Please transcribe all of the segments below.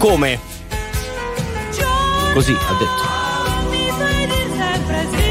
Come? Così ha detto. Mi sai dir sempre sì.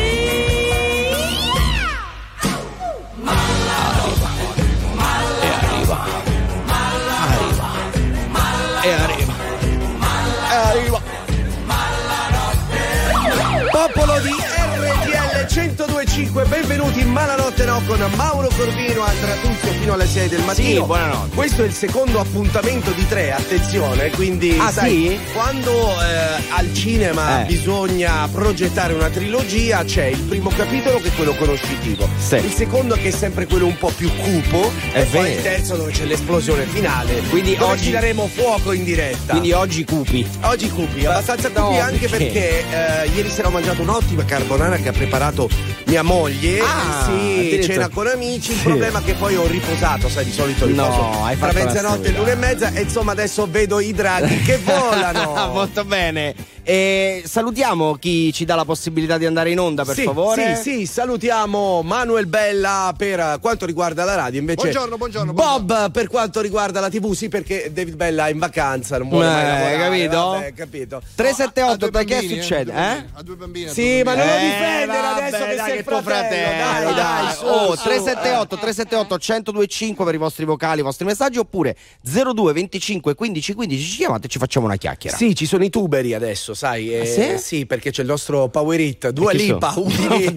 Popolo di RTL 102.5, benvenuti in Malanotte No con Mauro Corvino, Andrea Tuzio fino alle 6 del mattino. Sì, buonanotte. Questo è il secondo appuntamento di 3, attenzione, quindi sai, sì? quando al cinema bisogna progettare una trilogia, c'è il primo capitolo che è quello conoscitivo, il secondo che è sempre quello un po' più cupo, e poi il terzo dove c'è l'esplosione finale. Quindi dove oggi ci daremo fuoco in diretta. Quindi oggi cupi. Oggi cupi, abbastanza cupi, anche perché ieri sera ho mangiato un'ottima carbonara che ha preparato mia moglie. Sì, cena con amici. Il problema è che poi ho riposato, sai, di solito riposo tra mezzanotte e l'1:30 e insomma adesso vedo i draghi che volano. Molto bene. Salutiamo chi ci dà la possibilità di andare in onda, per favore. Sì, salutiamo Manuel Bella per quanto riguarda la radio, invece buongiorno. Bob per quanto riguarda la TV, sì, perché David Bella è in vacanza, non vuole mai lavorare, capito? Vabbè, capito. 378, che succede? Ha due bambini. Sì, ma non lo difendere adesso che dai, sei che tuo fratello. Dai, su, 378 1025 per i vostri vocali, i vostri messaggi, oppure 02 25 15 15 ci chiamate e ci facciamo una chiacchiera. Sì, ci sono i tuberi adesso, sai? Sì, perché c'è il nostro Power Hit, Dua Lipa, Udine.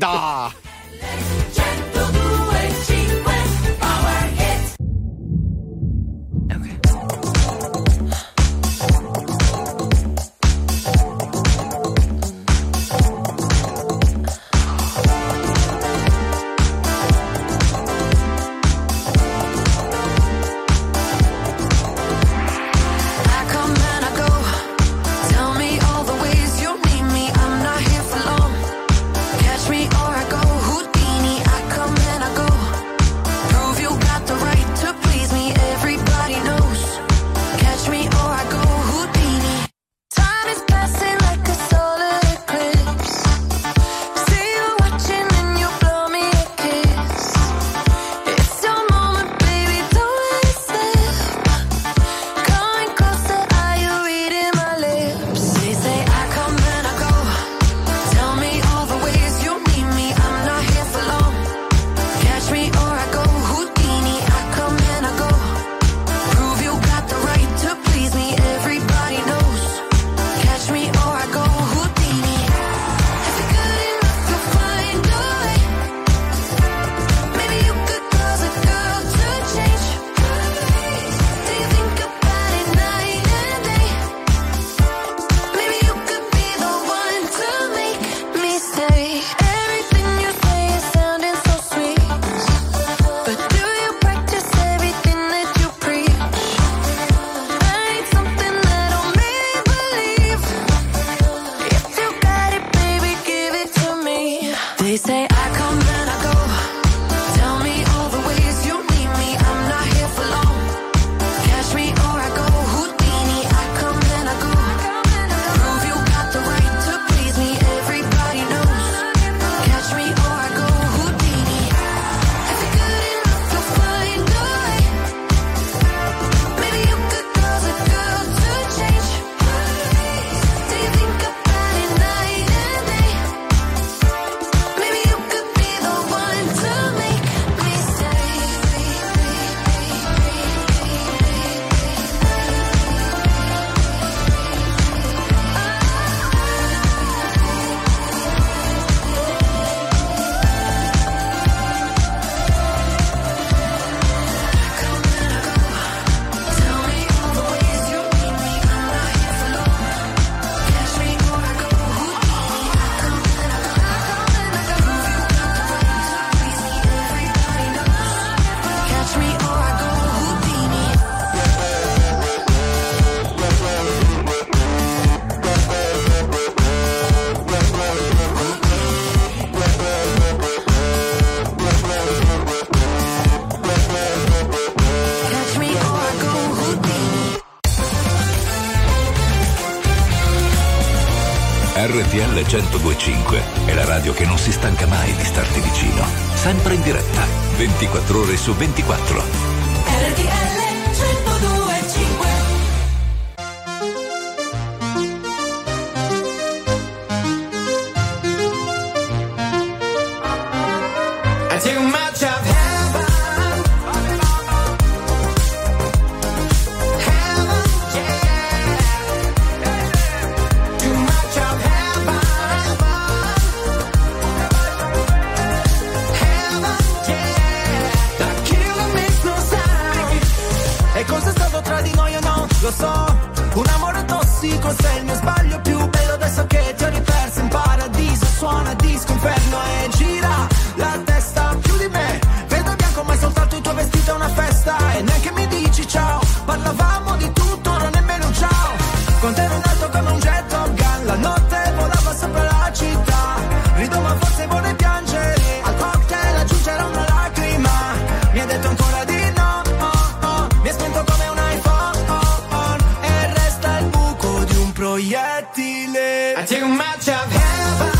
RTL 102.5 è la radio che non si stanca mai di starti vicino. Sempre in diretta, 24 ore su 24. RTL 102.5. too much of heaven. Heaven, yeah. Too much of heaven. Heaven, yeah. The killer makes no sound. E cosa è stato tra di noi o no? Lo so, un amore tossico, sei il mio sbaglio più bello. Adesso che ti ho riperso in paradiso, suona disco inferno e gira la testa più di me. Vedo bianco ma è soltanto il tuo vestito è una festa. E neanche mi dici ciao, parlavamo di tutto, non nemmeno un ciao. Con te ero in alto come un jet Top Gun, la notte volava sopra la città. Rido ma forse vorrei piangere, al cocktail aggiungerò una lacrima. Mi hai detto ancora di no, oh, oh. Mi hai spento come un iPhone, oh, oh. E resta il buco di un proiettile. I too much of heaven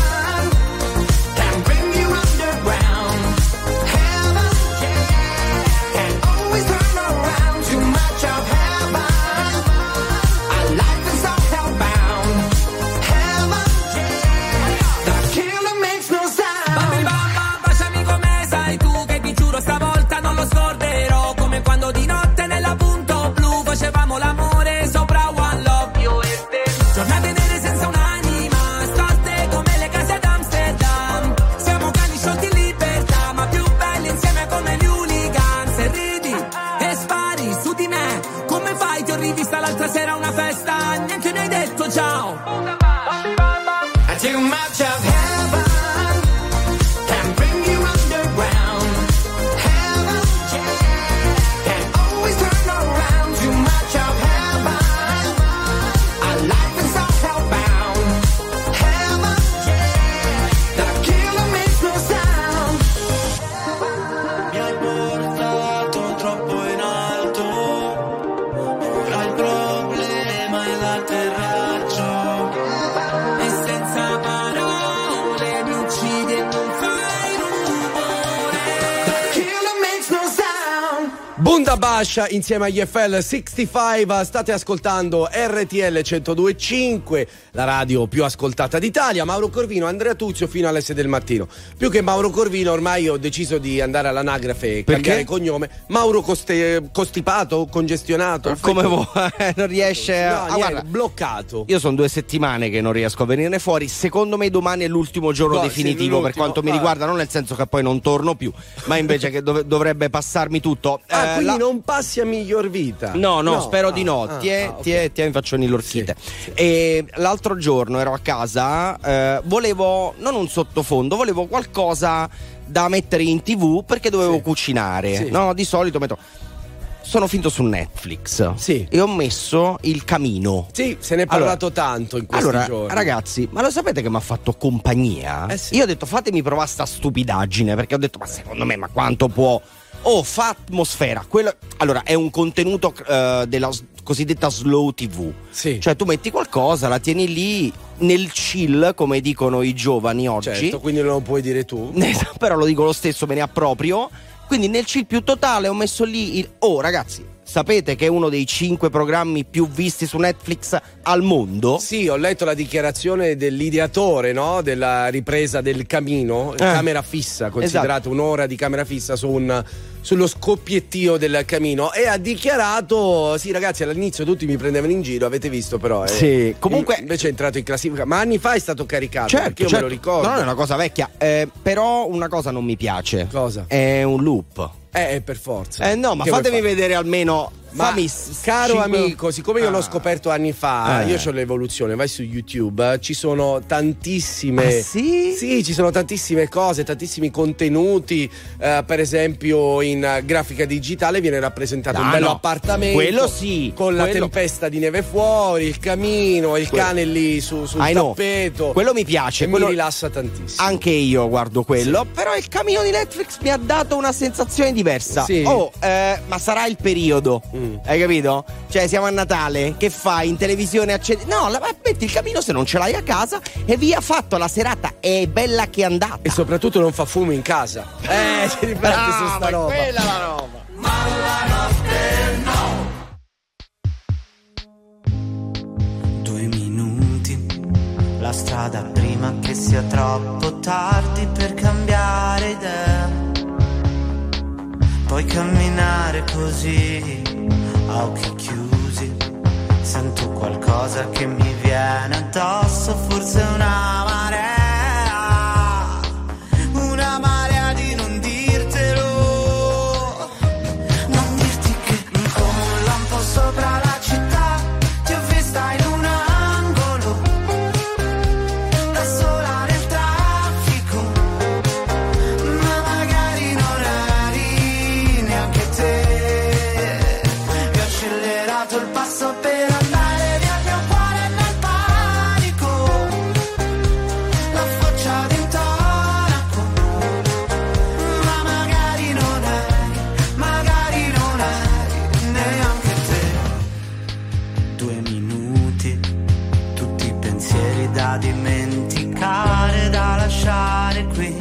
can bring you underground. Heaven, yeah, can always turn around. Too much of heaven, our life is all hellbound. Heaven, yeah, the killer makes no sound. Bambi bamba, baciami come sai tu, che ti giuro stavolta non lo scorderò. Come quando di notte nella punto blu facevamo l'amore sopra One Love, io e te. Giornate nere senza un'anima, storte come le case ad Amsterdam. Siamo cani sciolti in libertà, ma più belli insieme come gli hooligans. E ridi e spari su di me, come fai? Ti ho rivista l'altra sera a una festa, neanche mi hai detto ciao. I too much of heaven can bring you underground. Heaven, yeah, can always turn around. Too much of heaven, our life is all hellbound. Heaven, yeah, the killer makes no sound. Mi hai portato troppo in alto, ora il problema è l'atterraggio. E senza parole mi uccidi e non fai rumore. The killer makes no sound. Bunda Bascia insieme agli FL 65, state ascoltando RTL 102.5, la radio più ascoltata d'Italia. Mauro Corvino, Andrea Tuzio fino alle 6 del mattino. Più che Mauro Corvino ormai ho deciso di andare all'anagrafe e cambiare cognome. Mauro costipato, congestionato. Come vuoi, non riesce No, a... niente, guarda, bloccato. io sono 2 settimane che non riesco a venirne fuori. Secondo me domani è l'ultimo giorno No, sì, definitivo per l'ultimo, quanto mi riguarda, non nel senso che poi non torno più, ma invece che dovrebbe passarmi tutto. Quindi non passi a miglior vita. No, spero di no. Okay. Mi faccio un'illorchite. Sì. E l'altro giorno ero a casa, volevo non un sottofondo, volevo qualcosa da mettere in TV perché dovevo cucinare. Sì. No, di solito metto. Sono finito su Netflix. Sì. E ho messo Il Camino. Sì, se ne è parlato tanto in questi giorni. Ragazzi, ma lo sapete che mi ha fatto compagnia? Sì. Io ho detto fatemi provare sta stupidaggine, perché ho detto ma secondo me, ma quanto può... fa atmosfera. Allora, è un contenuto della cosiddetta slow TV. Sì. Cioè tu metti qualcosa, la tieni lì nel chill, come dicono i giovani oggi. Certo, quindi non lo puoi dire tu. Però lo dico lo stesso, me ne approprio. Quindi nel chill più totale ho messo lì ragazzi, sapete che è uno dei 5 programmi più visti su Netflix al mondo? Sì, ho letto la dichiarazione dell'ideatore, no? Della ripresa del Camino, camera fissa, considerato un'ora di camera fissa sullo scoppiettio del Camino, e ha dichiarato: sì ragazzi, all'inizio tutti mi prendevano in giro, avete visto però sì, comunque invece è entrato in classifica, ma anni fa è stato caricato, certo, perché io me lo ricordo. No, è una cosa vecchia, però una cosa non mi piace. Cosa? È un loop. Per forza. No, ma che fatemi vedere almeno. Ma caro 5... amico, siccome io l'ho scoperto anni fa, io ho l'evoluzione, vai su YouTube, ci sono tantissime. Sì? Sì, ci sono tantissime cose, tantissimi contenuti. Per esempio, in grafica digitale viene rappresentato un bello appartamento. Quello sì. Con la tempesta di neve fuori, il camino, il cane lì sul tappeto. Quello mi piace. Mi rilassa tantissimo. Anche io guardo quello. Però il camino di Netflix mi ha dato una sensazione diversa. Sì. Ma sarà il periodo. Hai capito? Cioè siamo a Natale, che fai in televisione? Accendi? No, metti il camino se non ce l'hai a casa e via fatto, la serata è bella che è andata. E soprattutto non fa fumo in casa. Ti rifletti su sta roba. Quella è la roba. Ma la notte no. 2 minuti, la strada prima che sia troppo tardi per cambiare idea. così, a occhi chiusi, sento qualcosa che mi viene addosso, forse una marea di non dirtelo, non dirti che come un lampo sopra la città ti ho vista in un angolo, da sola nel traffico, ma magari non eri neanche te, e ho accelerato il passo per andare via il mio cuore nel panico, la faccia d'intonaco, ma magari non eri neanche te. 2 minuti, tutti i pensieri da dimenticare, da lasciare qui,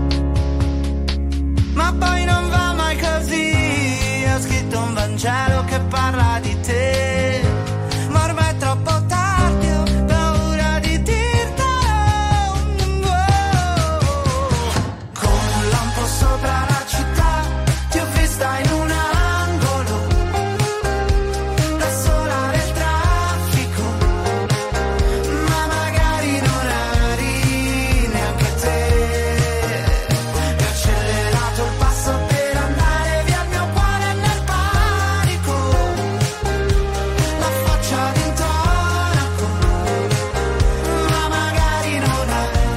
ma poi non va mai così. Ho scritto un Vangelo che parla di te, ma ormai è troppo tardi, ho paura di dirtelo. Come un lampo sopra la città ti ho vista in un angolo, da sola nel traffico, ma magari non eri neanche te, e ho accelerato il passo per andare via il mio cuore nel panico, la faccia d'intonaco, ma magari non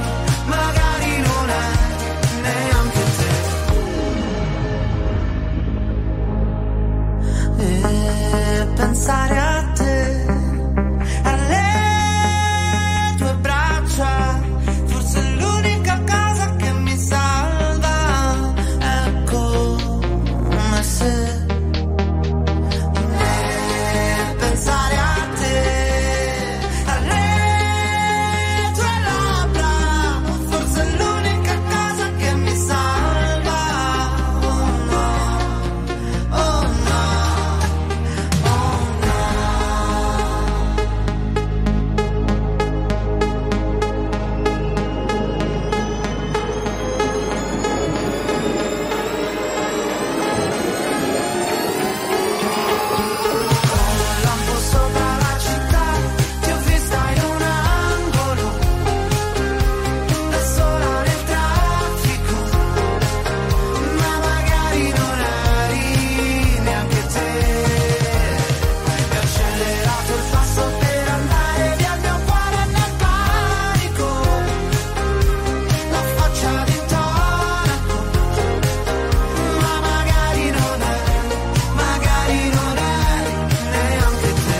eri neanche te. E pensare a te, alle tue braccia, forse è l'unica cosa che mi salva, è come se. E pensare a te, alle tue labbra, forse è l'unica cosa che mi salva, oh no, oh no. Un lampo sopra la città ti ho vista in un angolo, da sola nel traffico, ma magari non eri neanche te, e ho accelerato il passo per andare via il mio cuore nel panico, la faccia d'intonaco, ma magari non eri neanche te.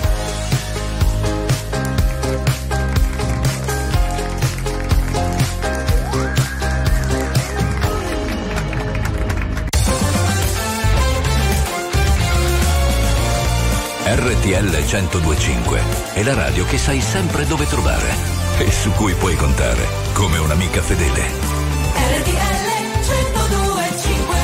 RTL 1025 è la radio che sai sempre dove trovare e su cui puoi contare come un'amica fedele. RTL 102.5.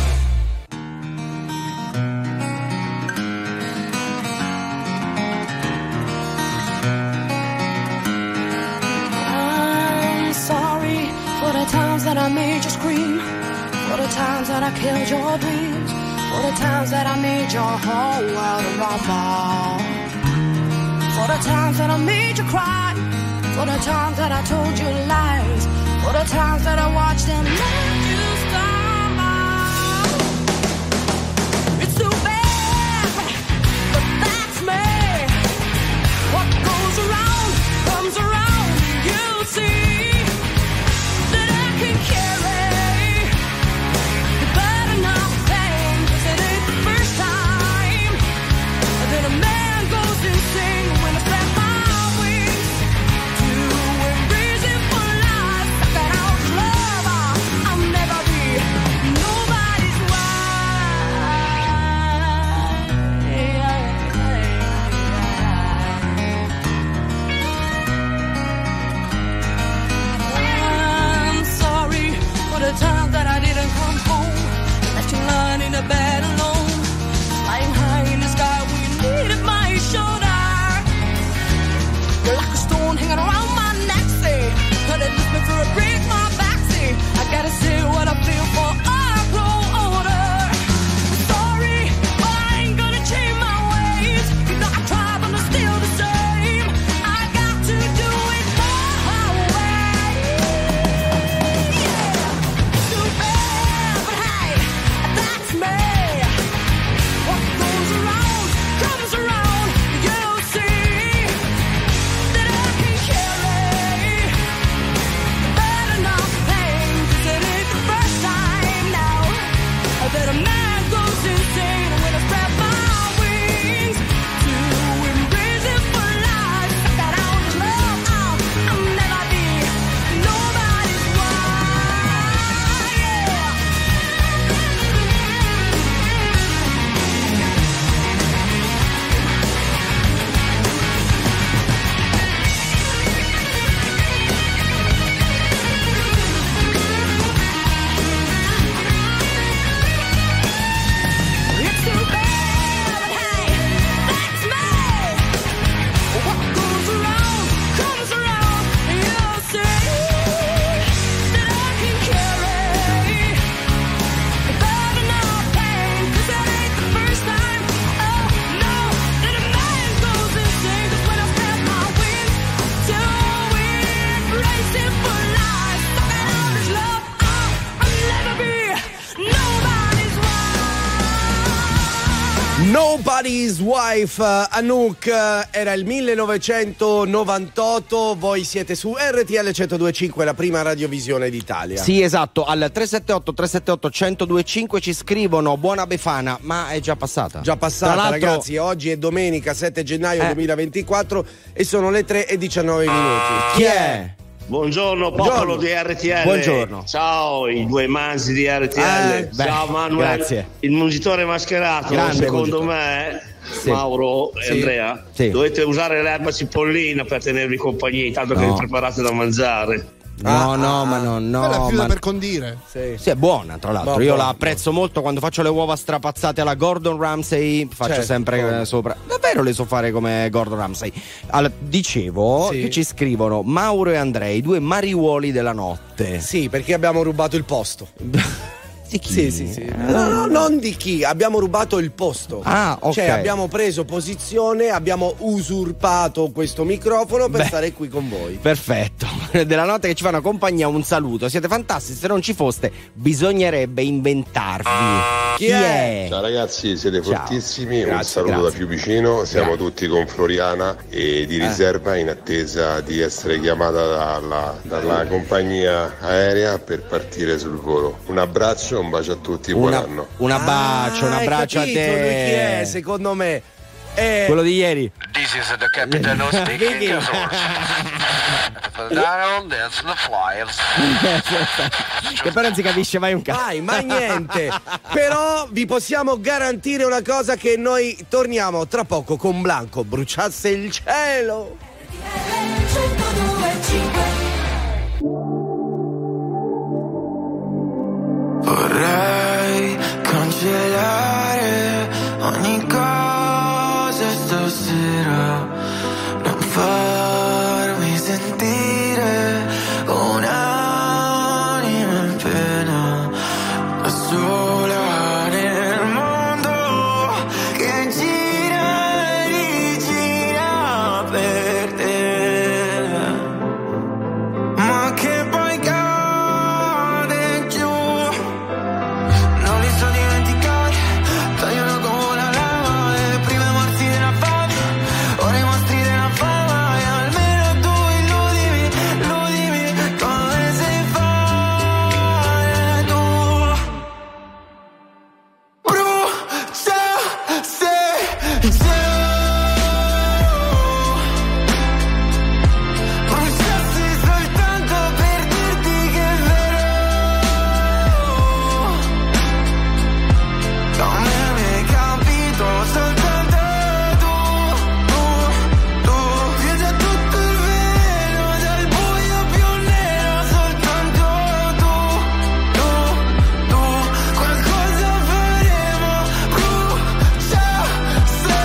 I'm sorry for the times that I made you scream, for the times that I killed your dreams, for the times that I made your whole world rumble, for the times that I made you cry, for the times that I told you lies, for the times that I watched them let you stumble. It's too bad, but that's me. What goes around comes around. You'll see that I can carry the burden of pain, 'cause it ain't the first time that a man goes insane when I spread my wings to a reason for life. Sucking out love, I'm Somebody's Wife, Anouk, era il 1998, voi siete su RTL 102.5, la prima radiovisione d'Italia. Sì, esatto, al 378-378-1025 ci scrivono buona Befana, ma è già passata. Già passata, ragazzi, oggi è domenica 7 gennaio 2024 e sono le 3:19 minuti. Chi è? Buongiorno popolo di RTL. Buongiorno. Ciao i due manzi di RTL. Ciao Manuel. Grazie. Il mungitore mascherato, secondo me, sì. Mauro e Andrea, dovete usare l'erba cipollina per tenervi compagnia, tanto che preparate da mangiare. No, ma non. Quella chiude per condire. Sì, è buona, tra l'altro. Io la apprezzo molto quando faccio le uova strapazzate alla Gordon Ramsay. Faccio sempre sopra. Davvero le so fare come Gordon Ramsay. Dicevo che ci scrivono Mauro e Andrei, due mariuoli della notte. Sì, perché abbiamo rubato il posto. Di chi? Sì. No, non di chi, abbiamo rubato il posto. Ok. Cioè abbiamo preso posizione, abbiamo usurpato questo microfono per stare qui con voi. Perfetto. Della notte che ci fanno compagnia, un saluto. Siete fantastici, se non ci foste bisognerebbe inventarvi. Chi è? Ciao ragazzi, siete fortissimi. Un saluto da Fiumicino. Siamo tutti con Floriana e di riserva in attesa di essere chiamata dalla compagnia aerea per partire sul volo. Un abbraccio, un bacio a tutti, buon anno. Un abbraccio a te. Lui chi è, secondo me? Quello di ieri. This is the captain speaking. Down, that's the flyers. Che però non si capisce mai un cazzo. Ma niente. Però vi possiamo garantire una cosa, che noi torniamo tra poco con Blanco. Bruciasse il cielo. Vorrei cancellare ogni cosa stasera, non farmi sentire un'anima in pena, da sola nel mondo che gira e rigira per te, ma che poi cade giù. Non li so dimenticare, tagliano come la lava, le prime morti della fame, ora i mostri della fama, e almeno tu illudimi come sai fare tu. Brucia se bruciassi soltanto per dirti che è vero. Non mi hai capito, soltanto tu vieni da tutto il vero, dal buio più nero, soltanto tu, qualcosa faremo, brucia se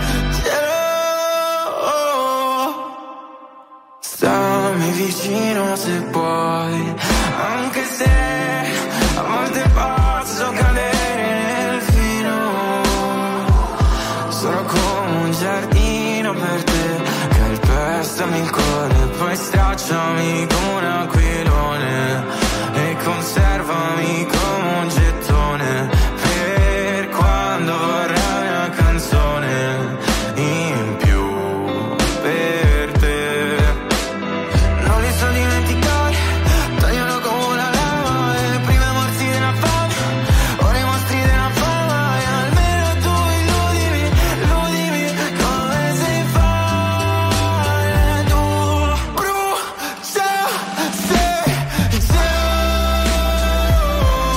stammi vicino se puoi, anche se a volte posso cadere nel fino. Sono come un giardino per te, calpestami il cuore, poi stracciami come un aquilone e conservami come un gettone per quando vorrai una canzone in più per te. Non li so dimenticare, tagliano come la lava, le prime morti della fame, ora i mostri della fama, e almeno tu illudimi come sai fare tu. Brucia se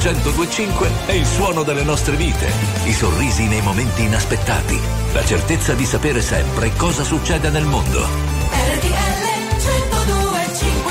102.5 è il suono delle nostre vite, i sorrisi nei momenti inaspettati, la certezza di sapere sempre cosa succede nel mondo. RTL 102.5.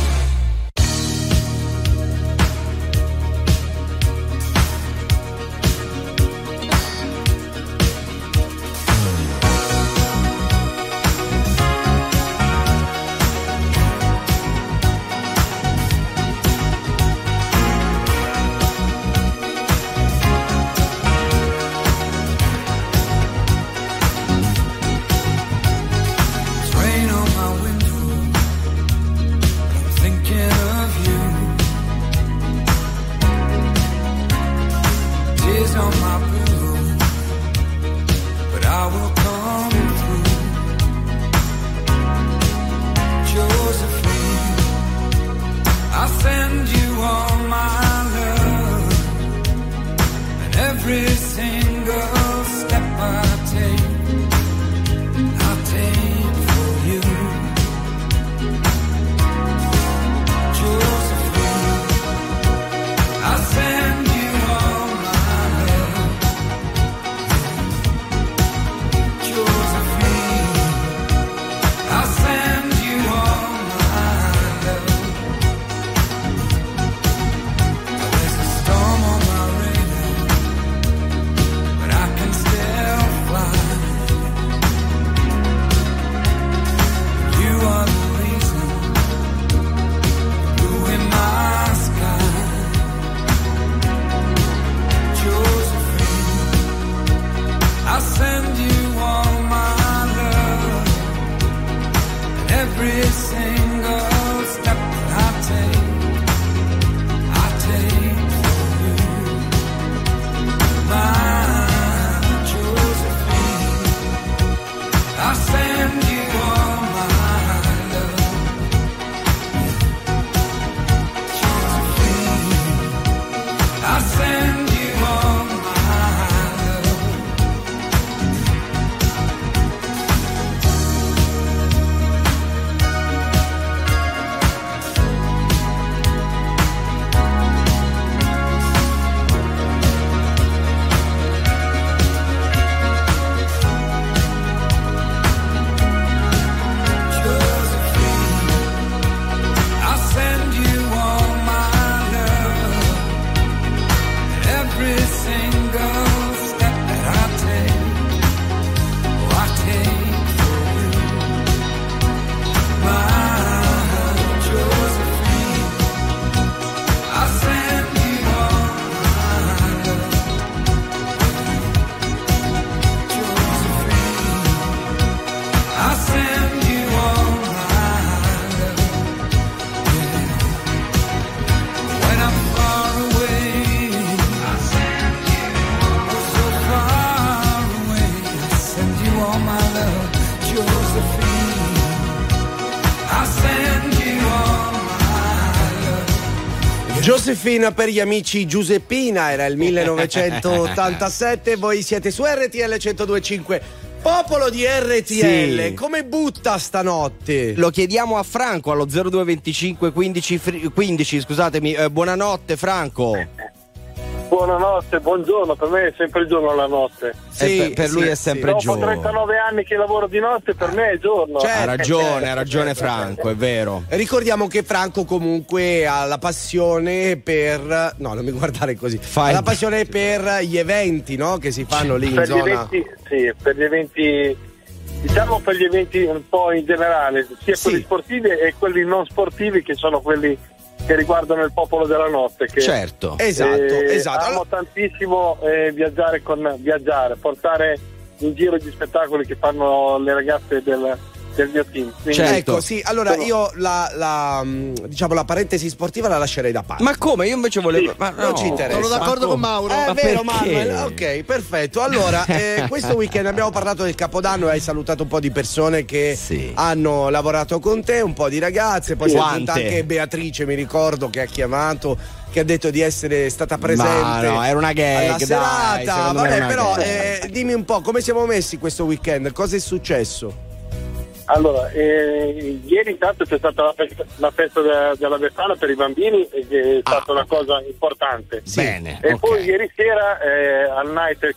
Josefina per gli amici Giuseppina, era il 1987, voi siete su RTL 102.5. Popolo di RTL, sì. Come butta stanotte? Lo chiediamo a Franco allo 0225 15 scusatemi, buonanotte Franco. Buonanotte, buongiorno, per me è sempre giorno la notte. Sì, per lui è sempre giorno. Dopo 39 anni che lavoro di notte, per me è giorno. Ha ragione Franco, è vero. Ricordiamo che Franco comunque ha la passione per... No, non mi guardare così. Ha la passione per gli eventi, no? Che si fanno lì in zona... Per gli eventi... Diciamo per gli eventi un po' in generale, sia quelli sportivi e quelli non sportivi, che sono quelli che riguardano il popolo della notte, che certo, esatto. Amo tantissimo viaggiare, portare in giro gli spettacoli che fanno le ragazze del mio team. Quindi, ecco, sì, allora io la parentesi sportiva la lascerei da parte. Ma come? Io invece volevo... Ma non ci interessa. Sono d'accordo con Mauro. È vero, Manuel. Ok, perfetto. Allora, questo weekend abbiamo parlato del Capodanno e hai salutato un po' di persone che hanno lavorato con te, un po' di ragazze, poi si è aggiunta anche Beatrice, mi ricordo, che ha chiamato, che ha detto di essere stata presente. Ma no, era una gag, alla serata. Vabbè, però dimmi un po' come siamo messi questo weekend, cosa è successo? Allora, ieri intanto c'è stata la festa della Befana per i bambini, che è stata una cosa importante. Bene. E poi ieri sera al night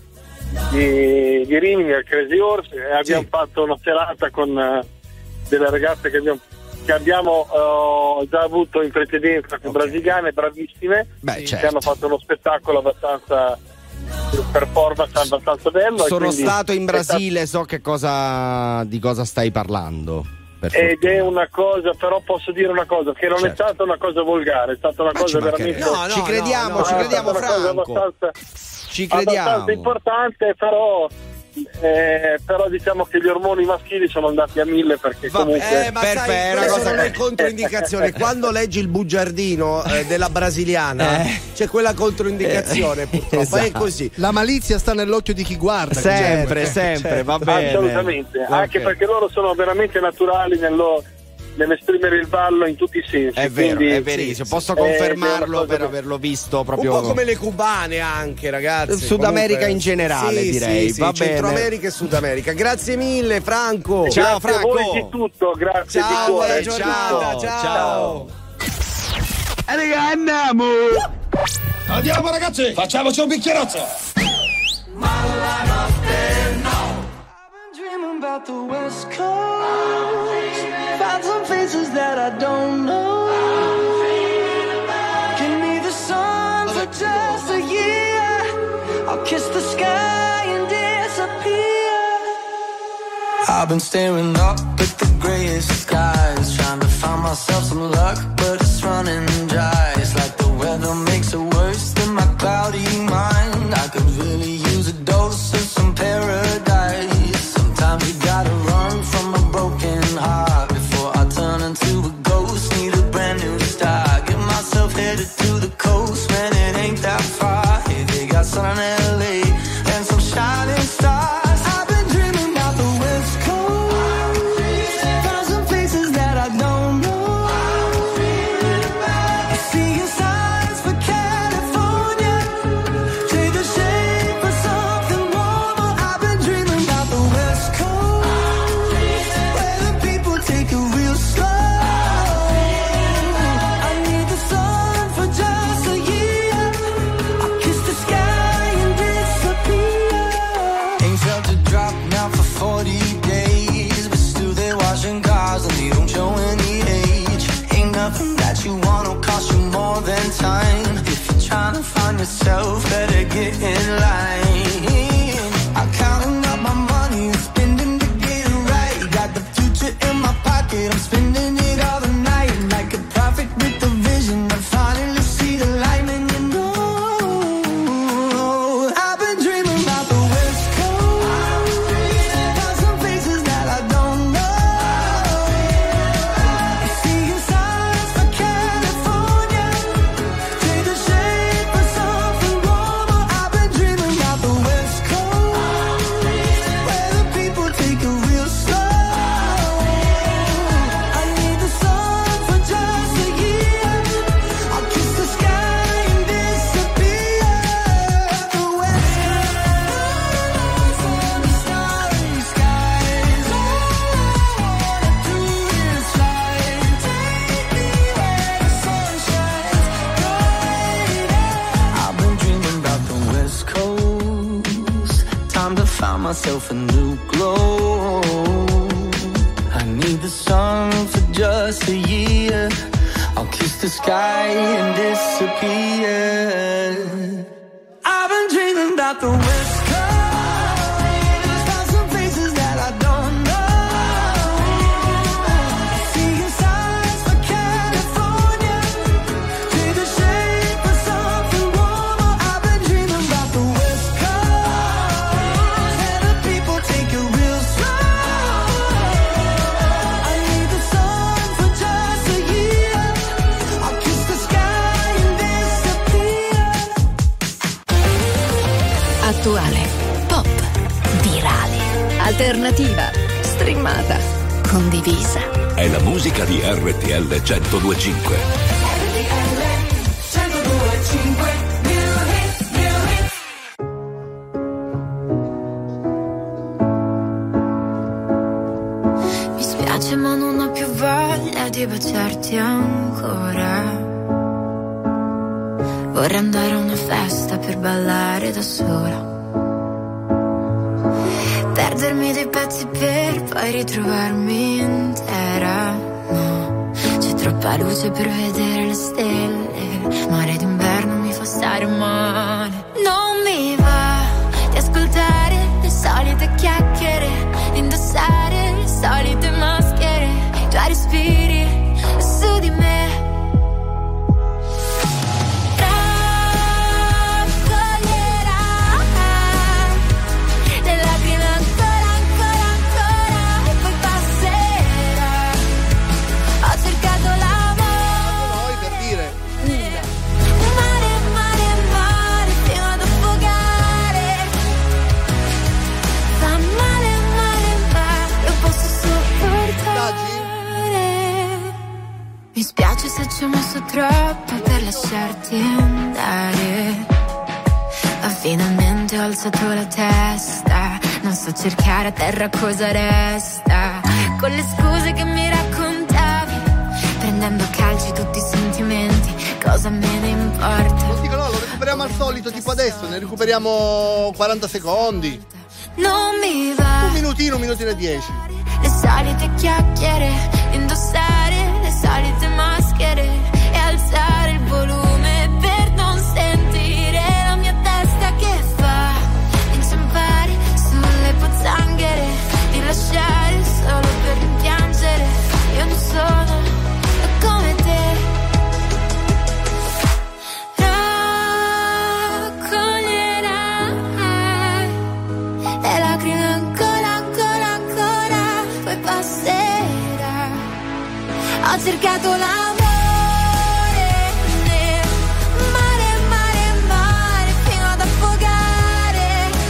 di Rimini, al Crazy Horse, abbiamo fatto una serata con delle ragazze che abbiamo già avuto in precedenza, brasiliane bravissime, che hanno fatto uno spettacolo abbastanza performance abbastanza bello. Sono stato in Brasile, so di cosa stai parlando. Ed è una cosa, però posso dire una cosa, che non è stata una cosa volgare, è stata una cosa veramente... ci crediamo Franco. Ci crediamo. Abbastanza importante, però diciamo che gli ormoni maschili sono andati a 1000, perché comunque ma sai, sono le controindicazioni. Quando leggi il bugiardino della brasiliana c'è quella controindicazione, purtroppo. Esatto. È così. La malizia sta nell'occhio di chi guarda, sempre va bene, assolutamente, anche perché loro sono veramente naturali nell'esprimere il ballo in tutti i sensi. È vero, è verissimo, posso confermarlo per averlo visto proprio. Un po' come le cubane anche, ragazzi. Sud America in generale, direi. Sì, va Centro America e Sud America. Grazie mille, Franco. Ciao Franco. Grazie a voi di tutto, grazie di cuore. Ciao. Raga, andiamo ragazzi, facciamoci un bicchierozzo. Ma la notte no. I've been dreaming about the West Coast. Found some faces that I don't know. Give me the sun for just a year. I'll kiss the sky and disappear. I've been staring up at the grayest skies, trying to find myself some luck, but it's running dry. It's like the weather makes it worse than my cloudy mind. I could really use a dose of some paradise. Sometimes you gotta run from a broken heart before I turn into a ghost. Need a brand new start. Get myself headed to the coast, man, it ain't that far. Hey, they got sun in LA and some shining stars. I've been dreaming about the West Coast. Found some places that I don't know. Seeing signs for California. Take the shape for something warmer. I've been dreaming about the West Coast, where the people take it real slow. I need the sun for just a year. I'll kiss the sky and disappear. Ain't felt a drop now for 40 days, but still they're washing cars and they don't show any age. Ain't nothing that you want will cost you more than time. If you're trying to find yourself, better get in line. I'm counting up my money and spending to get it right. Got the future in my pocket, I'm spending it all the night. Like a prophet with a vision, I finally see the light, and you know I've been dreaming about the West Coast. Got some places that I don't know. Seeing signs for California. Take the shape for something warmer. I've been dreaming about the West Coast, where the people take it real slow. I need the sun for just a year. I'll kiss the sky and disappear. The West Coast and the starry skies. All I wanna do is fly. Take me where the sun shines brighter. I've been dreaming about the West Coast. Time to find myself a new glow. I need the sun for just a year. I'll kiss the sky and disappear. I've been dreaming about the West Coast. Found some places that I don't know. Seeing signs for California. Take the shape for something warmer. I've been dreaming about the West Coast, where the people take it real slow. I need the sun for just a year. I'll kiss the sky and disappear. Attuale, pop, virale, alternativa, streamata, condivisa. È la musica di RTL 102.5. di baciarti ancora. Vorrei andare a una festa per ballare da sola, perdermi dei pezzi per poi ritrovarmi intera. No, c'è troppa luce per vedere le stelle, mare d'inverno mi fa stare male. Non mi va di ascoltare le solite chiacchiere, indossare le solite maschere, i tuoi respiri su di me. Mi spiace se ci ho messo troppo per lasciarti andare, ma finalmente ho alzato la testa. Non so cercare a terra cosa resta, con le scuse che mi raccontavi, prendendo a calci tutti i sentimenti, cosa me ne importa. Non dico, no, lo recuperiamo al solito, tipo adesso, ne recuperiamo 40 secondi. Non mi va. Un minutino e 10. Le solite chiacchiere, indossare le solite maschere e alzare il volume per non sentire la mia testa che fa inciampare sulle pozzanghere, di lasciare solo per rimpiangere. Io non sono come te. Raccoglierai le lacrime ancora, poi passerà. Ho cercato l'amore nel mare, fino ad affogare.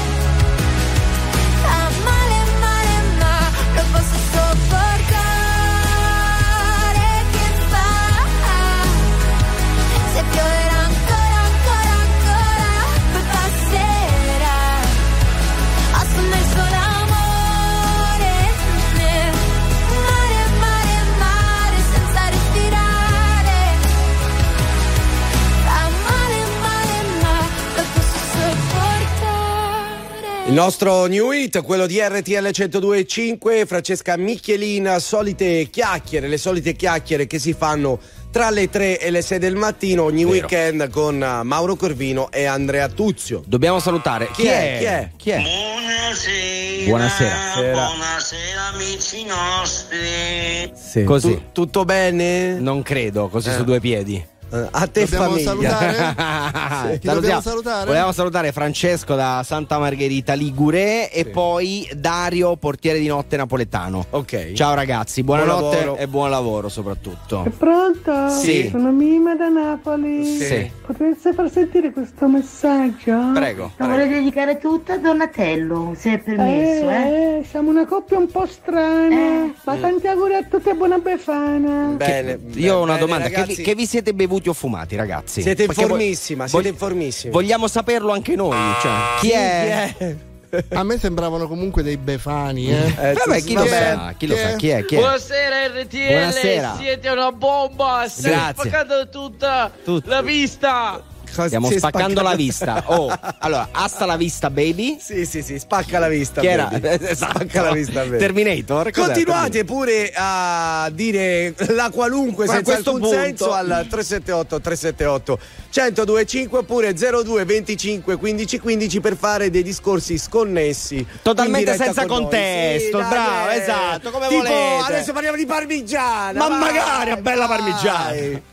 Fa male, ma lo posso sopportare. Che fa? Se pioverà ancora, poi passerà. Ho sommerso l'amore nel mare, senza respirare. Fa male, ma lo posso sopportare. Il nostro new hit, quello di RTL 102.5, Francesca Michelina, solite chiacchiere, le solite chiacchiere che si fanno tra le 3 e le 6 del mattino ogni weekend con Mauro Corvino e Andrea Tuzio. Dobbiamo salutare. Chi è? Buonasera. Buonasera amici nostri. Sì. Così. Tutto bene? Non credo, così su due piedi. A te Dobbiamo famiglia. salutare? Chi dobbiamo salutare? Vogliamo salutare Francesco da Santa Margherita Ligure e poi Dario, portiere di notte napoletano. Ok. Ciao ragazzi, buonanotte lavoro. e buon lavoro soprattutto. È pronto? Sì. Sono Mima da Napoli. Sì. Potreste far sentire questo messaggio? Prego. Lo vorrei dedicare tutto a Donatello, se è permesso, siamo una coppia un po' strana. Ma tanti auguri a tutti e buona Befana. Bene. Io ho una domanda, ragazzi. che vi siete bevuti o fumati, ragazzi? Siete Perché informissima, siete informissimi. Vogliamo saperlo anche noi, cioè, chi è? A me sembravano comunque dei Befani, Vabbè, chi lo sa? Chi è? Buonasera RTL, Buonasera. siete una bomba, state Grazie. spaccando tutta la vista. Stiamo spaccando la vista. Allora, hasta la vista, baby. Sì, spacca la vista. Chi era? Baby. Spacca la vista, baby. Terminator. Continuate pure a dire la qualunque Ma a senza questo alcun punto senso al 378 1025 oppure 02 25 15 15 per fare dei discorsi sconnessi. Totalmente in diretta senza con noi. contesto, Sì, bravo, dai, esatto, come tipo, volete. adesso parliamo di parmigiana. Ma vai, magari a bella vai. parmigiana.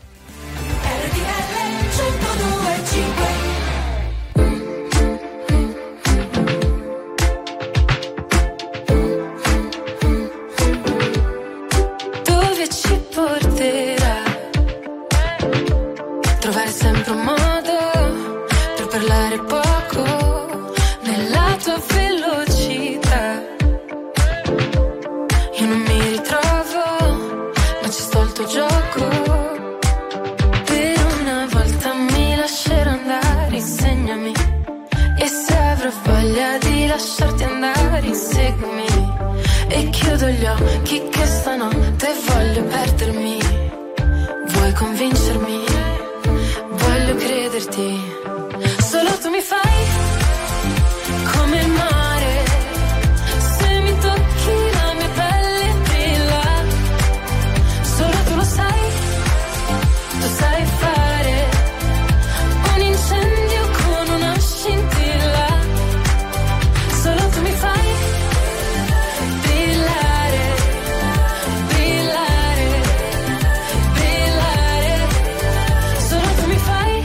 Dove ci porterà? Trovare sempre un modo per parlare poco nella tua velocità. Io non mi ritrovo, ma ci sto al tuo gioco. Per una volta mi lascerò andare, insegnami. E se avrò voglia di lasciarti andare, inseguimi. e chiudo gli occhi che stanotte voglio perdermi. Vuoi convincermi? Voglio crederti. Solo tu mi fai come il mare. Se mi tocchi la mia pelle brilla. Solo tu lo sai. Tu sai fare un incendio con una scintilla. Solo tu mi fai brillare, brillare, brillare. Solo tu mi fai.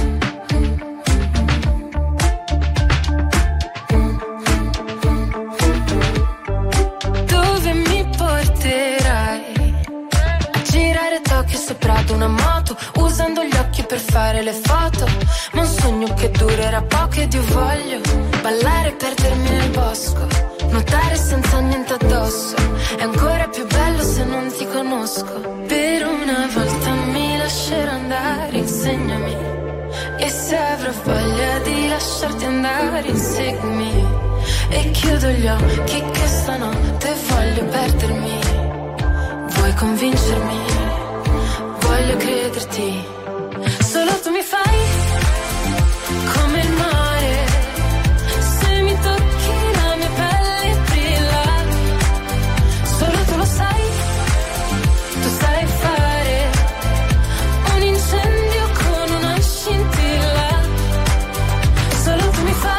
Dove mi porterai? A girare Tokyo sopra ad una moto, usando gli occhi per fare le foto. Ma un sogno che durerà poco ed io voglio ballare e perdermi nel bosco, nuotare senza niente addosso. È ancora più bello se non ti conosco. Per una volta mi lascerò andare, insegnami. E se avrò voglia di lasciarti andare, inseguimi. E chiudo gli occhi che stanotte voglio perdermi. Vuoi convincermi? Voglio crederti. Solo tu mi fai come il mare. Se mi tocchi la mia pelle brilla. Solo tu lo sai. Tu sai fare un incendio con una scintilla. Solo tu mi fai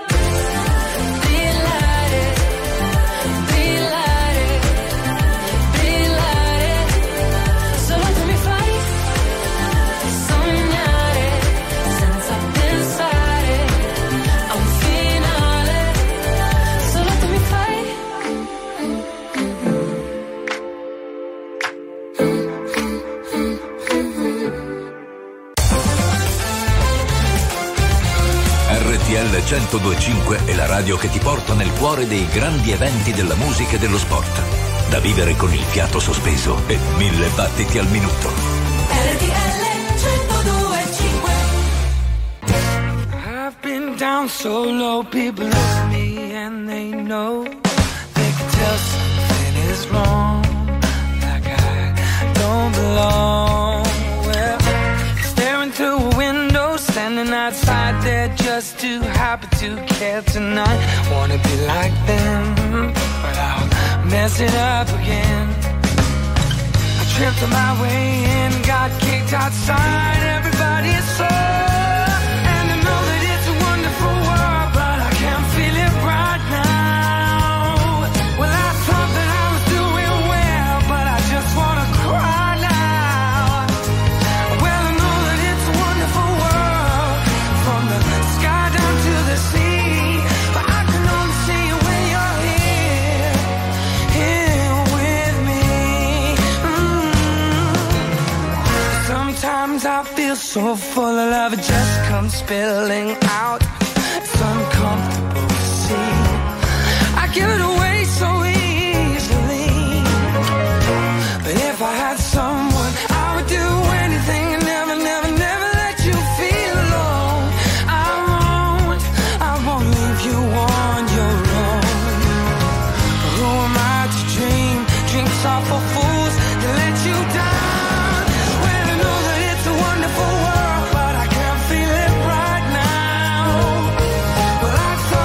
brillare, brillare, brillare. Solo tu mi fai sognare senza pensare a un finale. Solo tu mi fai. RTL 102.5 è la radio che ti porta nel cuore dei grandi eventi della musica e dello sport. Da vivere con il fiato sospeso e 1000 battiti al minuto. RTL 102.5. I've been down so low, people look at me and they know they can tell something is wrong, like I don't belong. Well, staring through a window, standing outside there just too happy to care tonight. Wanna be like them, but I'll mess it up again. I tripped on my way in, got kicked outside, everybody is so. And I know that it's a wonderful world, but I can't feel it right now. Well, I thought that I was doing well, but I just wanna cry now. Well, I know that it's a wonderful world, from the sky down to the sea, but I can only see you when you're here, here with me. Sometimes I feel so full of love, it just comes spilling out. It's uncomfortable to see. I give it away so easily, but if I had someone, I would do anything and never, never, never let you feel alone. I won't leave you on your own. Who am I to dream drinks off of fools to let you down? Well, I know that it's a wonderful world, but I can't feel it right now. Well, I thought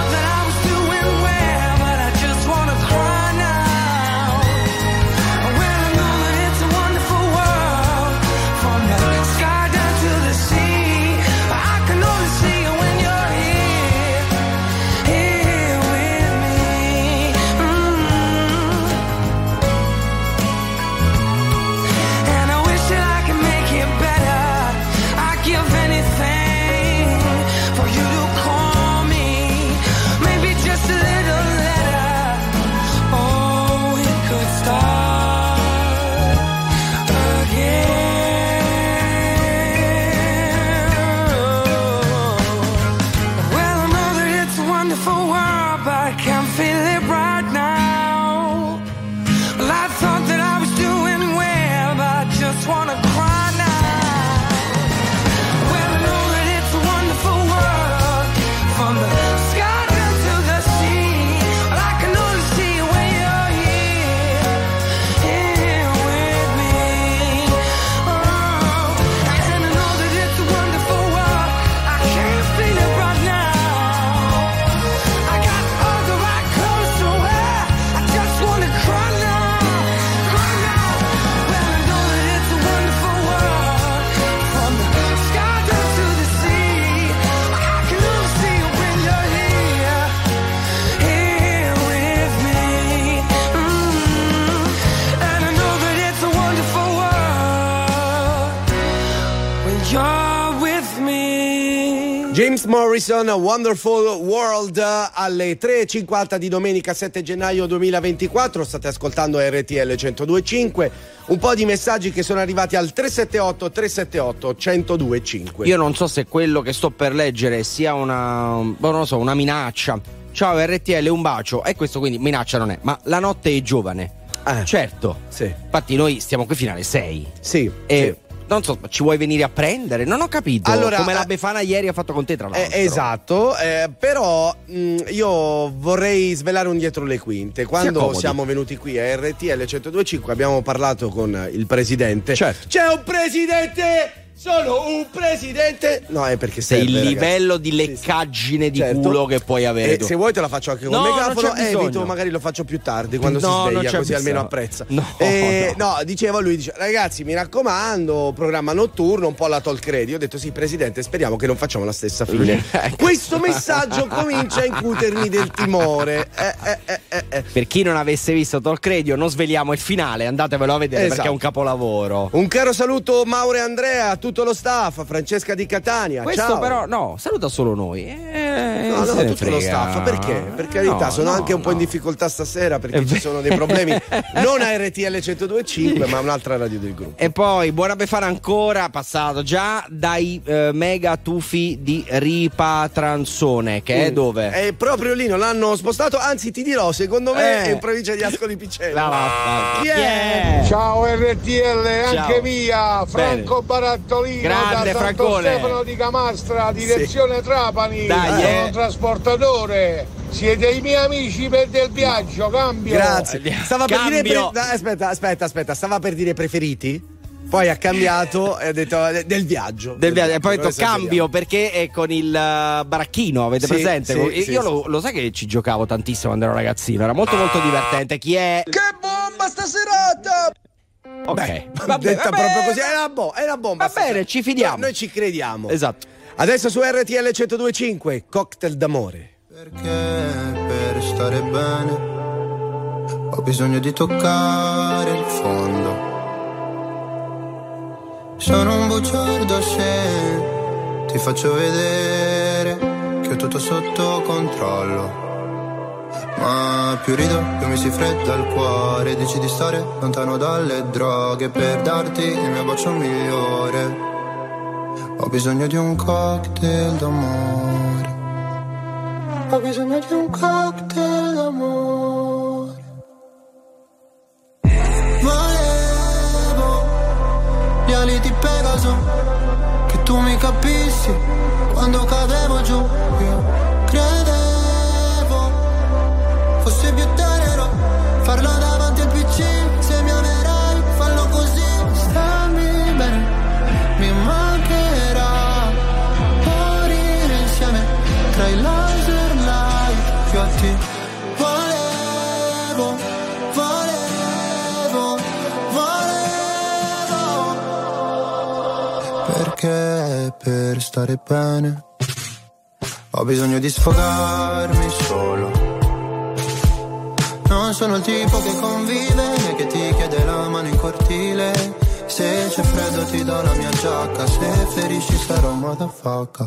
James Morrison, Wonderful World, alle 3.50 di domenica 7 gennaio 2024. State ascoltando RTL 102.5. Un po' di messaggi che sono arrivati al 378-378-1025. Io non so se quello che sto per leggere sia una minaccia. Ciao RTL, un bacio. E questo quindi minaccia non è, ma la notte è giovane. Certo. Sì. Infatti noi stiamo qui fino alle 6. Sì. E non so, ci vuoi venire a prendere? Non ho capito. Allora, come la Befana ieri ha fatto con te, tra l'altro. Esatto, però io vorrei svelare un dietro le quinte. Quando siamo venuti qui a RTL 102.5 abbiamo parlato con il presidente. Certo. C'è un presidente! Sono un presidente! No, è perché sei il livello ragazzi. Di leccaggine di culo che puoi avere. E se vuoi te la faccio anche con il megafono, evito, magari lo faccio più tardi quando si sveglia, così almeno apprezza. No, diceva lui, ragazzi, mi raccomando, programma notturno, un po' alla talk radio. Io ho detto sì, presidente, speriamo che non facciamo la stessa fine. Questo messaggio comincia a incutermi del timore. Per chi non avesse visto talk radio, non sveliamo il finale, andatevelo a vedere perché è un capolavoro. Un caro saluto Mauro e Andrea, tutto lo staff, Francesca di Catania. Questo ciao. Però no, saluta solo noi. No, tutto lo staff. Perché? Per carità, sono anche un po' in difficoltà stasera perché ci sono dei problemi. Non a RTL 102.5, ma un'altra radio del gruppo. E poi buona Befana ancora, passato già dai mega tufi di Ripatranzone, che è dove? È proprio lì, non l'hanno spostato, anzi ti dirò, secondo me è in provincia di Ascoli Piceno. Ciao RTL, anche Ciao. mia, Franco Barattolino grande da Santo Francone. Stefano di Camastra, direzione Trapani. Dai, sono un trasportatore, siete i miei amici per del viaggio, cambio. Grazie. Stava per dire aspetta, stava per dire preferiti? Poi ha cambiato e ha detto del viaggio. E poi ha detto cambio perché è con il baracchino, avete presente? Io lo sai che ci giocavo tantissimo quando ero ragazzino, era molto molto divertente. Chi è? Che bomba sta serata! Ok, detta proprio così, è una bomba. Va bene, ci fidiamo. Noi ci crediamo. Esatto. Adesso su RTL 102.5, Cocktail d'amore. Perché per stare bene ho bisogno di toccare il fondo. Sono un bugiardo se ti faccio vedere che ho tutto sotto controllo. Ma più rido, più mi si fredda il cuore. Dici di stare lontano dalle droghe per darti il mio bacio migliore. Ho bisogno di un cocktail d'amore. Ho bisogno di un cocktail d'amore. Volevo gli ali di Pegaso, che tu mi capissi quando cadevo giù. Io credevo fosse più tenero farlo davanti al PC. Se mi amerai, fallo così. Stammi bene, mi mancherà morire insieme tra i laser light più alti. Volevo perché per stare bene ho bisogno di sfogarmi solo. Non sono il tipo che convive né che ti chiede la mano in cortile. Se c'è freddo ti do la mia giacca, se ferisci sarò motherfucker.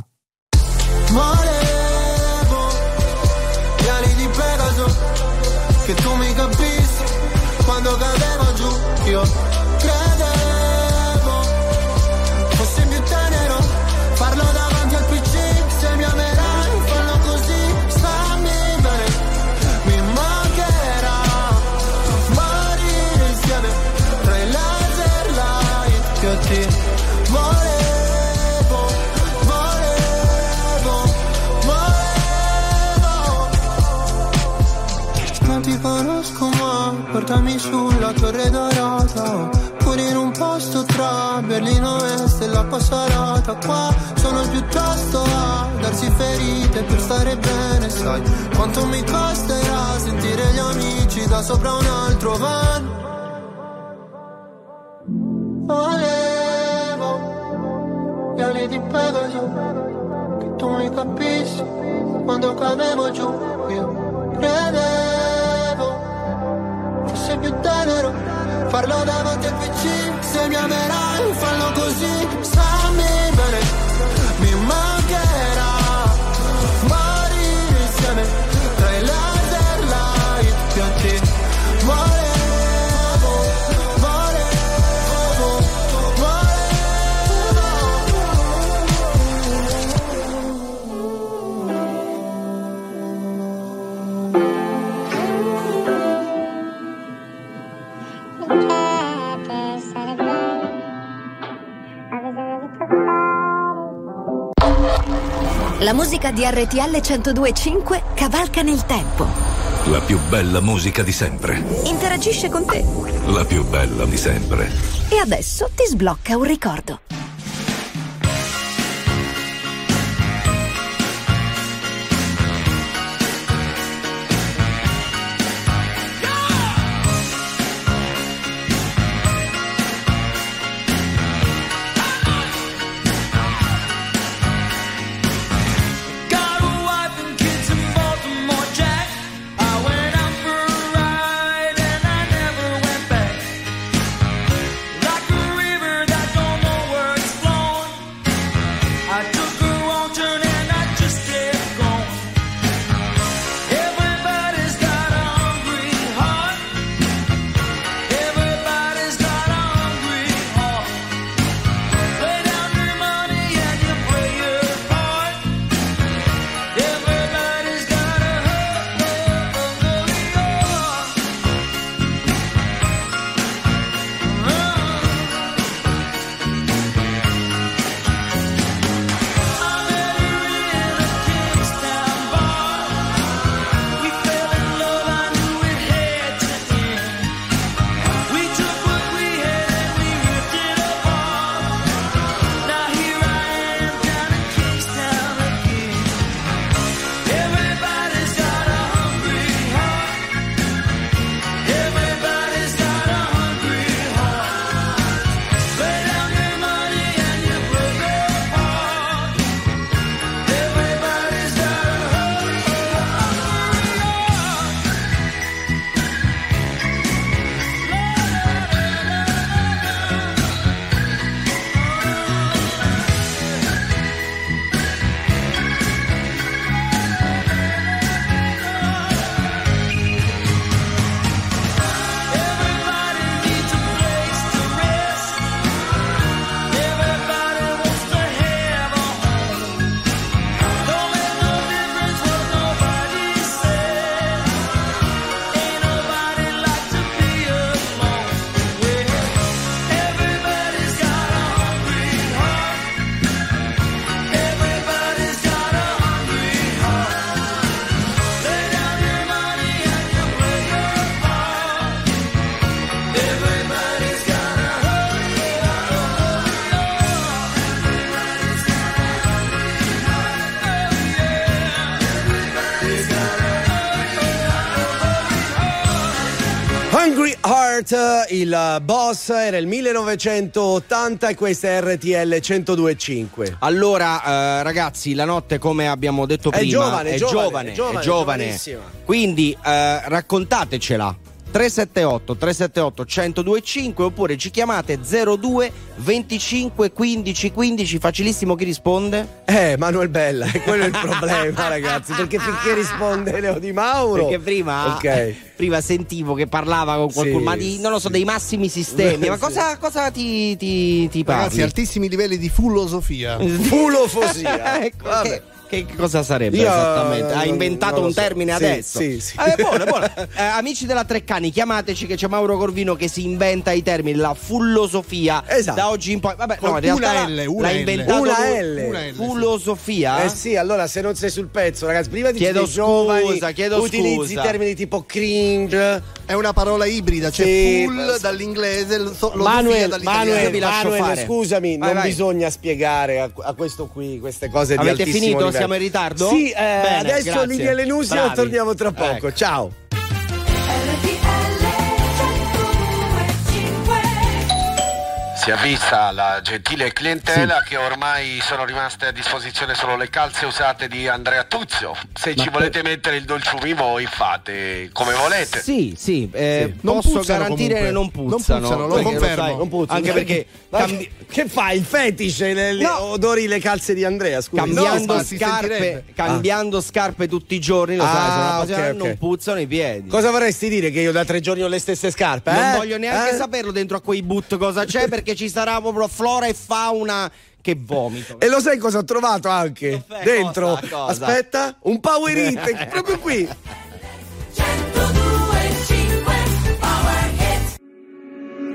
Volevo gli ali di Pegaso, che tu mi capissi quando cadevo giù. Io credevo fosse più tenero farlo davanti al PC. Se mi amerai, fallo così. Stammi bene, mi mancherà morire insieme tra i laser light che ti volevo. Non ti conosco ma portami sulla Torre Dorata, pure in un posto tra Berlino Est e la Passarata. Qua sono piuttosto a darsi ferite per stare bene. Sai quanto mi costerà sentire gli amici da sopra un altro van. Volevo gli ali di Pegaso, che tu mi capissi quando cadevo giù. Io credevo fosse più tenero farlo davanti al PC. Se mi amerai, fallo così. Stammi bene, mi mancherà La musica di RTL 102.5 cavalca nel tempo. La più bella musica di sempre. Interagisce con te. La più bella di sempre. E adesso ti sblocca un ricordo. Hungry Heart, il boss, era il 1980 e questa è RTL 102.5. Allora, ragazzi, la notte, come abbiamo detto prima, è giovane. Quindi raccontatecela. 378 1025 oppure ci chiamate 02 25 15 15, facilissimo. Chi risponde? Manuel Bella, e quello è il problema, ragazzi, perché finché risponde Leo Di Mauro, perché prima sentivo che parlava con qualcuno, ma non lo so, dei massimi sistemi, ma cosa ti parli? Ragazzi, altissimi livelli di fulosofia. Ecco, vabbè. Che cosa sarebbe esattamente? Ha inventato un termine adesso. Sì. Buono. Amici della Treccani, chiamateci che c'è Mauro Corvino che si inventa i termini, la fullosofia. Esatto. Da oggi in poi. Vabbè, no, in realtà l'ha inventato una L. Fullosofia? Sì, allora se non sei sul pezzo, ragazzi, prima di chiedo giovani, utilizzi termini tipo cringe. È una parola ibrida, cioè full dall'inglese, Manuel, Manuel, scusami, non bisogna spiegare a questo qui queste cose di altissimo finito? livello. Siamo in ritardo? Sì, bene, adesso grazie. linea alle nusi e torniamo tra poco. Ecco. Ciao. Si è vista la gentile clientela che ormai sono rimaste a disposizione solo le calze usate di Andrea Tuzio. Se ci volete mettere il dolciumi voi fate come volete. Sì, posso garantire che non puzzano. Lo confermo. Non puzzano. Anche perché che fai? Il fetish odori le calze di Andrea, scusa. Cambiando scarpe tutti i giorni, lo sai, non puzzano i piedi. Cosa vorresti dire? Che io da 3 giorni ho le stesse scarpe? Non voglio neanche saperlo dentro a quei boot cosa c'è, perché ci sarà proprio flora e fauna che vomito. E lo sai cosa ho trovato anche dentro? Cosa? Aspetta, un Power Hit proprio qui. 102.5 Power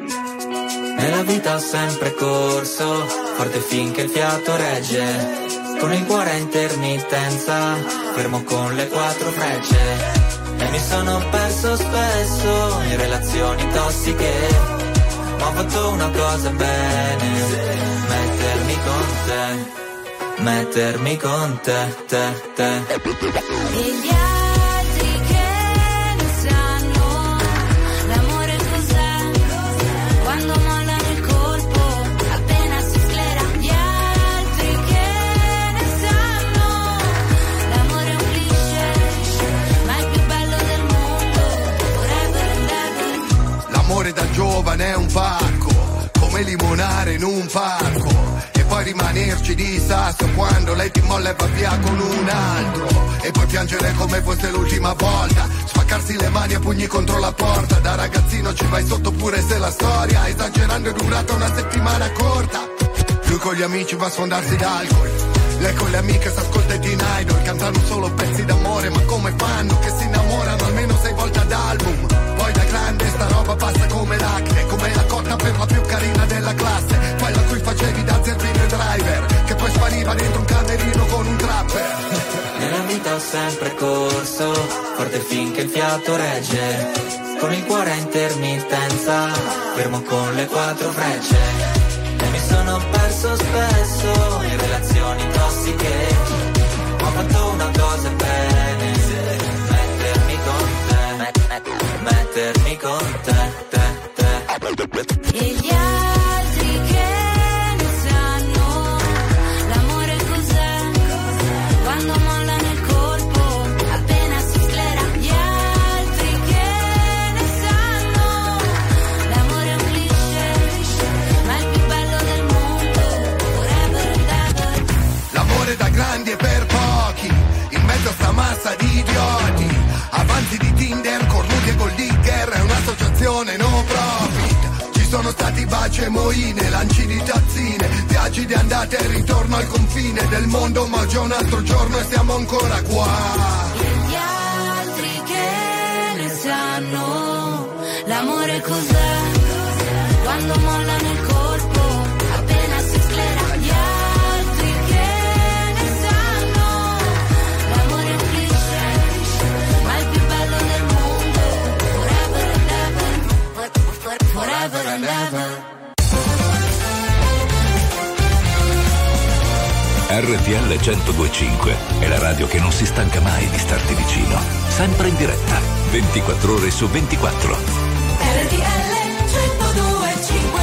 Hit. Nella vita ho sempre corso, forte finché il fiato regge. con il cuore a intermittenza, fermo con le 4 frecce. E mi sono perso spesso in relazioni tossiche, ma ho fatto una cosa bene, mettermi con te, te. E gli altri che ne sanno, l'amore cos'è, quando molla nel colpo, appena si sclera. Gli altri che ne sanno, l'amore è un cliché, ma è il più bello del mondo, forever and ever. L'amore da giovane è un pacco, come limonare in un parco, e poi rimanerci di sasso quando lei ti molla e va via con un altro, e poi piangere come fosse l'ultima volta, spaccarsi le mani a pugni contro la porta. Da ragazzino ci vai sotto pure se la storia, esagerando, è durata una settimana corta. Lui con gli amici va a sfondarsi d'alcol, lei con le amiche s'ascolta i Teen Idol, cantano solo pezzi d'amore, ma come fanno che si innamorano almeno 6 volte ad album. Poi da grande sta roba passa come l'acne, come la cotta per la più carina della classe, quella a cui facevi da zerbino driver, che poi spariva dentro un camerino con un trapper. Nella vita ho sempre corso, forte finché il fiato regge, con il cuore a intermittenza, fermo con le 4 frecce. E mi sono perso spesso in relazioni tossiche, ma ho fatto una cosa bene, mettermi con te, te. E gli altri che ne sanno, l'amore cos'è, quando molla nel colpo, appena si sclera. Gli altri che ne sanno, l'amore è un cliché, ma è il più bello del mondo, forever and ever. L'amore da grandi e per pochi, in mezzo a sta massa di idioti, avanti di Tinder, cornuti e gold digger, è un'associazione no profit. Ci sono stati baci e moine, lanci di tazzine, viaggi di andata e ritorno al confine del mondo, ma oggi è un altro giorno e siamo ancora qua. E gli altri che ne sanno, l'amore cos'è, quando molla nel colpo, appena si sclera. Gli altri che ne sanno, l'amore è un cliché, ma è il più bello del mondo, forever and ever, forever and ever. RTL 102.5 è la radio che non si stanca mai di starti vicino, sempre in diretta, 24 ore su 24. RTL 102.5.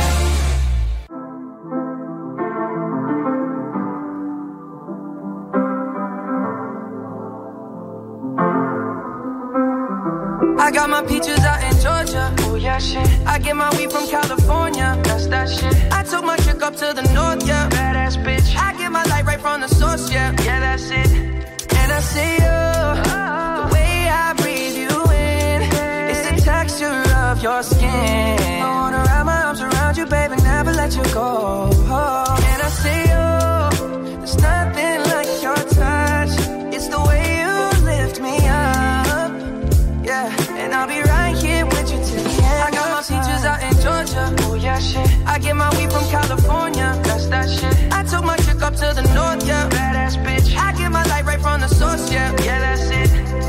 I got my peaches out in Georgia. Oh yeah, shit. I get my weed from California. That's that shit. I took my chick up to the north, yeah. Badass bitch. I get my light right from the source, yeah. Yeah, that's it. And I see you, the way I breathe you in, it's the texture of your skin. I wanna wrap my arms around you, baby, never let you go. And I see you, there's nothing like your touch. It's the way you lift me up, yeah. And I'll be right here with you till the end. I got my peaches out in Georgia. Oh yeah, shit. I get my weed from California. That's that shit. I took my chick up to the north, yeah. Badass bitch. I get my light right from the source, yeah. Yeah, that's it.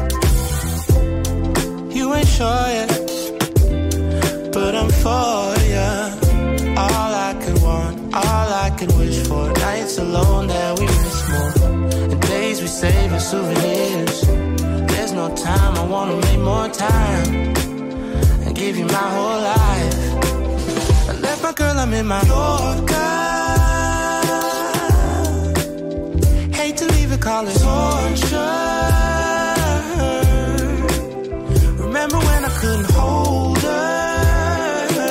You ain't sure yet, but I'm for ya. All I could want, all I could wish for. Nights alone that we miss more, and days we save as souvenirs. There's no time, I wanna make more time and give you my whole life. I left my girl, I'm in my Yorker. Hate to leave it, call it torture. Remember when I couldn't hold her?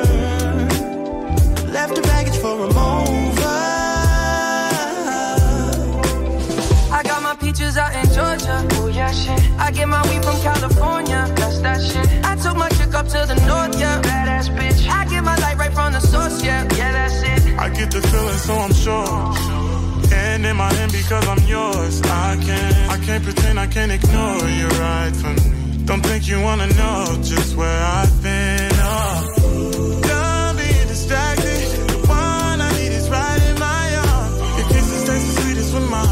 Left the baggage for a mover. I got my peaches out in Georgia. Oh yeah, shit. I get my weed from California. That's that shit. I took my chick up to the north, yeah. Badass bitch. I get my light right from the source, yeah. Yeah, that's it. I get the feeling, so I'm sure. And in my hand because I'm yours. I can't pretend, I can't ignore you right from me. Don't think you wanna know just where I've been. Oh, done being distracted. The one I need is right in my arms. Your kisses taste the sweetest with my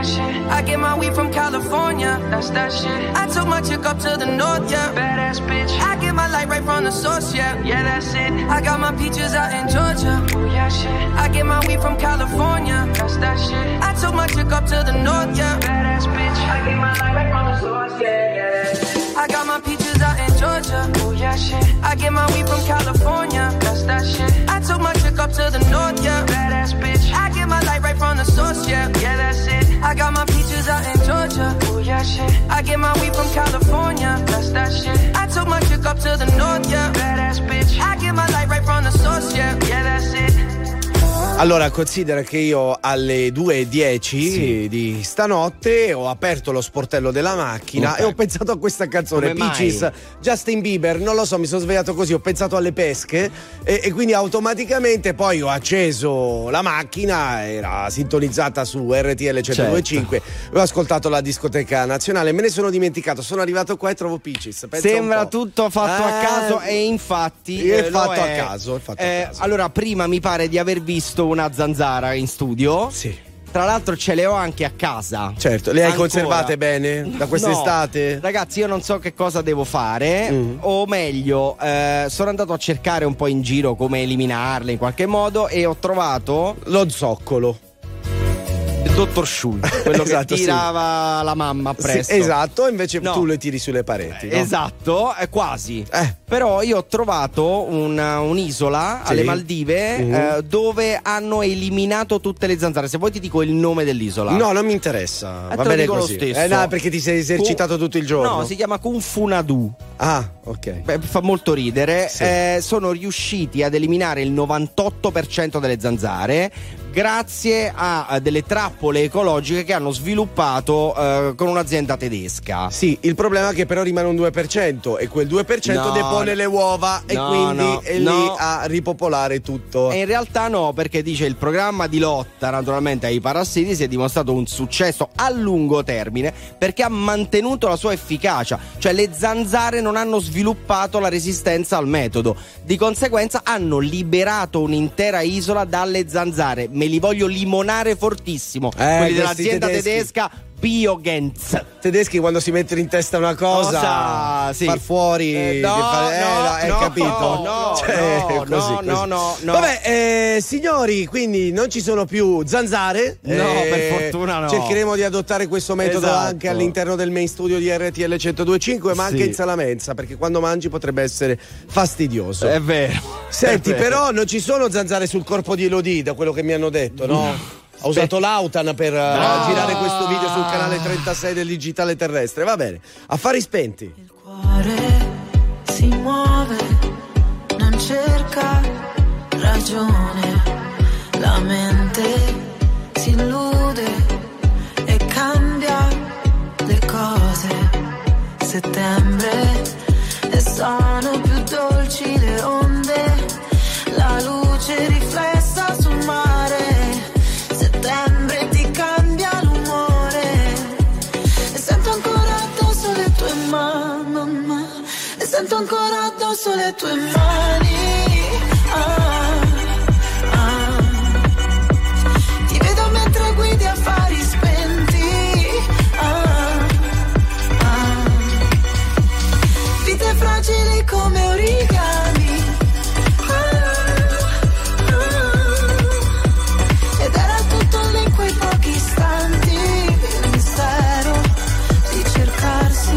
that shit. I get my weed from California, that's that shit. I took my chick up to the north, yeah, badass bitch. I get my light right from the source, yeah, yeah, that's it. I got my peaches out in Georgia, oh yeah, shit. I get my weed from California, that's that shit. I took my chick up to the north, yeah, badass bitch. I get my light right from the source, yeah, yeah, that's it. I got my peaches out in Georgia, oh yeah, shit. I get my weed from California, that's that shit. I took my chick up to the north, yeah, badass bitch. I get my light right from the source, yeah, yeah, that's it. I got my peaches out in Georgia, oh yeah, shit. I get my weed from California, that's that shit. I took my chick up to the north, yeah, badass bitch. I get my light right from the source, yeah, yeah, that's it. Allora, considera che io alle 2:10 di stanotte ho aperto lo sportello della macchina e ho pensato a questa canzone, Peaches, Justin Bieber, non lo so, mi sono svegliato così, ho pensato alle pesche e quindi automaticamente poi ho acceso la macchina, era sintonizzata su RTL 102.5, ho ascoltato la discoteca nazionale, me ne sono dimenticato, sono arrivato qua e trovo Peaches. Sembra tutto fatto a caso e infatti è fatto a caso. Allora, prima mi pare di aver visto una zanzara in studio. Sì. Tra l'altro ce le ho anche a casa. Certo, le hai conservate bene da quest'estate? No, ragazzi, io non so che cosa devo fare, o meglio, sono andato a cercare un po' in giro come eliminarle in qualche modo e ho trovato lo zoccolo. Dottor Schultz, quello che tirava la mamma appresso. Sì, esatto, invece tu le tiri sulle pareti, no? Esatto, quasi. Però io ho trovato un'isola alle Maldive dove hanno eliminato tutte le zanzare. Se vuoi ti dico il nome dell'isola. No, non mi interessa. Va bene così. Lo stesso. No, perché ti sei esercitato tutto il giorno. No, si chiama Kung Fu Nadu. Ah, ok. Beh, fa molto ridere. Sì. Sono riusciti ad eliminare il 98% delle zanzare grazie a delle trappole ecologiche che hanno sviluppato con un'azienda tedesca. Sì, il problema è che però rimane un 2% e quel 2% depone le uova e quindi è lì a ripopolare tutto. E in realtà no, perché dice il programma di lotta naturalmente ai parassiti si è dimostrato un successo a lungo termine perché ha mantenuto la sua efficacia, cioè le zanzare non hanno sviluppato la resistenza al metodo, di conseguenza hanno liberato un'intera isola dalle zanzare. Me li voglio limonare fortissimo, quelli dell'azienda tedesca Biogens. Tedeschi quando si mettono in testa una cosa far fuori capito? No. Vabbè, signori, quindi non ci sono più zanzare. Per fortuna no. Cercheremo di adottare questo metodo anche all'interno del main studio di RTL 102.5, ma anche in sala mensa, perché quando mangi potrebbe essere fastidioso. È vero. Senti, però non ci sono zanzare sul corpo di Elodie, da quello che mi hanno detto, no? Ha usato l'Autan per girare questo video sul canale 36 del digitale terrestre. Va bene, affari spenti. Il cuore si muove, non cerca ragione, la mente si illude e cambia le cose. Settembre e sono più dolci le onde, la luce riflessa sul mare. Settembre ti cambia l'umore e sento ancora addosso le tue mani, e sento ancora addosso le tue mani. Ti vedo mentre guidi affari spenti. Vite fragili come origami. Quei pochi istanti, il mistero di cercarsi.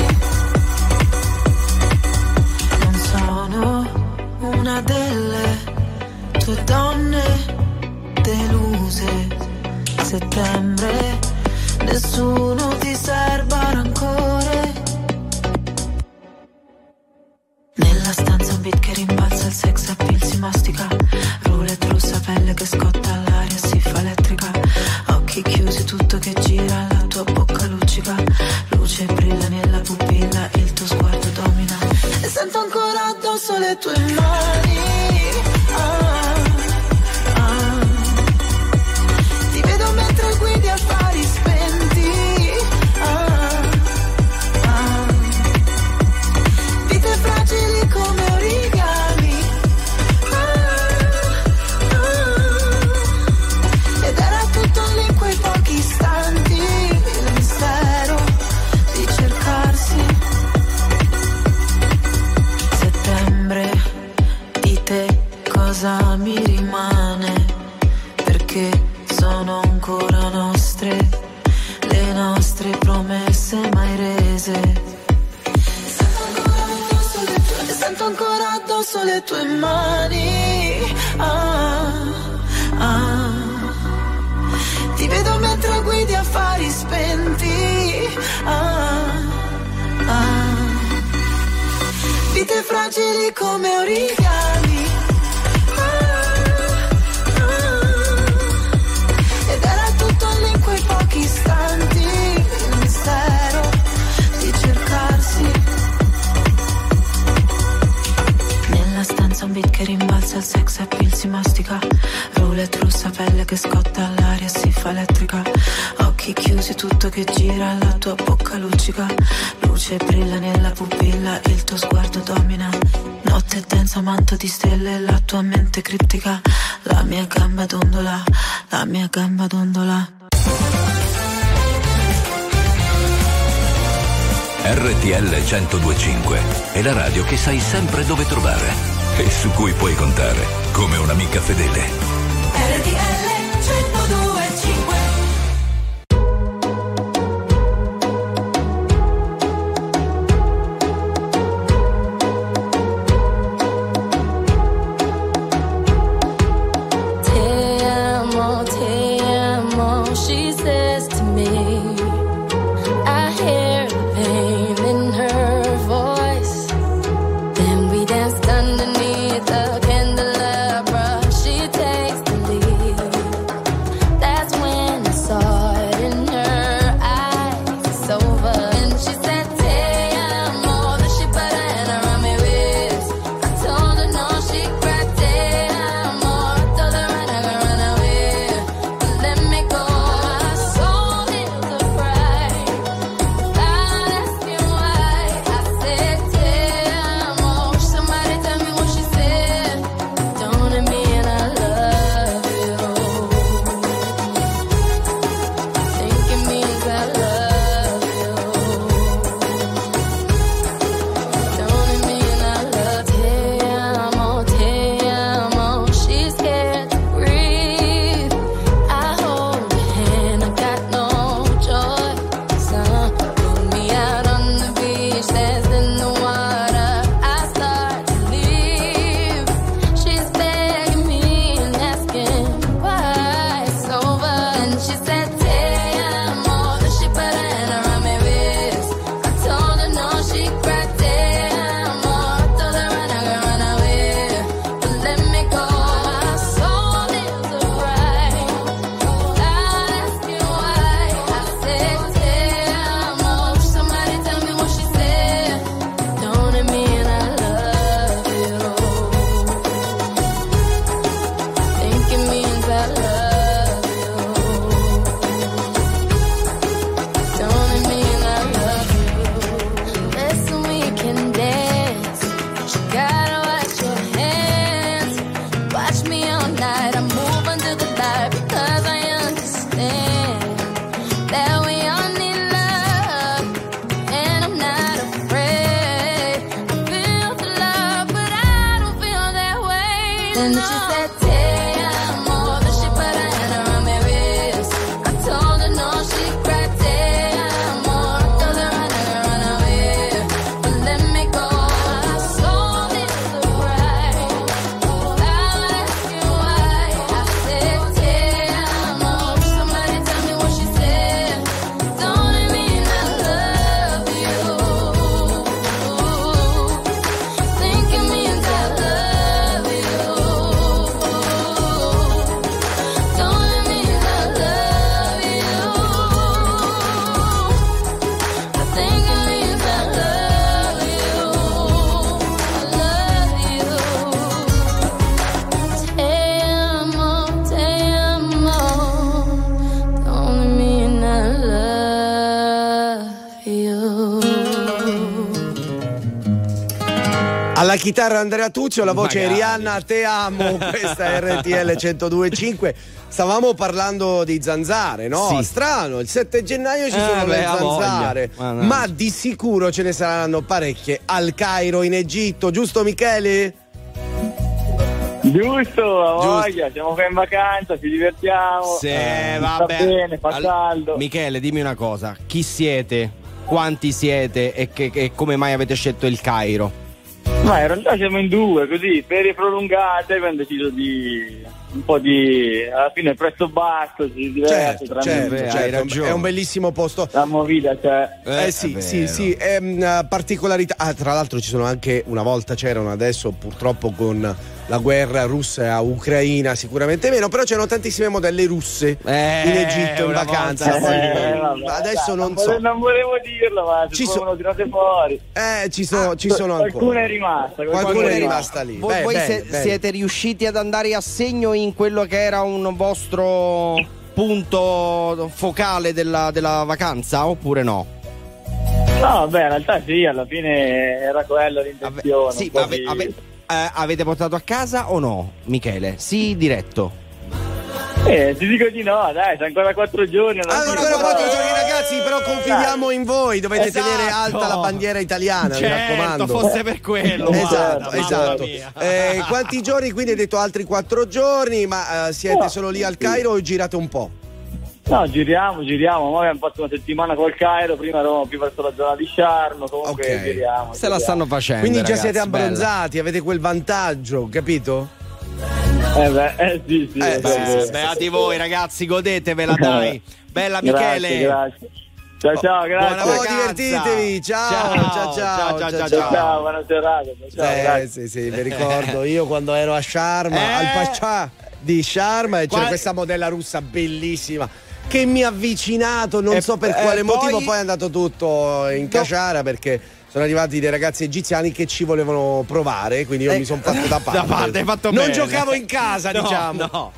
Non sono una delle tue donne deluse. Settembre, nessuno ti serba rancore. Nella stanza un beat che rimbalza, il sex appeal si mastica. Roulette rossa, pelle che scotta, l'aria si fa elettrica. Occhi chiusi, tutto che gira, la tua bocca luccica. Luce brilla nella pupilla, il tuo sguardo domina. E sento ancora addosso le tue mani. Ti vedo mentre guidi affari spenti. Vite fragili come origami. Ed era tutto lì in quei pochi istanti. le tue mani. Ti vedo mentre guidi affari spenti. Vite fragili come origami. Ed era tutto lì in quei pochi istanti, il mistero di cercarsi. Nella stanza un beat che rimbalza, il sex appeal si mastica. Roulette russa, pelle che scotta, l'aria si fa elettrica. Occhi chiusi, tutto che gira, la tua bocca luccica. Luce brilla nella pupilla, il tuo sguardo domina. Notte densa, manto di stelle, la tua mente criptica. La mia gamba dondola, la mia gamba dondola. RTL 102.5 è la radio che sai sempre dove trovare e su cui puoi contare come un'amica fedele. RTL 102.5. Te amo, she says to me. I hear the pain in her voice. Then we danced underneath the candelabra. She takes the lead. That's when I saw it in her eyes. It's over. And she said, Te amo, then she put her hand around my waist. I told her no, she cried, Te amo. I told her run, I can run away. But let me go. My soul is afraid. Without asking why, I said, Te amo. Somebody tell me what she said. Don't it mean I love you? Think it means I love you. Don't it mean I love you? Te amo, she's scared to breathe. I hold her hand, I got no choice. Put me out on the beach, danced in the water. I start to leave. She's begging me and asking why it's over. And she said, Te amo. Then she put her hand around my waist. I told her no, she cried, Te amo. I told her run, I can run away. But let me go. My soul is afraid. Without asking why, I said, Te amo. Somebody tell me what she said. Don't it mean I love you? Think it means I love you. Don't it mean I love you? Listen, we can dance. You gotta wash your hands. Watch me all night. I move under the light because I understand that we all need love, and I'm not afraid. I feel the love, but I don't feel that way. Then she said, Te amo. Then she put her hand around my waist. I told her no, she cried, Te amo. I told her run, I can run away. But let me go. My soul is afraid. Without asking why, I said, Te amo. Somebody tell me what she said. Don't it mean I love you? Think it means I love you. Don't it mean I love you? I think it means I love you. I love you. Te amo, te amo. Don't it mean I love you? Alla chitarra Andrea Tuzio, la voce è Rihanna, Te amo, questa è RTL 102.5. Stavamo parlando di zanzare, no? Sì. Strano, il 7 gennaio ci sono le ha voglia. zanzare, Ma no. ma di sicuro ce ne saranno parecchie al Cairo in Egitto, giusto Michele? Giusto, a voglia, siamo qua in vacanza, ci divertiamo. Sì, sta vabbè. bene, fa caldo. Michele, dimmi una cosa, chi siete? Quanti siete e come mai avete scelto il Cairo? Ma in realtà siamo in due, così, ferie prolungate, abbiamo deciso di un po' di, alla fine prezzo basso, si diverte, certo, è un bellissimo posto. La movida c'è. Sì, particolarità. Tra l'altro ci sono anche, una volta c'erano, adesso purtroppo con la guerra russa ucraina sicuramente meno, però c'erano tantissime modelle russe in Egitto in vacanza. Adesso non so. Non volevo dirlo, ma ci sono tirate fuori. Ci sono ancora. Qualcuna è rimasta. Qualcuna è rimasta lì. Voi siete riusciti ad andare a segno in quello che era un vostro punto focale della vacanza oppure no? No, beh, in realtà sì, alla fine era quella l'intenzione. Sì, avete portato a casa o no, Michele? Sì, diretto. Ti dico di no, dai, c'è ancora 4 giorni. Ancora 4 giorni, ragazzi, però confidiamo in voi. Dovete tenere alta la bandiera italiana, mi raccomando. Fosse per quello. Esatto. Quanti giorni? Quindi hai detto altri 4 giorni, ma siete solo lì al Cairo o girate un po'? No, giriamo. Noi abbiamo fatto una settimana col Cairo, prima eravamo più verso la zona di Sharm, comunque giriamo. Se la stanno facendo. Quindi già ragazzi, siete abbronzati, avete quel vantaggio, capito? Sì. Beati voi ragazzi, godetevela, dai. Bella Michele. Grazie. Ciao, grazie. Buona divertitevi. Ciao, buona serata. Sì, mi ricordo io quando ero a Sharm, al Pascià di Sharm, c'era questa modella russa bellissima che mi ha avvicinato, non so per quale motivo, poi è andato tutto in caciara perché sono arrivati dei ragazzi egiziani che ci volevano provare, quindi io mi sono fatto da parte. Hai fatto non bene. giocavo in casa, diciamo. No.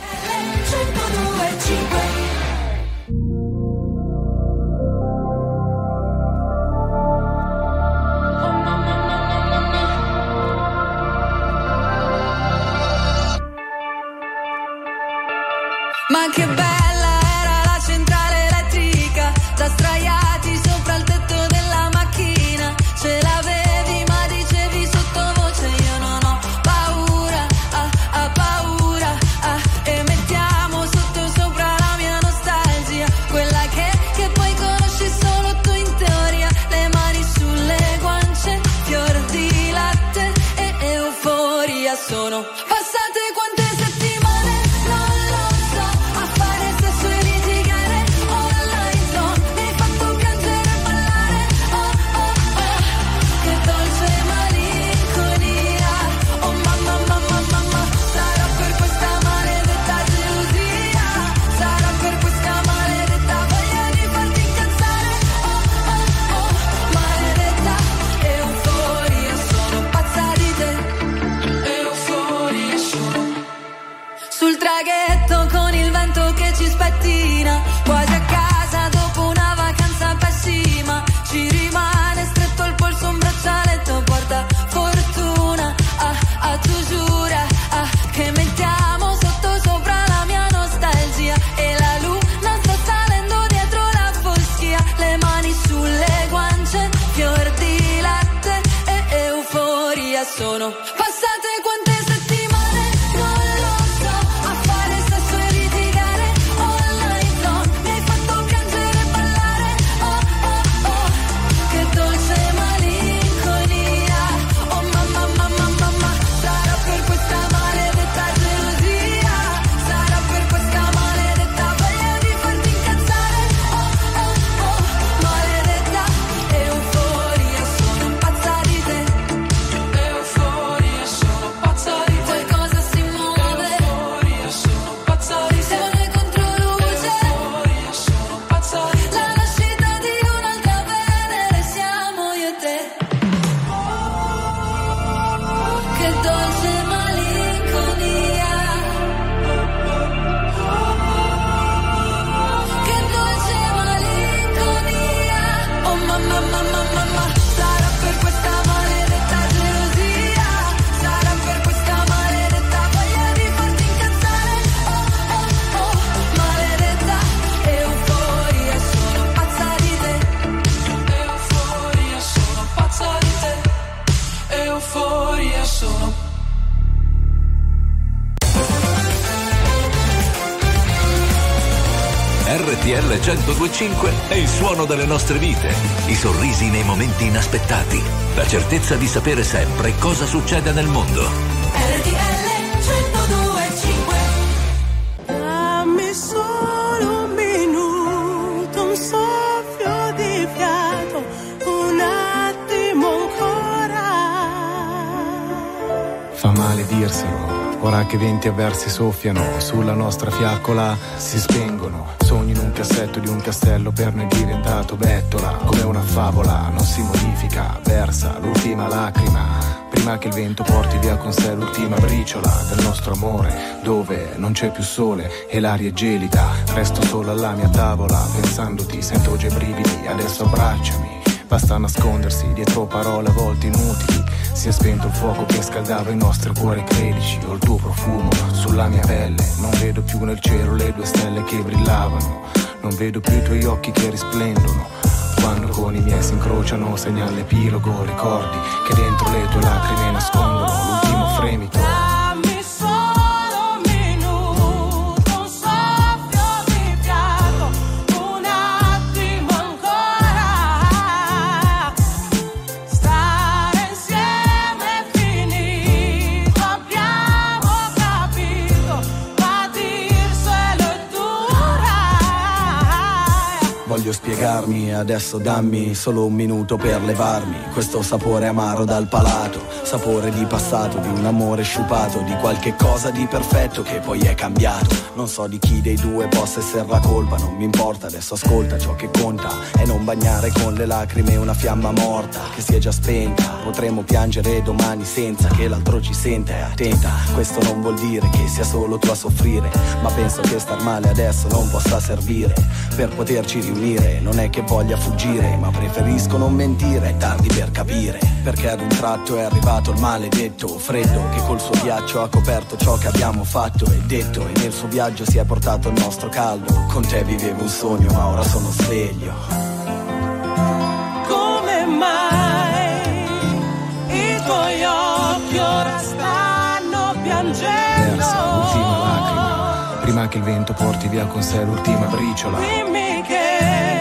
Ma che bella era la centrale elettrica, già sdraiati sopra il tetto della macchina. Ce l'avevi ma dicevi sottovoce io non ho paura, paura, e mettiamo sotto sopra la mia nostalgia, quella che poi conosci solo tu in teoria. Le mani sulle guance, fior di latte e euforia sono passate quante settimane, non lo so, a fare sesso e litigare online zone, mi hai fatto piangere e ballare, che dolce malinconia, oh mamma, sarà per questa maledetta gelosia, sarà per questa maledetta voglia di farti incazzare, maledetta euforia, sono pazza di te, euforia sono. Sul traghetto con il vento che ci spettina, quasi a casa dopo una vacanza pessima, ci rimane stretto al polso un braccialetto porta fortuna, tu giura, che mettiamo sotto sopra la mia nostalgia, e la luna sta salendo dietro la foschia, le mani sulle guance, fior di latte e euforia sono passate quante settimane, non lo so, a fare sesso e litigare online zone, mi hai fatto piangere e ballare, che dolce malinconia, oh mamma, sarà per questa maledetta gelosia, sarà per questa maledetta voglia di farti incazzare, maledetta euforia, sono pazza di te, euforia 102.5 è il suono delle nostre vite, i sorrisi nei momenti inaspettati, la certezza di sapere sempre cosa succede nel mondo. RTL 102.5. Dammi solo un minuto, un soffio di fiato, un attimo ancora. Fa male dirselo. Ora che venti avversi soffiano sulla nostra fiaccola, si spengono sogni in un cassetto di un castello per noi diventato bettola. Come una favola non si modifica, versa l'ultima lacrima prima che il vento porti via con sé l'ultima briciola del nostro amore, dove non c'è più sole e l'aria è gelida. Resto solo alla mia tavola pensandoti, sento già i brividi, adesso abbracciami. Basta nascondersi dietro parole a volte inutili. Si è spento il fuoco che scaldava il nostro cuore, credici. Ho il tuo profumo sulla mia pelle. Non vedo più nel cielo le due stelle che brillavano. Non vedo più i tuoi occhi che risplendono. Quando con i miei si incrociano segna l'epilogo. Ricordi che dentro le tue lacrime nascondono l'ultimo fremito. Voglio spiegarmi, adesso dammi solo un minuto per levarmi questo sapore amaro dal palato, sapore di passato, di un amore sciupato, di qualche cosa di perfetto che poi è cambiato. Non so di chi dei due possa essere la colpa, non mi importa, adesso ascolta, ciò che conta è non bagnare con le lacrime una fiamma morta che si è già spenta. Potremmo piangere domani senza che l'altro ci senta, e attenta, questo non vuol dire che sia solo tu a soffrire, ma penso che star male adesso non possa servire per poterci riunire. Non è che voglia fuggire, ma preferisco non mentire, è tardi per capire, perché ad un tratto è arrivato il maledetto freddo che col suo ghiaccio ha coperto ciò che abbiamo fatto e detto, e nel suo viaggio si è portato il nostro caldo. Con te vivevo un sogno, ma ora sono sveglio. Come mai i tuoi occhi ora stanno piangendo? Versa l'ultima lacrima prima che il vento porti via con sé l'ultima briciola. Dimmi che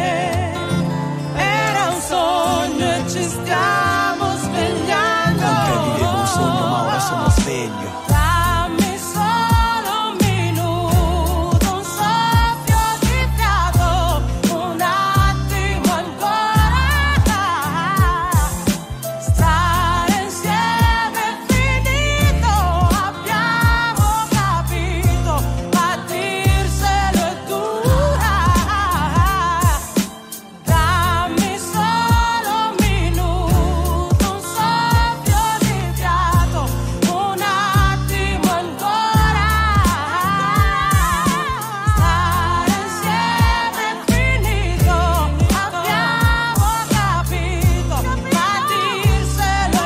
era un sogno e ci stiamo svegliando. Con te vivevo un sogno, ma ora sono sveglio. Dammi solo un minuto, un soffio di fiato, un attimo ancora. Stare insieme è finito, abbiamo capito, ma dirselo è dura. Dammi solo un minuto, un soffio di fiato, un attimo ancora. Stare insieme è finito, abbiamo capito, ma dirselo è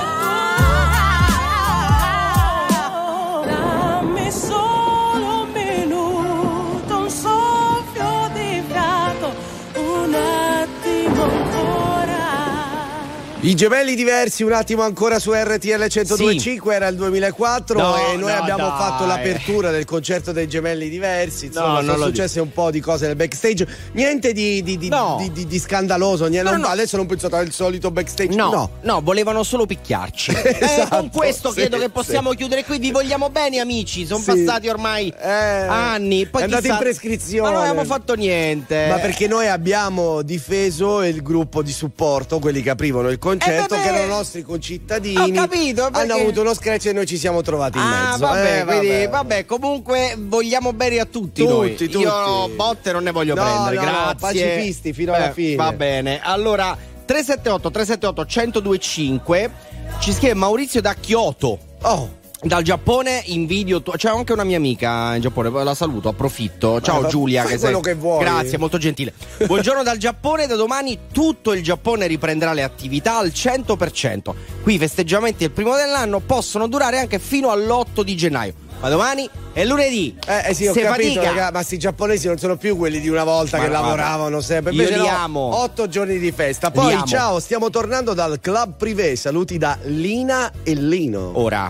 dura. Dammi solo un minuto, un soffio di fiato, un attimo ancora. I gemelli diversi, un attimo ancora su RTL 102.5, era il 2004 No, e noi no, abbiamo dai. fatto l'apertura del concerto dei gemelli diversi. Insomma, No, sono non lo successe un po' di cose nel backstage, niente di scandaloso, niente, No. adesso non pensate al solito backstage. No, volevano solo picchiarci. Esatto, con questo sì, credo che possiamo sì. chiudere qui. Vi vogliamo bene, amici. Sono Sì. passati ormai anni. Poi è andato chissà- in prescrizione. Ma non abbiamo fatto niente. Ma perché noi abbiamo difeso il gruppo di supporto, quelli che aprivano il concerto, vabbè. che erano nostri concittadini. Ho capito, perché- hanno avuto uno scratch e noi ci siamo trovati in mezzo. Quindi, vabbè, comunque vogliamo bene a tutti noi. Tutti. Io botte non ne voglio prendere, grazie. pacifisti fino alla fine. Va bene. Allora, 378 1025 ci scrive Maurizio da Kyoto. Dal Giappone, invidio c'è anche una mia amica in Giappone, la saluto, approfitto. Ciao Giulia, fai quello che vuoi. Grazie, molto gentile. Buongiorno dal Giappone, da domani tutto il Giappone riprenderà le attività al 100%. Qui i festeggiamenti del primo dell'anno possono durare anche fino all'8 di gennaio. Ma domani è lunedì. Sì, ho Se capito, fatica. raga, ma sti giapponesi non sono più quelli di una volta Ma che guarda, lavoravano sempre. io Invece li no, amo. 8 giorni di festa. Poi amo. ciao, stiamo tornando dal Club Privé. Saluti da Lina e Lino. Ora,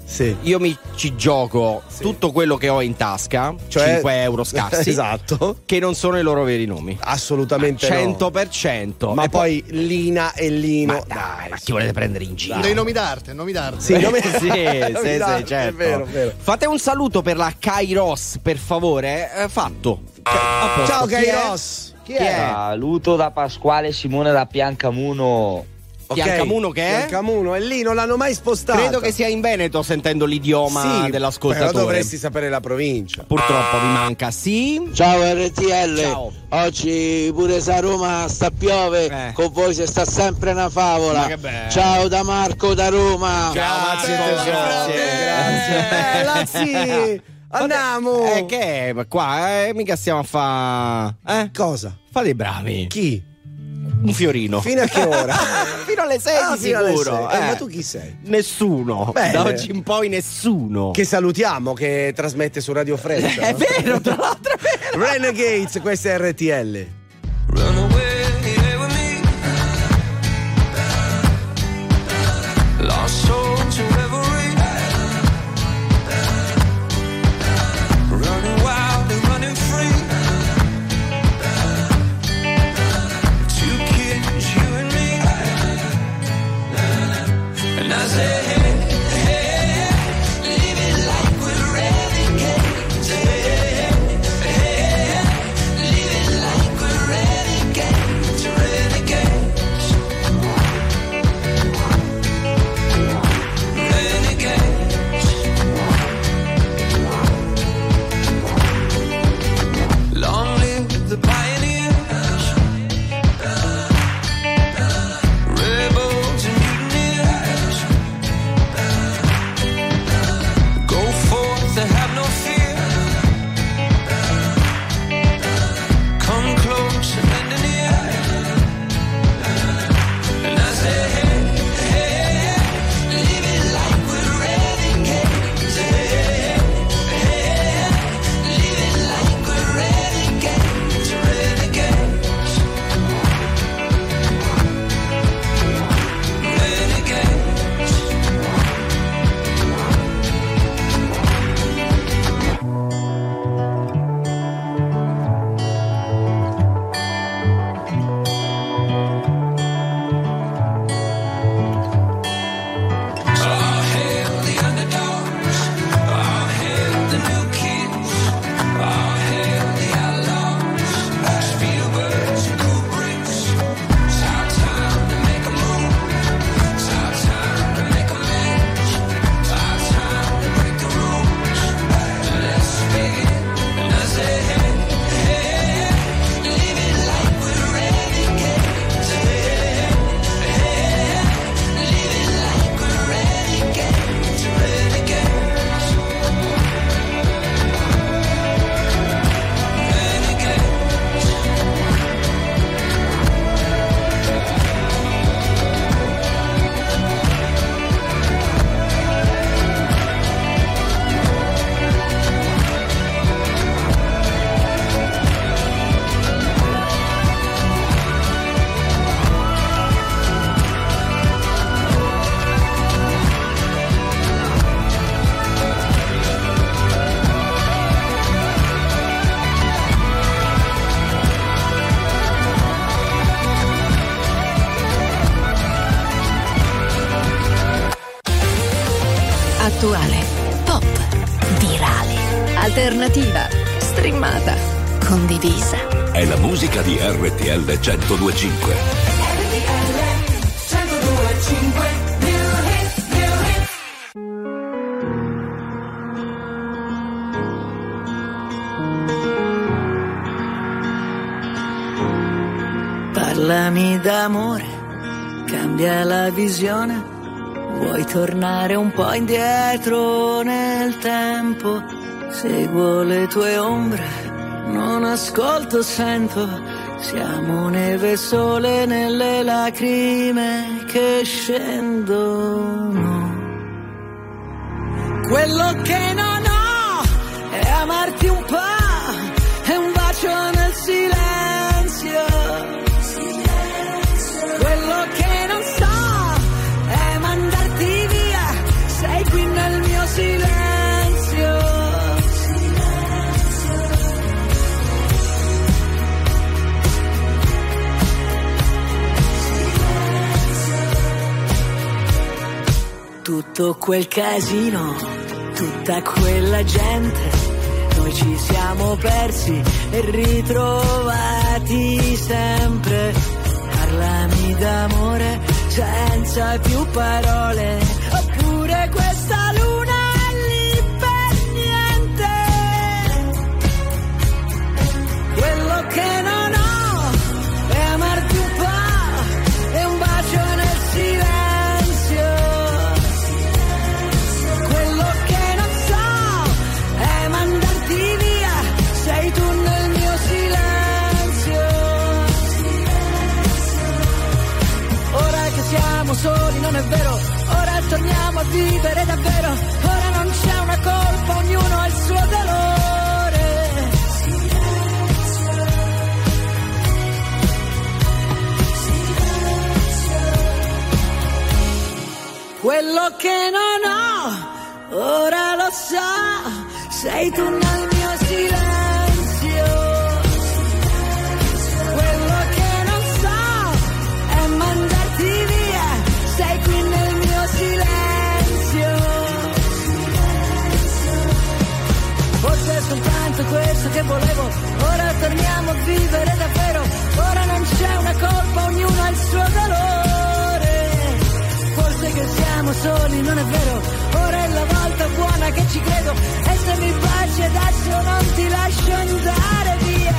Sì. Io ci gioco tutto quello che ho in tasca, cioè 5 euro scarsi, esatto, che non sono i loro veri nomi. Assolutamente 100%. Ma poi Lina e Lino. Ma dai, ma chi volete prendere in giro? Dei nomi d'arte, Sì, certo. È vero. Fate un saluto per la Kairos, per favore. Fatto. Ciao Kairos. Chi è? Saluto da Pasquale Simone da Piancamuno. Piancamuno che è? Piancamuno, e lì non l'hanno mai spostato. Credo che sia in Veneto, sentendo l'idioma dell'ascoltatore. Però dovresti sapere la provincia. Purtroppo mi manca, sì. Ciao RTL. Ciao. Oggi pure se a Roma sta piove, con voi si sta sempre una favola. Ma che bello. Ciao da Marco da Roma. Ciao, grazie. Andiamo. Che è? Qua mica stiamo a fare. Cosa? Fate i bravi. Chi? Un fiorino. Fino a che ora? Fino alle 6 sicuro. Ma tu chi sei? Nessuno. Bene. Da oggi in poi nessuno. Che salutiamo, che trasmette su Radio Fresca. È vero, tra l'altro è vero. Renegades, questa è RTL. Run away with me. Lost soul to reverie. Running wild and running free. Two kids, you and me. And I say, hey, hey, live it like we're renegades. Hey, hey, live it like we're renegades, renegades. Renegades. Long live the pioneers, rebels and mutineers. Go forth and have no fear. Come close and lend an ear. And I say, hey, hey, live it like we're renegades. Hey, hey, live it like we're renegades, renegades. Renegades. All hail the underdogs. All hail the new kids. All hail the outlaws. Spielbergs and Kubricks. It's our time to make a move. It's our time to make amends. It's our time to break the rules. Let's begin. And I say, hey, hey, live it like we're renegades. Hey, hey, live it like we're renegades, renegades. Attuale, pop, virale, alternativa, streamata, condivisa. È la musica di RTL 102.5. Parlami d'amore, cambia la visione. Vuoi tornare un po' indietro nel tempo? Seguo le tue ombre, non ascolto, sento. Siamo neve e sole nelle lacrime che scendono. Quello che non ho è amarti un po', è un bacio nel silenzio. Quello che non so è mandarti via, sei qui nel mio tutto quel casino, tutta quella gente, noi ci siamo persi e ritrovati sempre. Parlami d'amore senza più parole, oppure questa luna è lì per niente. Quello che non ho è amarti un po' e un bacio nel silenzio. Quello che non so è mandarti via, sei tu nel mio silenzio. Ora che siamo soli non è vero, ora torniamo a vivere davvero, ora non c'è una colpa, ognuno ha il suo dolore. Quello che non ho, ora lo so, sei tu nel mio silenzio. Quello che non so è mandarti via, sei qui nel mio silenzio. Forse è soltanto questo che volevo, ora torniamo a vivere davvero, ora non c'è una colpa, ognuno ha il suo dolore. Forse che siamo soli, non è vero, ora è la volta buona che ci credo, e se mi baci adesso non ti lascio andare via.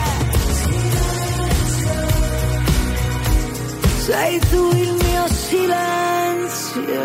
Sei tu il mio silenzio.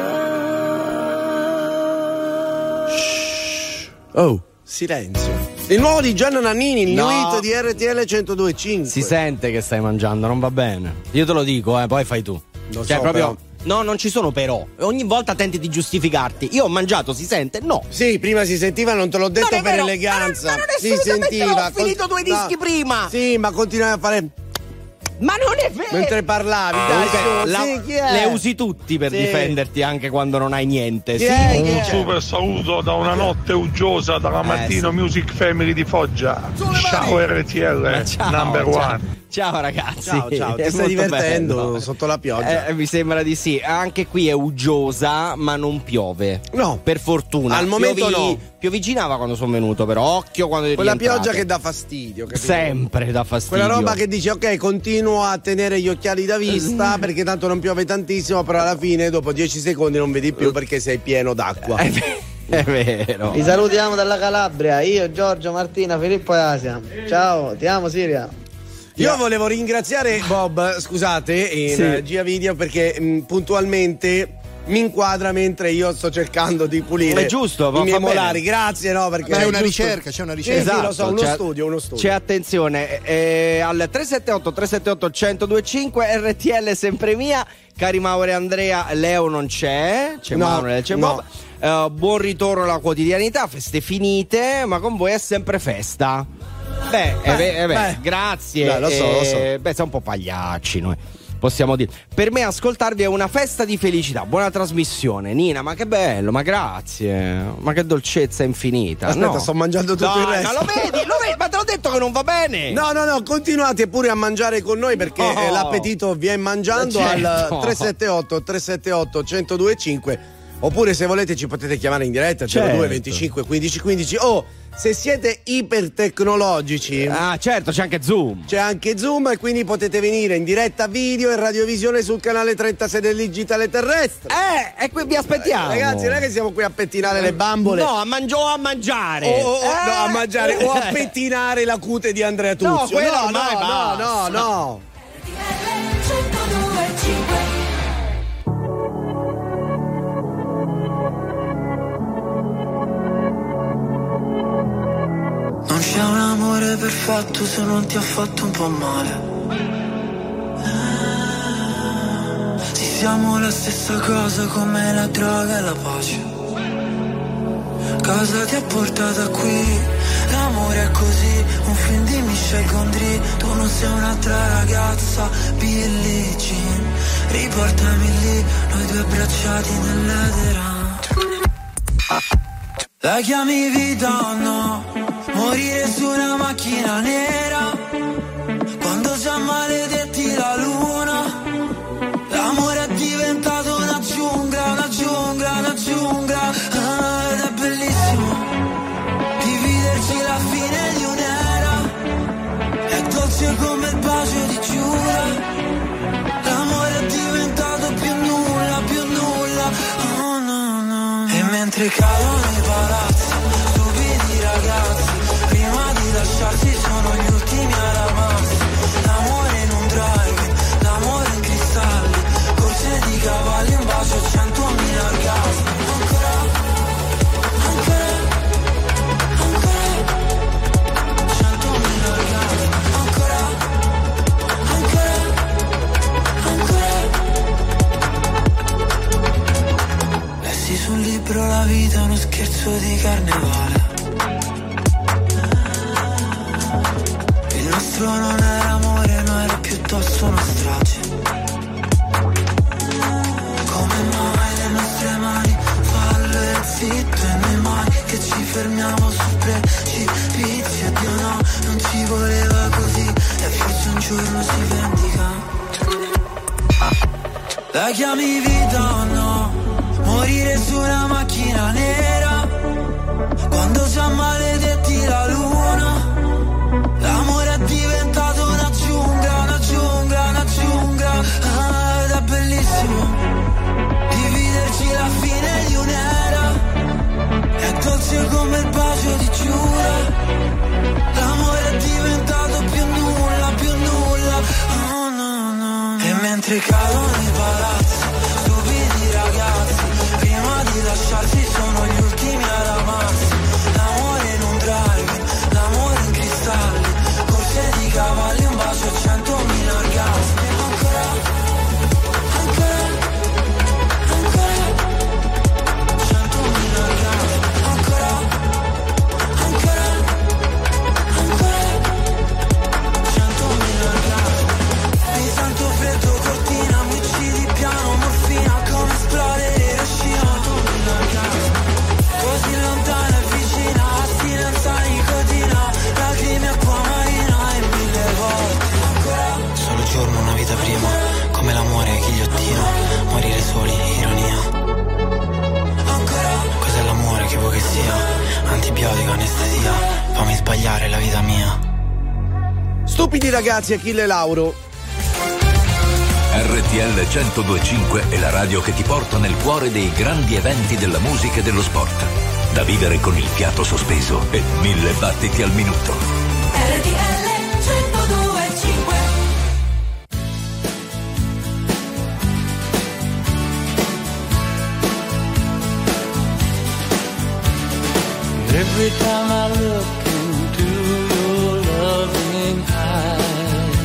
Oh, silenzio. Il nuovo di Gianna Nannini, il new hit di RTL 102.5. Si sente che stai mangiando, non va bene. Io te lo dico, poi fai tu. Lo cioè, so, proprio. però. No, non ci sono però. Ogni volta tenti di giustificarti. Io ho mangiato, si sente? No. Sì, prima si sentiva, non te l'ho detto per vero. eleganza. Ma non è si sentiva. Ho finito due dischi prima. Sì, ma continuavi a fare. Ma non è vero! Mentre parlavi, dai, chi è? Le usi tutti per difenderti anche quando non hai niente. Un super saluto da una notte uggiosa dalla Martino Music Family di Foggia. Ciao RTL, ciao, number one. Ciao ragazzi. Ciao, ti stai divertendo bello. Sotto la pioggia? Mi sembra di sì. Anche qui è uggiosa, ma non piove. No. Per fortuna. Al momento no. Pioviginava quando sono venuto, però occhio quando quella rientrate. pioggia che dà fastidio, capito? Sempre dà fastidio. Quella roba che dici ok, continuo a tenere gli occhiali da vista perché tanto non piove tantissimo, però alla fine dopo 10 secondi non vedi più perché sei pieno d'acqua. È vero. Vi salutiamo dalla Calabria, io, Giorgio, Martina, Filippo e Asia. Ciao, ti amo Siria. Io volevo ringraziare Bob, scusate, in Gia Video perché puntualmente mi inquadra mentre io sto cercando di pulire è giusto, i miei molari. Grazie, no, perché c'è una ricerca, c'è una ricerca. Esatto, lo so, uno studio. C'è attenzione, al 378 1025 RTL sempre mia. Cari Mauro e Andrea, Leo non c'è Mauro, c'è Bob. Buon ritorno alla quotidianità, feste finite, ma con voi è sempre festa. Beh, grazie. Lo so. Sei un po' pagliacci noi, possiamo dire. Per me ascoltarvi è una festa di felicità. Buona trasmissione, Nina, ma che bello, ma grazie. Ma che dolcezza infinita. Aspetta, sto mangiando tutto il resto. No, lo vedi, ma te l'ho detto che non va bene. No, continuate pure a mangiare con noi perché l'appetito viene mangiando al 378 1025. Oppure se volete ci potete chiamare in diretta 02 25 15 15. Se siete ipertecnologici, certo, c'è anche Zoom. E quindi potete venire in diretta video e radiovisione sul canale 36 del digitale terrestre. E qui vi aspettiamo. Ragazzi, non è che siamo qui a pettinare le bambole. No, a mangiare. No, a mangiare o a pettinare la cute di Andrea Tuzio. No. Non c'è un amore perfetto se non ti ha fatto un po' male. Sì, siamo la stessa cosa come la droga e la pace. Cosa ti ha portata qui? L'amore è così, un film di Michel Gondry. Tu non sei un'altra ragazza, Billie Jean. Riportami lì, noi due abbracciati nell'edera. La chiami vita o no? Morire su una macchina nera quando già maledetti la luna. L'amore è diventato una giungla, una giungla, una giungla. mentre cadono i palazzi, stupidi ragazzi, prima di lasciarsi sono gli ultimi ad amarsi. L'amore in un drive, l'amore in cristalli, corse di cavalli, un bacio, 100.000 orgasmi. Ancora, ancora, ancora, 100.000 orgasmi. Ancora, ancora, ancora. Lessi sul libro La vita è uno scherzo di carnevale. Il nostro non era amore, no, era piuttosto una strage. Come mai le nostre mani fallo e zitto, e noi mai che ci fermiamo su precipizio. Dio no, non ci voleva così, e forse un giorno si vendica. La chiami vita o no? Morire su una macchina nera, quando già maledetti la luna. L'amore è diventato una giungla, una giungla, una giungla. Ah, ed è bellissimo dividerci la fine di un'era. È dolce come il bacio di Giura. L'amore è diventato più nulla, più nulla. Oh no, no. E mentre cadono i palazzi, stupidi ragazzi, prima di lasciarsi sono gli ultimi ad amarsi. L'amore in un drive, l'amore in cristalli, corse di cavalli, un bacio, 100.000 orgasmi. Ancora, ancora, ancora, 100.000 orgasmi. Ancora, ancora, ancora, 100.000 orgasmi. Mi sento freddo, cortina, mi uccidi piano, morfina, come esplodere Hiroshima. 100.000 orgasmi. Così lontana e vicina, astinenza, nicotina, lacrime, acqua marina e 1000 volte. Ancora. Solo giorno, una vita prima, come l'amore, ghigliottina, morire soli, ironia. Ancora. Cos'è l'amore, che vuoi che sia? Antibiotico, anestesia, fammi sbagliare la vita mia. Stupidi ragazzi, Achille Lauro. RTL 102.5 è la radio che ti porta nel cuore dei grandi eventi della musica e dello sport. Da vivere con il fiato sospeso e 1000 battiti al minuto. RTL 102.5. Every time I look into your loving eyes,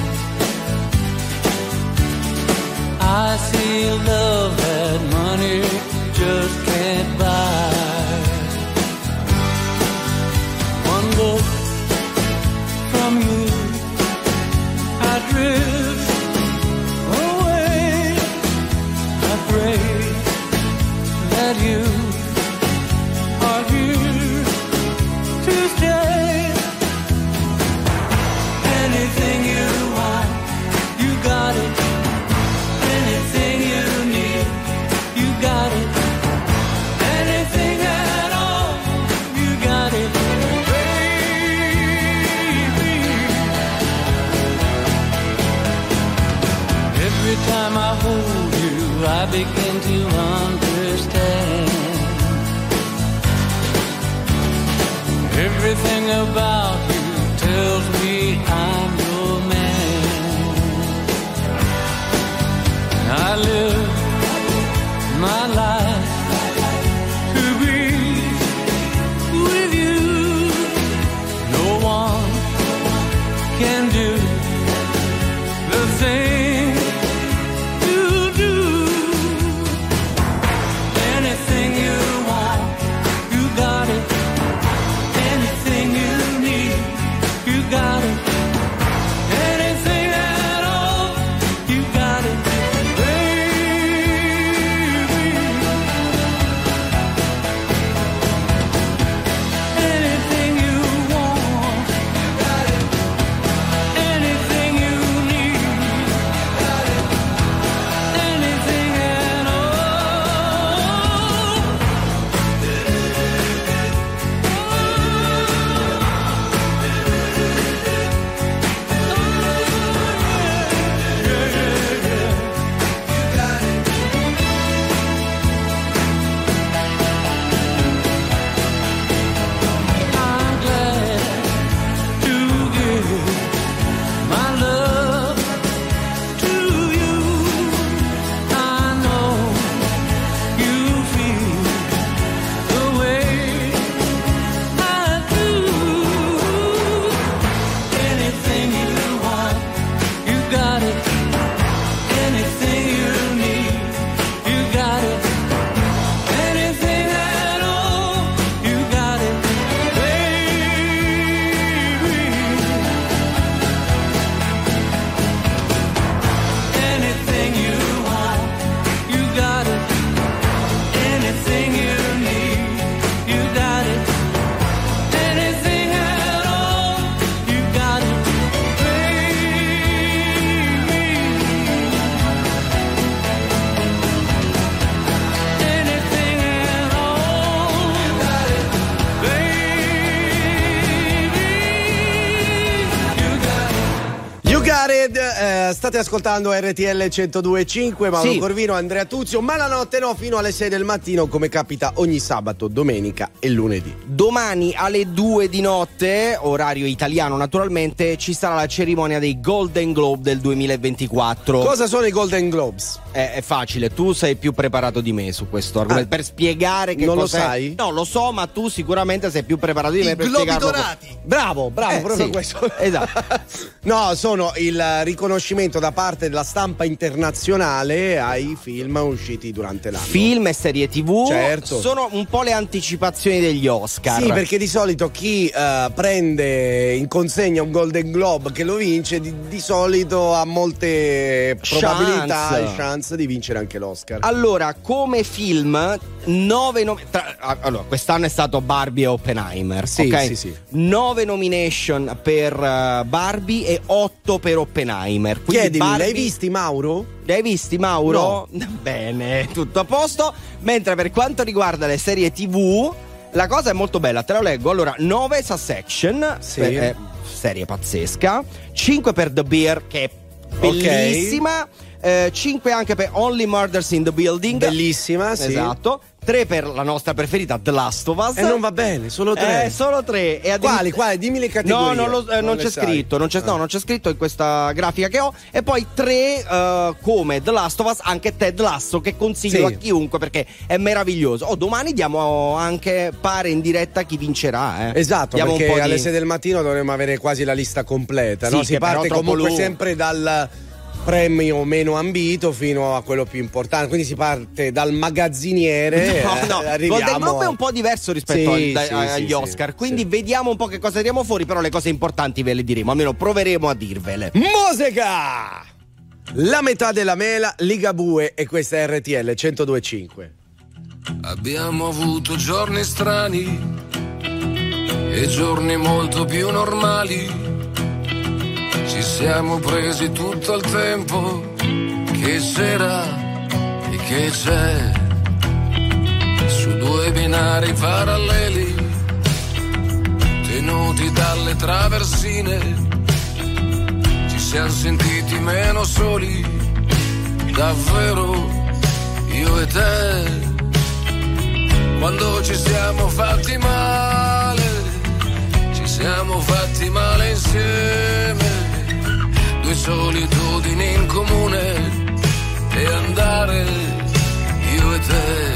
I see love that money just can't buy. One look from you, I drift away. I pray that you are here to stay. Anything you want, you got it. Anything you need, you got it. Anything at all, you got it, baby. Every time I hold you, I begin to understand. Everything about you tells me I'm your man. I live my life to be with you. No one can do the thing you do. Anything you want, you got it. Anything you need, you got it. Anything at all, you got it, baby. State ascoltando RTL 102.5, Mauro Corvino, Andrea Tuzio, ma la notte no, fino alle 6 del mattino, come capita ogni sabato, domenica e lunedì. Domani alle 2 di notte, orario italiano naturalmente, ci sarà la cerimonia dei Golden Globe del 2024. Cosa sono i Golden Globes? È facile, tu sei più preparato di me su questo argomento per spiegare che non cos'è. Lo sai? No, lo so, ma tu sicuramente sei più preparato di me per spiegarlo. Dorati. Bravo, proprio questo. Esatto. No, sono il riconoscimento da parte della stampa internazionale ai film usciti durante l'anno. Film e serie TV, certo. Sono un po' le anticipazioni degli Oscar. Sì, perché di solito chi prende in consegna un Golden Globe che lo vince, di solito ha molte probabilità e chance di vincere anche l'Oscar. Allora, come film, 9 allora, quest'anno è stato Barbie e Oppenheimer. Sì, okay? sì. 9 nomination per Barbie e 8 per Oppenheimer. Quindi Chiedimi, Barbie... l'hai visti, Mauro? Li hai visti, Mauro? No. Bene, tutto a posto. Mentre per quanto riguarda le serie TV, la cosa è molto bella, te lo leggo. Allora, 9 Succession, serie pazzesca. 5 per The Bear, che è bellissima. 5 anche per Only Murders in the Building, bellissima, sì. Esatto. 3 per la nostra preferita The Last of Us. E non va bene, solo 3. Solo 3. E Quali? Dimmi le categorie. No, non c'è scritto. Non c'è scritto in questa grafica che ho. E poi 3 come The Last of Us, anche Ted Lasso, che consiglio a chiunque perché è meraviglioso. Domani diamo anche, pare in diretta, chi vincerà. Esatto, diamo perché un po' alle 6 del mattino dovremo avere quasi la lista completa. Sì, no? Si parte comunque sempre dal premio meno ambito fino a quello più importante, quindi si parte dal magazziniere. Arriviamo Golden Globe è un po' diverso rispetto agli Oscar, quindi vediamo un po' che cosa tiriamo fuori, però le cose importanti ve le diremo, almeno proveremo a dirvele. Musica! La metà della mela, Ligabue, e questa è RTL 102.5. Abbiamo avuto giorni strani e giorni molto più normali. Ci siamo presi tutto il tempo che c'era e che c'è, su 2 binari paralleli, tenuti dalle traversine. Ci siamo sentiti meno soli, davvero, io e te. Quando ci siamo fatti male, ci siamo fatti male insieme. 2 solitudini in comune e andare io e te.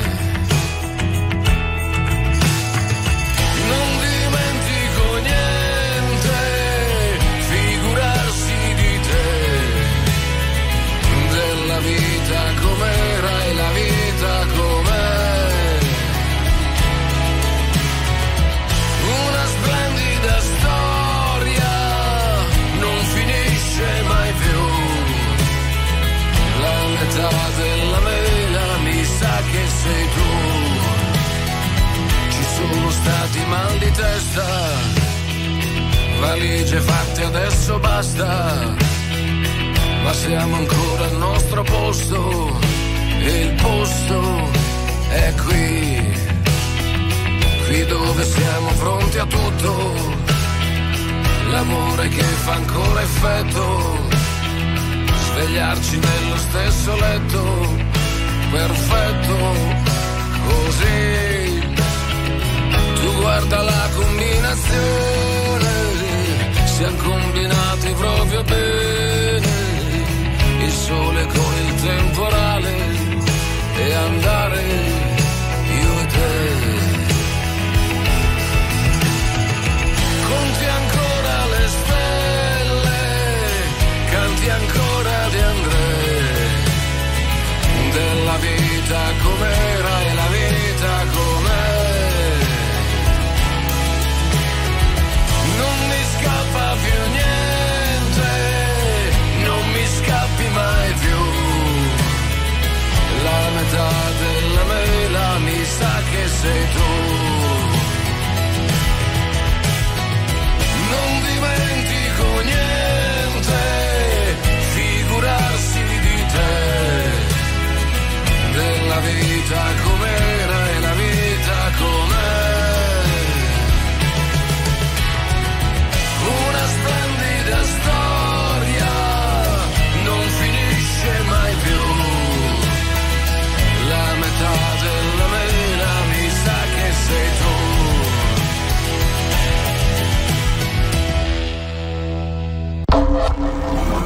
Non dimentico niente, figurarsi di te, della vita com'era e la vita com'è. Una splendida storia non finisce mai più. La metà della mela mi sa che sei tu. Ci sono stati mal di testa, valigie fatte adesso basta, ma siamo ancora al nostro posto e il posto è qui, qui dove siamo pronti a tutto, l'amore che fa ancora effetto, svegliarci nello stesso letto, perfetto, così. Tu guarda la combinazione, siamo combinati proprio bene, il sole con il temporale e andare io e te. Conti ancora le stelle, canti ancora di Andrea, della vita com'era e la vita com'è. Non mi scappa più niente, non mi scappi mai più, la metà del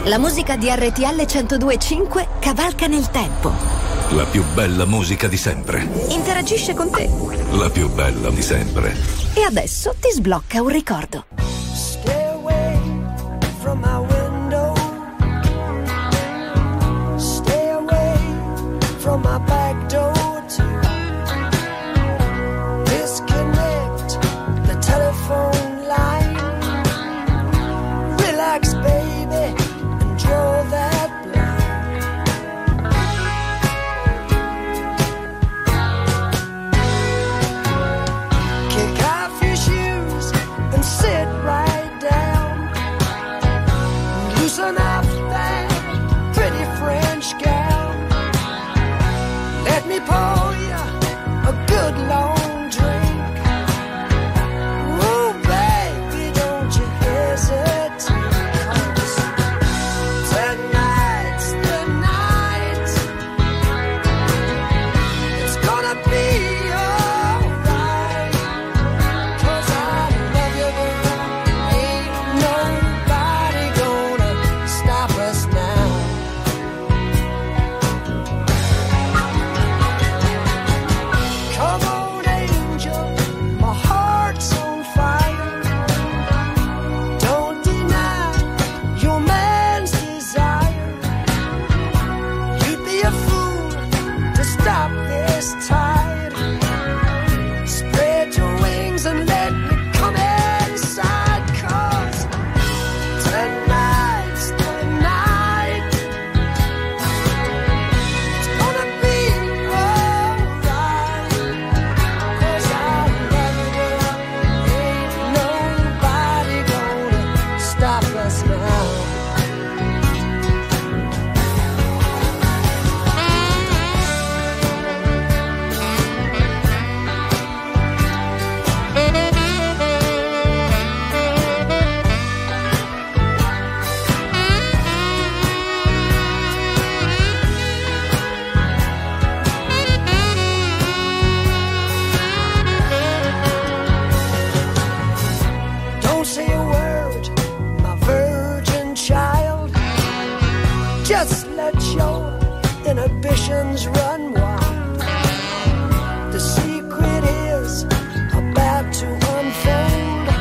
La musica di RTL 102.5 cavalca nel tempo. La più bella musica di sempre. Interagisce con te. La più bella di sempre. E adesso ti sblocca un ricordo. Stay away from my window. Stay away from my back door too. Disconnect the telephone line. Relax, baby, and draw that blind. Kick off your shoes and sit right down. Loosen up that pretty French gown. Let me pour you a good long drink. Ooh, baby, don't you hesitate. Tonight's the night. It's gonna be alright. 'Cause I love you, girl. Ain't nobody gonna stop us now. Come on, angel, my heart's on fire. Don't deny your man's desire. You'd be a fool to stop this tide. Spread your wings and let me come inside. 'Cause tonight's the night. It's gonna be alright. 'Cause I love you, girl. Ain't nobody gonna stop us now. Don't say a word, my virgin child. Just let your inhibitions run wild. The secret is about to unfold.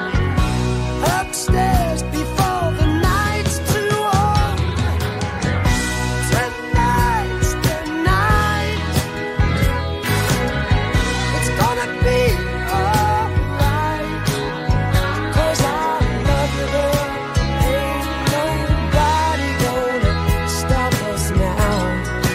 Upstairs before the night's too old. Tonight's the night. It's gonna be alright. 'Cause I love you, girl. Ain't nobody gonna stop us now.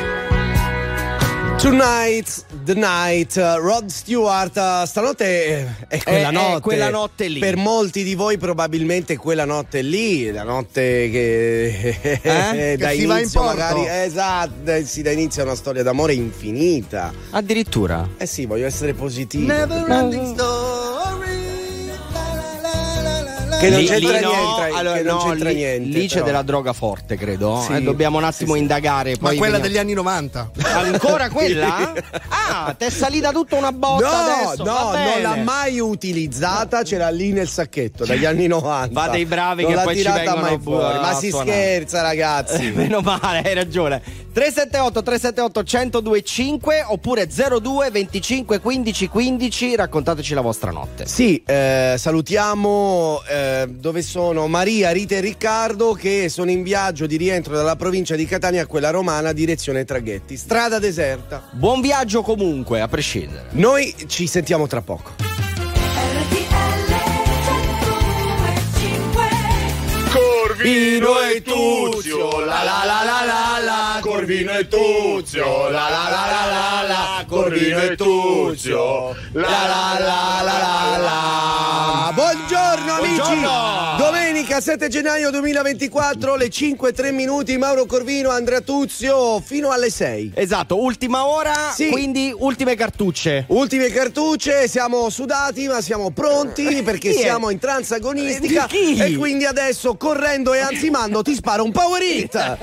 Tonight's the night, Rod Stewart. Stanotte è quella notte. È quella notte lì. Per molti di voi probabilmente quella notte lì, la notte che dà Che si va in inizio porto. magari, esatto, si dà inizio a una storia d'amore infinita. Addirittura. Eh sì, voglio essere positivo. Never ending story. Che non Lì- c'entra lì no, niente, allora, che non no, c'entra lì- niente. Lì c'è però. della droga forte, credo. Sì, Dobbiamo un attimo indagare. Ma Poi quella veniamo- degli anni 90. Ancora quella? Ah, t'è salita tutta una botta adesso. No, Va non bene. l'ha mai utilizzata, c'era lì nel sacchetto dagli anni 90. Fate i bravi non che l'ha poi ci tirata vengono mai a fuori. Ma si suonare. scherza, ragazzi. Meno male, hai ragione. 378 1025 oppure 02 25 15 15. Raccontateci la vostra notte. Sì, salutiamo dove sono Maria, Rita e Riccardo che sono in viaggio di rientro dalla provincia di Catania a quella romana, direzione Traghetti. Strada deserta. Buon viaggio comunque, a prescindere. Noi ci sentiamo tra poco. Corvino e Tuzio, la la la la la la, Corvino e Tuzio, la la la la la la, Corvino e Tuzio, la la la la la la. Buongiorno amici! Buongiorno! Domenica 7 gennaio 2024, le 5:03, Mauro Corvino, Andrea Tuzio, fino alle 6. Esatto, ultima ora, Sì. quindi ultime cartucce. Ultime cartucce, siamo sudati ma siamo pronti perché Chi è? siamo in trance agonistica Chi? e quindi adesso correndo e ansimando ti sparo un power hit.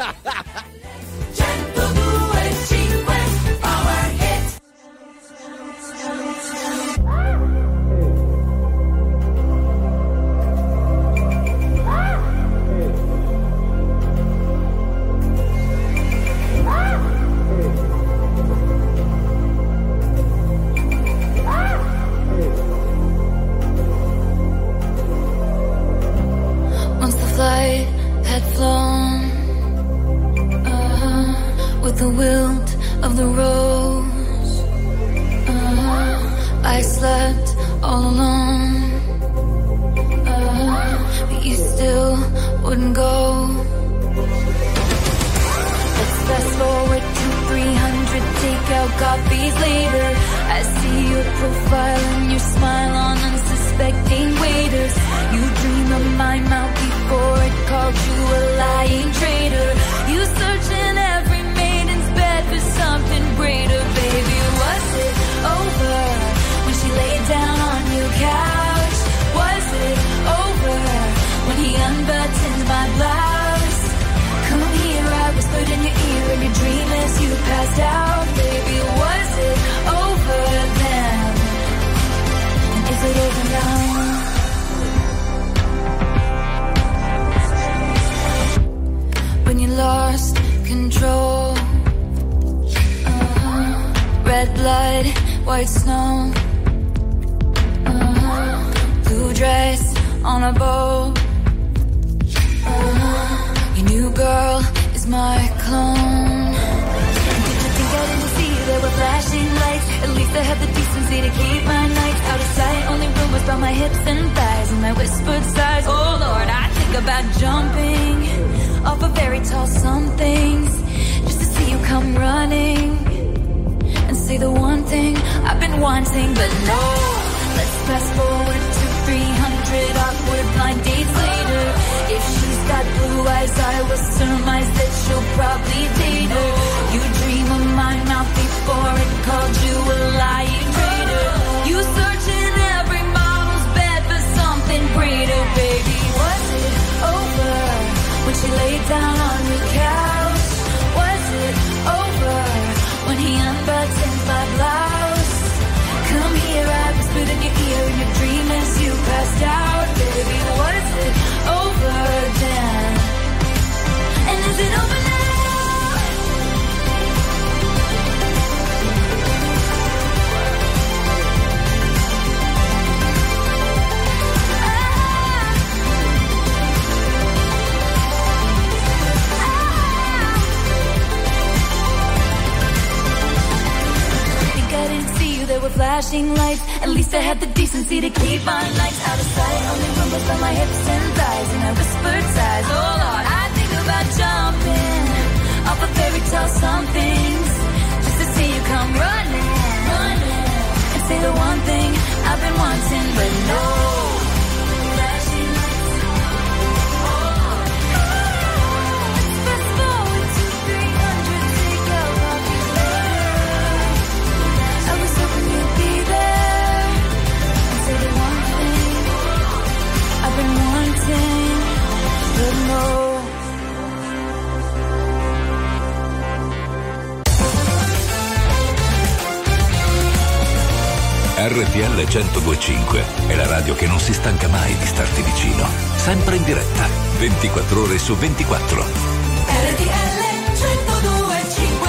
with the wilt of the rose. I slept all alone, but you still wouldn't go. Let's fast forward to 300 takeout coffees later. I see your profile and your smile on unsuspecting waiters. You dream of my mouth before it called you a lying traitor. You search in every maiden's bed for something greater. Baby, was it over when she laid down on your couch? Was it over when he unbuttoned my blouse? Come here, I whispered in your ear in your dream as you passed out. Baby, was it over then? And is it over now? When you lost control, red blood, white snow, blue dress on a boat. Your new girl is my clone. Did you think I didn't see there were flashing lights? At least I had the decency to keep my nights out of sight. Only rumors about my hips and thighs and my whispered sighs. Oh Lord, I think about jumping off of very tall somethings just to see you come running and say the one thing I've been wanting. But no, let's fast forward to 300 awkward blind dates later. If she's got blue eyes, I will surmise that she'll probably date her. You dream of my mouth before it called you a lying traitor. You search in every model's bed for something greater. Baby, was it over when she laid down on your couch? Was it over when he unbuttoned my blouse? Come here, I whispered in your ear in your dream as you passed out. Baby, was it over then? And is it over now? There were flashing lights. At least I had the decency to keep my nights out of sight. Only rumors about my hips and thighs and I whispered sighs. Oh Lord, I think about jumping off of fairy tale somethings just to see you come running and say the one thing I've been wanting. But no flashing lights. Let's fast forward to 300 takeout coffees later. I was hoping you'd be there and say the one thing I've been wanting, but no. RTL 102.5 è la radio che non si stanca mai di starti vicino, sempre in diretta, 24 ore su 24. RTL 102.5.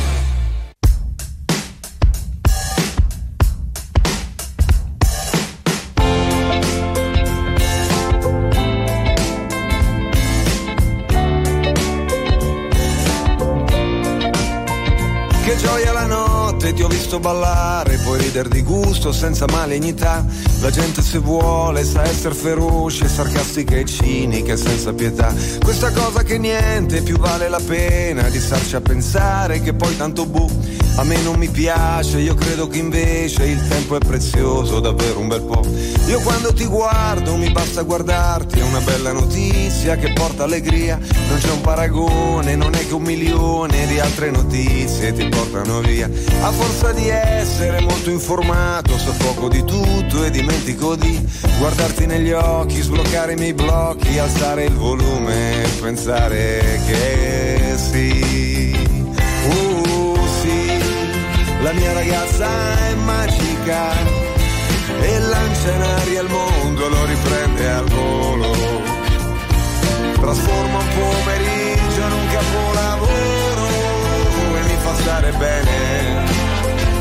Che gioia la notte, ti ho visto ballare, puoi ridere di gusto senza malignità. La gente se vuole sa essere feroce, sarcastica e cinica e senza pietà. Questa cosa che niente più vale la pena di starci a pensare che poi tanto a me non mi piace, io credo che invece il tempo è prezioso, davvero un bel po'. Io quando ti guardo mi basta guardarti, è una bella notizia che porta allegria. Non c'è un paragone, non è che 1 milione di altre notizie ti portano via. A forza di essere molto informato, so poco di tutto e dimentico di guardarti negli occhi, sbloccare i miei blocchi, alzare il volume e pensare che sì, sì, la mia ragazza è magica e lancia in aria il mondo, lo riprende al volo, trasforma un pomeriggio in un capolavoro e mi fa stare bene,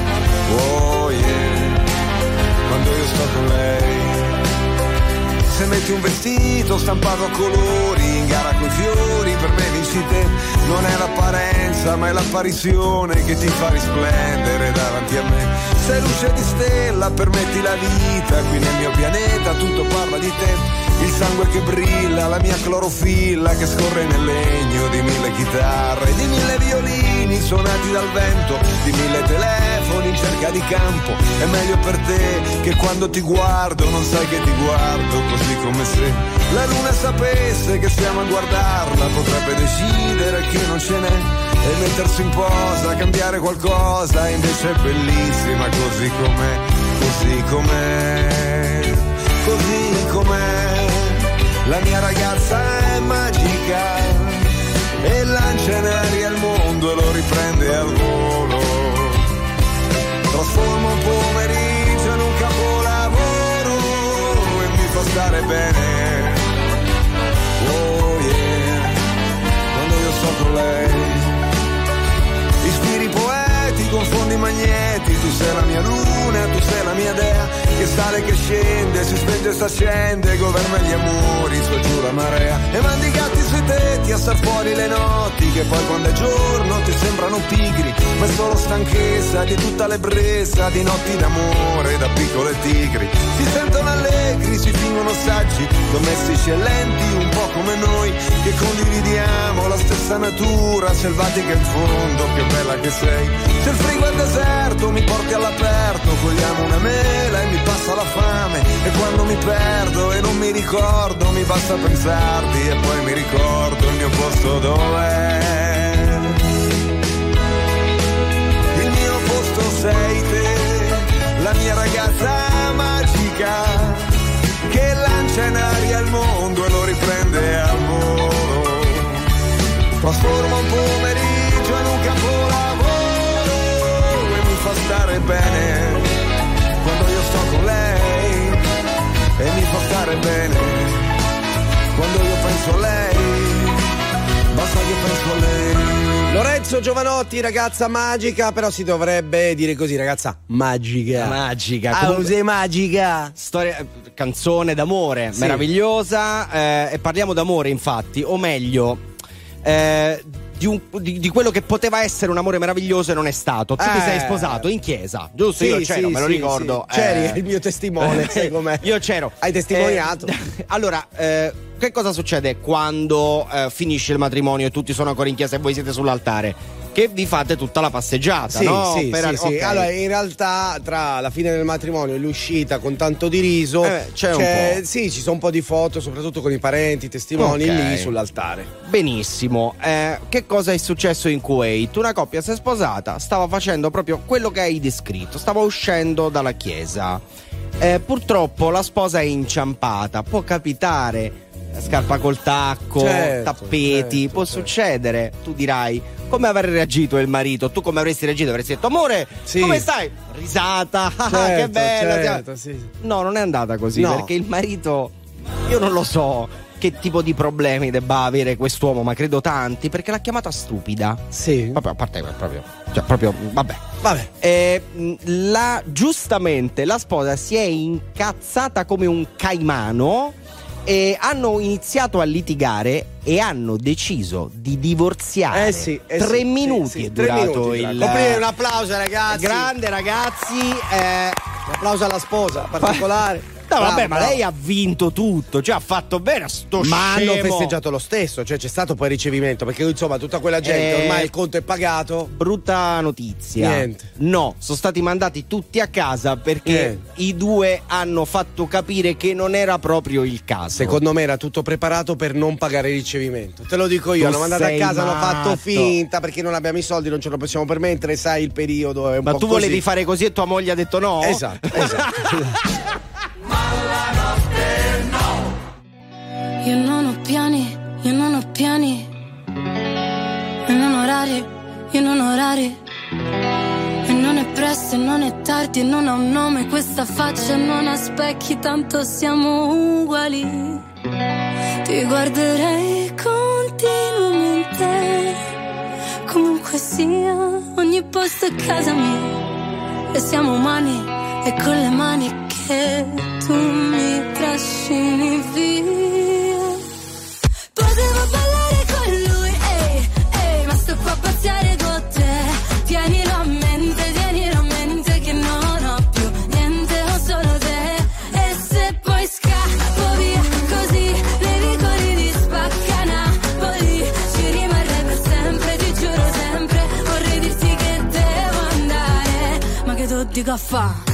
oh yeah, quando io sto con lei. Se metti un vestito stampato a colori, in gara coi fiori, per me vinci te. Non è l'apparenza ma è l'apparizione che ti fa risplendere davanti a me. Sei luce di stella, permetti la vita, qui nel mio pianeta tutto parla di te. Il sangue che brilla, la mia clorofilla che scorre nel legno di 1000 chitarre, di 1000 violini suonati dal vento, di 1000 telefoni in cerca di campo. È meglio per te che quando ti guardo non sai che ti guardo, così come se la luna sapesse che stiamo a guardarla, potrebbe decidere che non ce n'è e mettersi in posa, cambiare qualcosa, invece è bellissima così com'è, così com'è, così com'è. La mia ragazza è magica e lancia in aria il mondo e lo riprende al volo. Trasforma un pomeriggio in un capolavoro e mi fa stare bene. Oh yeah, quando io sto con lei. Ispiri poeti, confondi magneti, tu sei la mia luna, tu sei la mia dea, che sale, che scende, si spenge e s'accende, governa gli amori, su e giù la marea, e mandi i gatti sui tetti a star fuori le notti, che poi quando è giorno ti sembrano pigri, ma è solo stanchezza di tutta l'ebbrezza di notti d'amore da piccole tigri. Si sentono allegri, si fingono saggi, domestici e lenti, un po' come noi, che condividiamo la stessa natura, selvatica in fondo, che bella che sei. Se il frigo è deserto mi porti all'aperto, cogliamo una mela e mi passa la fame, e quando mi perdo e non mi ricordo mi basta pensarti e poi mi ricordo il mio posto dov'è. Il mio posto sei te, la mia ragazza magica che lancia in aria il mondo e lo riprende al volo. Trasforma un pomeriggio in un capolavoro e mi fa stare bene quando io sto con lei, e mi fa stare bene quando io penso a lei, basta che penso a lei. Lorenzo Giovanotti, ragazza magica, però si dovrebbe dire così, ragazza magica. Magica. Comunque, magica. Storia, canzone d'amore, sì, meravigliosa, e parliamo d'amore infatti, o meglio di quello che poteva essere un amore meraviglioso e non è stato. Tu ti sei sposato in chiesa, giusto? Sì, io c'ero, me lo ricordo. Sì. C'eri, il mio testimone, sai com'è? Io c'ero. Hai testimoniato. Allora, che cosa succede quando finisce il matrimonio e tutti sono ancora in chiesa e voi siete sull'altare? Che vi fate tutta la passeggiata, sì, no? Sì, okay. Allora, in realtà, tra la fine del matrimonio e l'uscita con tanto di riso, c'è un po'. Sì, ci sono un po' di foto, soprattutto con i parenti, i testimoni lì sull'altare. Benissimo. Che cosa è successo in Kuwait? Una coppia si è sposata, stava facendo proprio quello che hai descritto, stava uscendo dalla chiesa. Purtroppo la sposa è inciampata, può capitare. Scarpa col tacco, tappeti, può succedere. Tu dirai, come avrà reagito il marito? Tu come avresti reagito? Avresti detto, amore, come stai? Risata, che bello. Sì. No, non è andata così, perché il marito, io non lo so che tipo di problemi debba avere quest'uomo, ma credo tanti, perché l'ha chiamata stupida. Sì. Proprio, a parte proprio, vabbè. Giustamente la sposa si è incazzata come un caimano e hanno iniziato a litigare e hanno deciso di divorziare. 3 minuti è durato il. Un applauso, ragazzi. Grande, ragazzi. Un applauso alla sposa particolare. No, vabbè, ma lei ha vinto tutto, cioè ha fatto bene a sto scemo. Ma hanno festeggiato lo stesso, cioè c'è stato poi ricevimento, perché insomma tutta quella gente ormai il conto è pagato. Brutta notizia. Niente. No, sono stati mandati tutti a casa perché i due hanno fatto capire che non era proprio il caso. Secondo me era tutto preparato per non pagare il ricevimento. Te lo dico io, hanno mandato a casa, hanno fatto finta perché non abbiamo i soldi, non ce lo possiamo permettere, sai il periodo è un po' Ma tu così. volevi fare così e tua moglie ha detto no? Esatto. Io non ho piani, io non ho piani, e non orari, io non orari, e non è presto e non è tardi e non ha un nome questa faccia, non ha specchi, tanto siamo uguali. Ti guarderei continuamente, comunque sia, ogni posto è casa mia, e siamo umani e con le mani che che tu mi trascini via. Potevo ballare con lui, ehi, ehi, ma sto qua a pazziare con te. Tienilo a mente che non ho più niente, ho solo te. E se poi scappo via così, nei vicoli di Spacca Napoli, ci rimarrei per sempre, ti giuro sempre. Vorrei dirti che devo andare, ma che tu dico a fa'?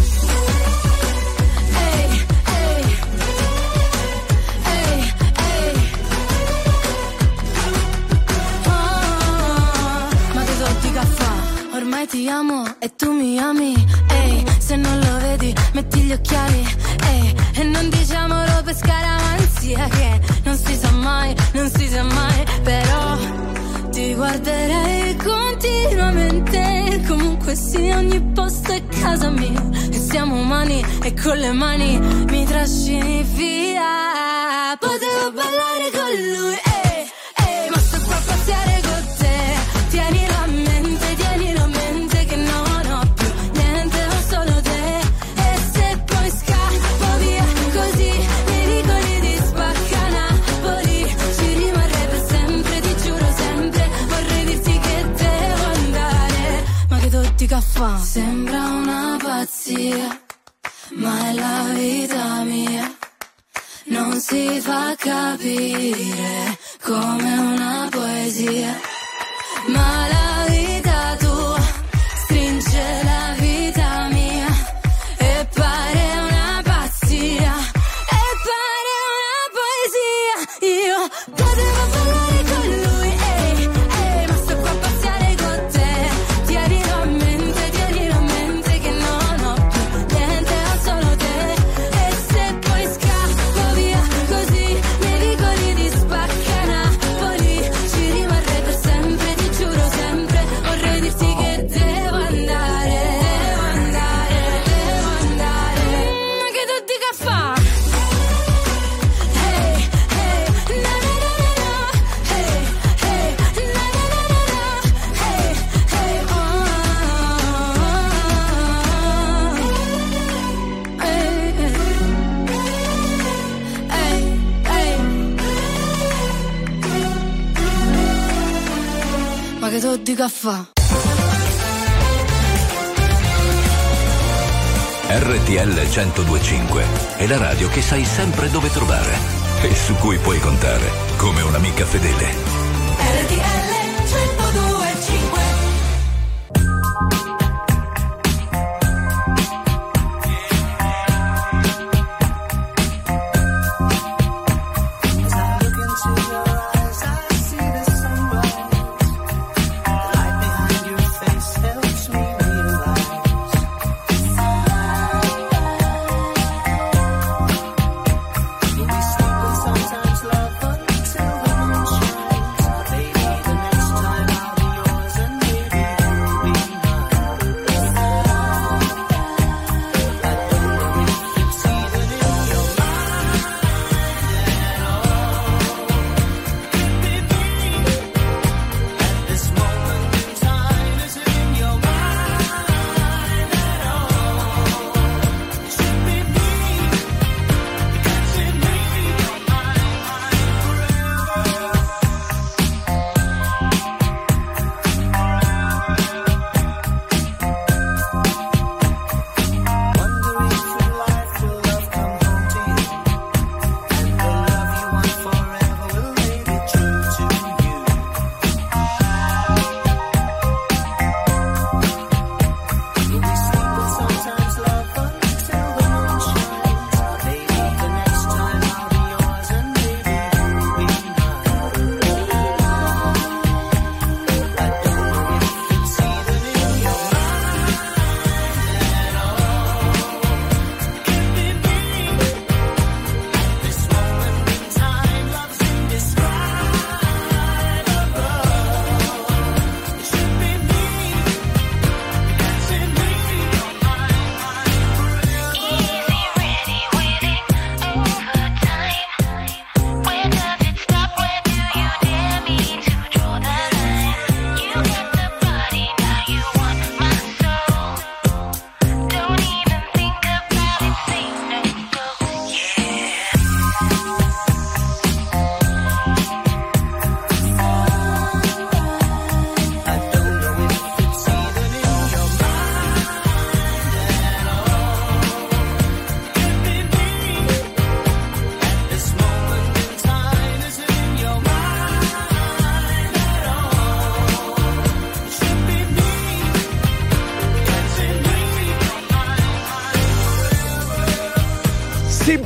Ormai ti amo e tu mi ami, ehi, se non lo vedi metti gli occhiali, ehi, e non diciamolo per scaramanzia che non si sa mai, però ti guarderei continuamente, comunque sì, ogni posto è casa mia, e siamo umani e con le mani mi trascini via. Potevo ballare con lui, ehi, ehi, ma sto qua a pazziare con te, tienilo a mente che non ho più niente, ho solo te. E se poi scappo via così, nei vicoli di Spacca Napoli, ci rimarrei per sempre, ti giuro sempre. Vorrei dirti che devo andare, ma che tu dica fa'? Sembra una pazzia, ma è la vita mia. Non si fa capire come una poesia, ma la vita tua stringe la vita mia e pare una pazzia, e pare una poesia. Io potevo ballare con lui, ehi, ehi, ma sto qua a pazziare con te. Tienilo a mente che non ho più niente, ho solo te. E se poi scappo via così, nei vicoli di Spacca Napoli, ci rimarrei per sempre, ti giuro sempre. Vorrei dirti che devo andare, ma che tu dica fa'? Hey, hey, na na na na na, hey, hey, na na na na na, hey, hey, oh, hey, hey, ma che tu dica fa'? RTL 102.5 è la radio che sai sempre dove trovare e su cui puoi contare come un'amica fedele. RTL 102.5. Sometimes love until the moon shines. Lady, the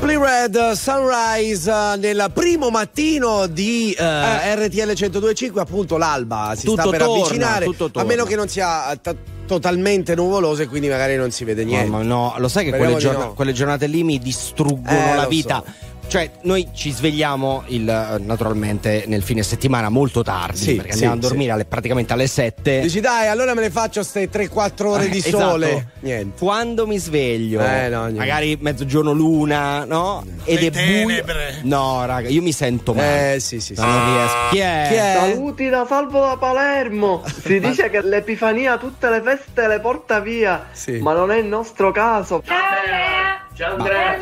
Simply Red, Sunrise, nel primo mattino di RTL 102.5, appunto l'alba si sta per avvicinare, a meno che non sia totalmente nuvoloso e quindi magari non si vede niente. No, lo sai che quelle giornate lì mi distruggono la vita. So. Cioè, noi ci svegliamo naturalmente nel fine settimana molto tardi, perché andiamo a dormire praticamente alle 7. Dici dai, allora me ne faccio ste 3-4 ore di sole. Esatto. Niente. Quando mi sveglio, magari mezzogiorno l'una, no? Ed è buio. No, raga, io mi sento male. Non riesco. Chi è? Saluti da Salvo da Palermo. Si dice che l'Epifania tutte le feste le porta via, ma non è il nostro caso. Ciao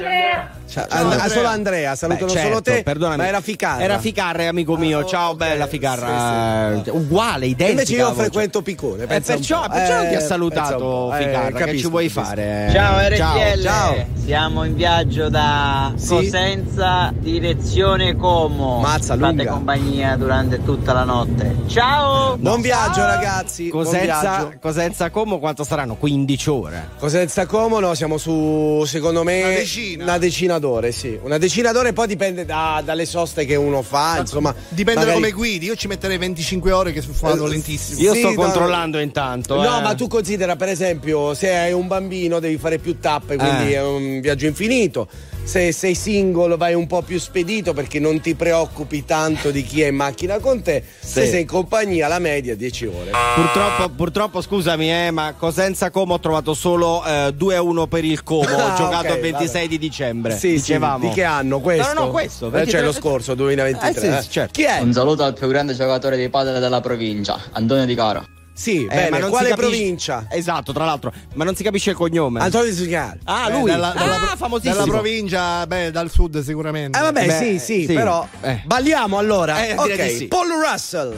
Andrea. Solo Andrea, salutano solo te. Perdonami. Ma era Ficarra. Era Ficarra, amico mio. Ciao, bella Ficarra. Uguale, identica. Invece io frequento Piccone. Perciò non ti ha salutato Ficarra. Che ci vuoi fare? Ciao RTL. Ciao. Siamo in viaggio da Cosenza, direzione Como. Mazza, fate lunga. compagnia durante tutta la notte. Ciao. Buon viaggio, ragazzi. Cosenza Como quanto saranno? 15 ore. Cosenza Como, no, siamo su, secondo me, una decina d'ore, sì. Una decina d'ore, poi dipende dalle soste che uno fa, insomma. Dipende da come guidi. Io ci metterei 25 ore che vado lentissimo. Io sto controllando intanto. No, ma tu considera, per esempio, se hai un bambino devi fare più tappe, quindi è un viaggio infinito. Se sei single vai un po' più spedito perché non ti preoccupi tanto di chi è in macchina con te. Se sei in compagnia la media 10 ore. Purtroppo scusami, ma Cosenza Como ho trovato solo 2-1 per il Como, giocato il 26 di dicembre. Sì, dicevamo. Di che anno questo? No, questo. Cioè lo scorso 2023. Certo. Chi è? Un saluto al più grande giocatore di padel della provincia, Antonio Di Caro. Sì, bene, ma non quale si capisce... provincia? Esatto, tra l'altro, ma non si capisce il cognome. Antonio Di Caro. Ah, lui. Famosissimo. Dalla provincia, dal sud sicuramente. Vabbè, sì, però balliamo allora. Ok, sì. Paul Russell.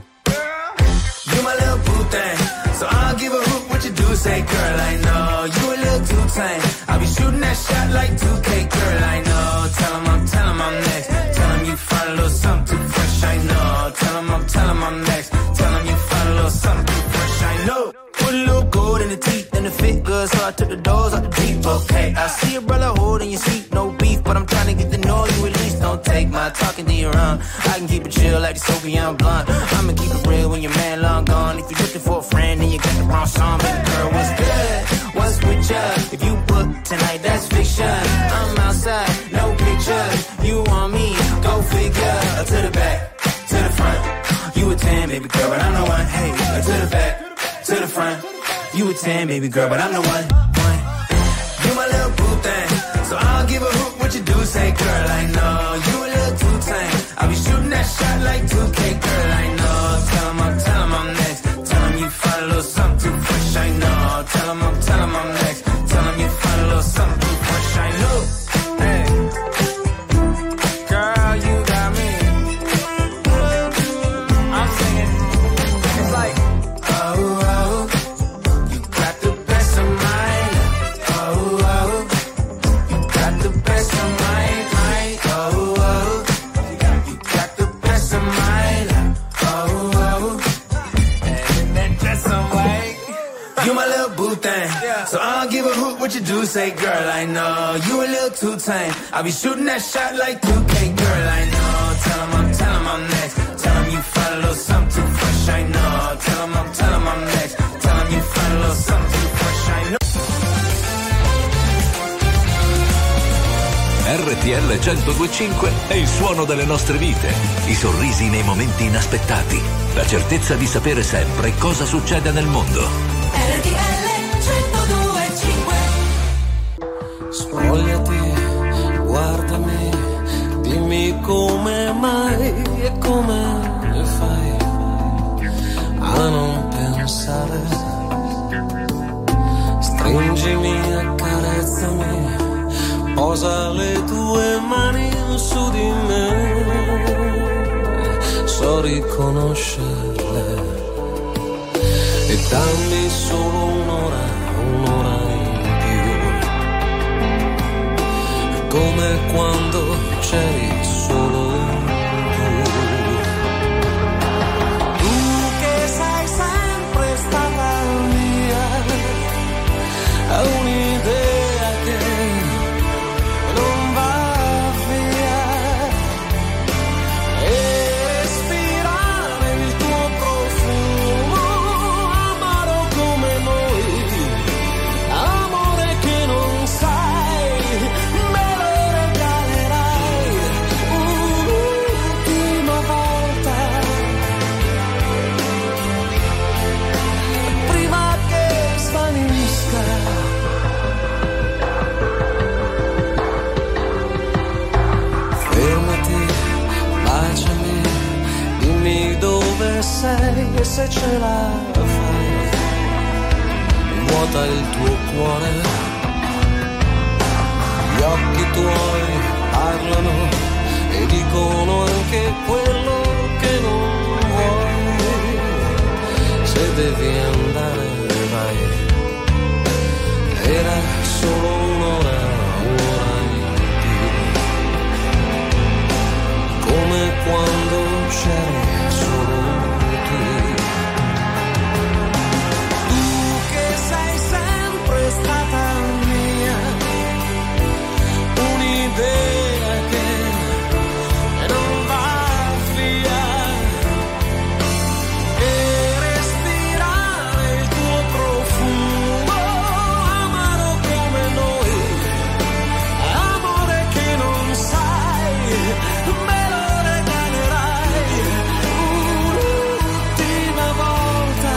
You my little boo thing, so I'll give a hoot what you do. Say, girl, I know you a little too tame. I'll be shooting that shot like 2K, girl, I know. Tell him I'm next. Tell him you find a little something too fresh, I know. Tell him I'm next. Tell him you find a little something too fresh, I know. Put a little gold in the teeth and the fit good, so I took the doors out the deep. Okay, I see a brother holding your seat, no beef, but I'm trying to get to know you at least. Don't take my talking to your own. I can keep it chill like the Soviet blunt. I'ma keep it real when your man long gone. If you're looking for a friend, then you got the wrong song. Baby girl, what's good? What's with ya? If you book tonight, that's fiction. I'm outside, no pictures. You want me? Go figure. To the back, to the front. You a 10, baby girl, but I'm the one. Hey, to the back, to the front. You a 10, baby girl, but I'm the one. You my little boo thing, so I'll give a hoot what you do. Say, girl, I know you a little too tame. I'll be shooting that shot like 2K, girl, I know. Tell him I'm next. Tell him you find a little something too fresh, I know. Tell him I'm next. Tell him you find a little something too fresh, I know. Hey, girl, you got me. I'm singing. It's like, oh, you got the best of mine. Oh, you got the best of mine. Oh, you got the best of mine. Oh, and then just some way. You my little boo thing, so I don't give a hoot what you do. Say, girl, I know you a little too tame. I'll be shooting that shot like 2K, girl, I know. Tell him I'm next. Tell him you find a little something too fresh, I know. Tell him I'm next. Tell him you find a little something too fresh, I know. RTL 102.5 è il suono delle nostre vite, i sorrisi nei momenti inaspettati, la certezza di sapere sempre cosa succede nel mondo. RTL 102.5. Spogliati, guardami, dimmi come mai e come fai a non pensare. Stringimi, accarezzami, posa le tue mani su di me, so riconoscerle e dammi solo un'ora in più, come quando c'eri solo tu. Tu che sei sempre stata mia, è un'idea che non va porta il tuo cuore. Gli occhi tuoi parlano e dicono anche quello che non vuoi. Se devi andare vai, era solo un'ora in più, come quando c'eri solo tu. Tu che sei sempre stata mia, un'idea che non va via, e respirare il tuo profumo, amaro come noi, amore che non sai, me lo regalerai un'ultima volta,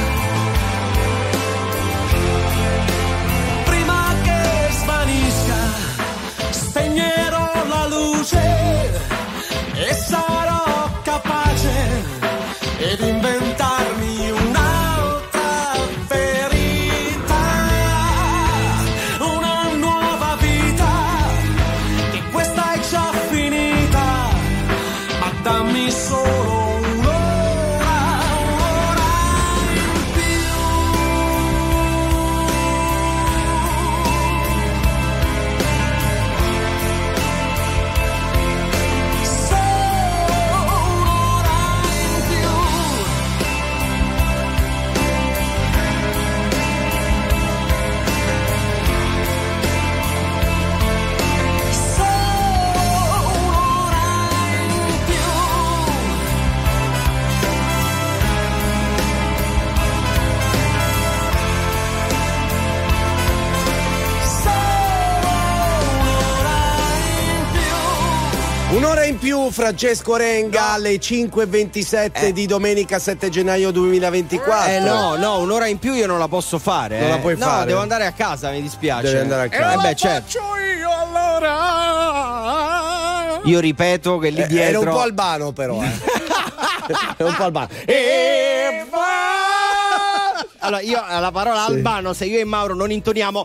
prima che svanisca, spegnerò la luce e sarò capace ed inventarmi un'altra verità, una nuova vita, che questa è già finita, ma dammi solo un'ora in più. Un'ora in più, Francesco Renga, alle 5:27 di domenica 7 gennaio 2024. No, un'ora in più io non la posso fare. Non la puoi fare? No, devo andare a casa, mi dispiace. Devi andare a casa. Beh, certo. io allora. Io ripeto che lì dietro. Era un po' albano, però. È un po' albano. Allora, io alla parola albano, se io e Mauro non intoniamo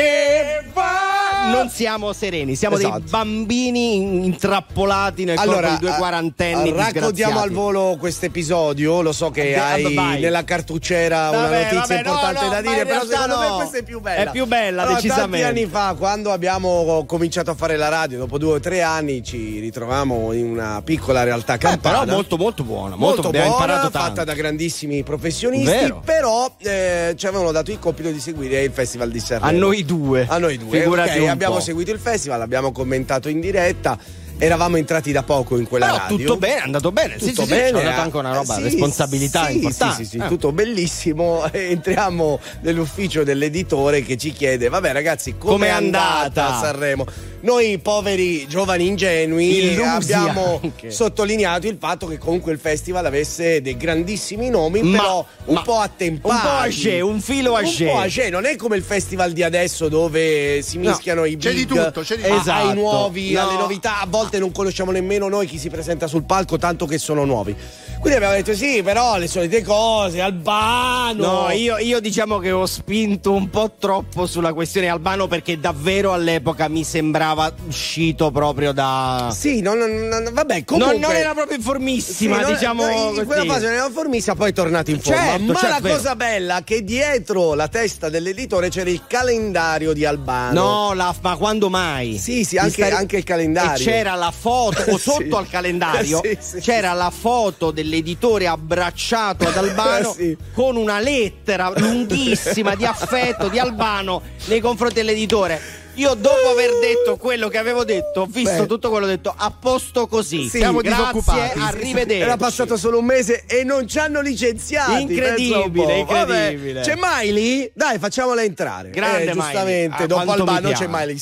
non siamo sereni, siamo dei bambini intrappolati nel corpo di due quarantenni. Raccontiamo al volo questo episodio. Lo so che hai nella cartucciera una notizia importante da dire, però secondo me questa è più bella. È più bella, decisamente. Tanti anni fa, quando abbiamo cominciato a fare la radio, dopo 2 o 3 anni, ci ritrovavamo in una piccola realtà campana. Però molto buona, molto buona, imparato fatta tanto. da grandissimi professionisti. Vero. Però ci avevano dato il compito di seguire il Festival di Sanremo. A noi due. Figurati un abbiamo po'. seguito il festival, abbiamo commentato in diretta. Eravamo entrati da poco in quella radio. Tutto bene, è andato bene. Tutto sì, bene. C'è dato anche una roba, responsabilità importante. Sì, tutto bellissimo. Entriamo nell'ufficio dell'editore che ci chiede: vabbè ragazzi, com'è andata a Sanremo? Noi poveri giovani ingenui abbiamo sottolineato il fatto che comunque il festival avesse dei grandissimi nomi, però un po' attempati, un filo agé. Non è come il festival di adesso dove si mischiano i big, c'è di tutto. ai nuovi, alle novità. A volte non conosciamo nemmeno noi chi si presenta sul palco, tanto che sono nuovi. Quindi abbiamo detto sì, però le solite cose, Albano. No, io diciamo che ho spinto un po' troppo sulla questione Albano, perché davvero all'epoca mi sembrava uscito proprio da... Sì, vabbè, comunque... Non era proprio informissima, diciamo così. In quella fase non era informissima, poi è tornato in forma. Certo, la cosa bella è che dietro la testa dell'editore c'era il calendario di Albano. No, ma quando mai? Sì, anche il calendario. E c'era la foto, o sotto al calendario, c'era la foto dell'editore abbracciato ad Albano con una lettera lunghissima di affetto di Albano nei confronti dell'editore. Io dopo aver detto quello che avevo detto, ho visto tutto quello detto, a posto così. Siamo disoccupati. Arrivederci. Era passato solo un mese e non ci hanno licenziati. Incredibile. Vabbè. C'è Miley? Dai, facciamola entrare. Grande giustamente, dopo Albano c'è Miley.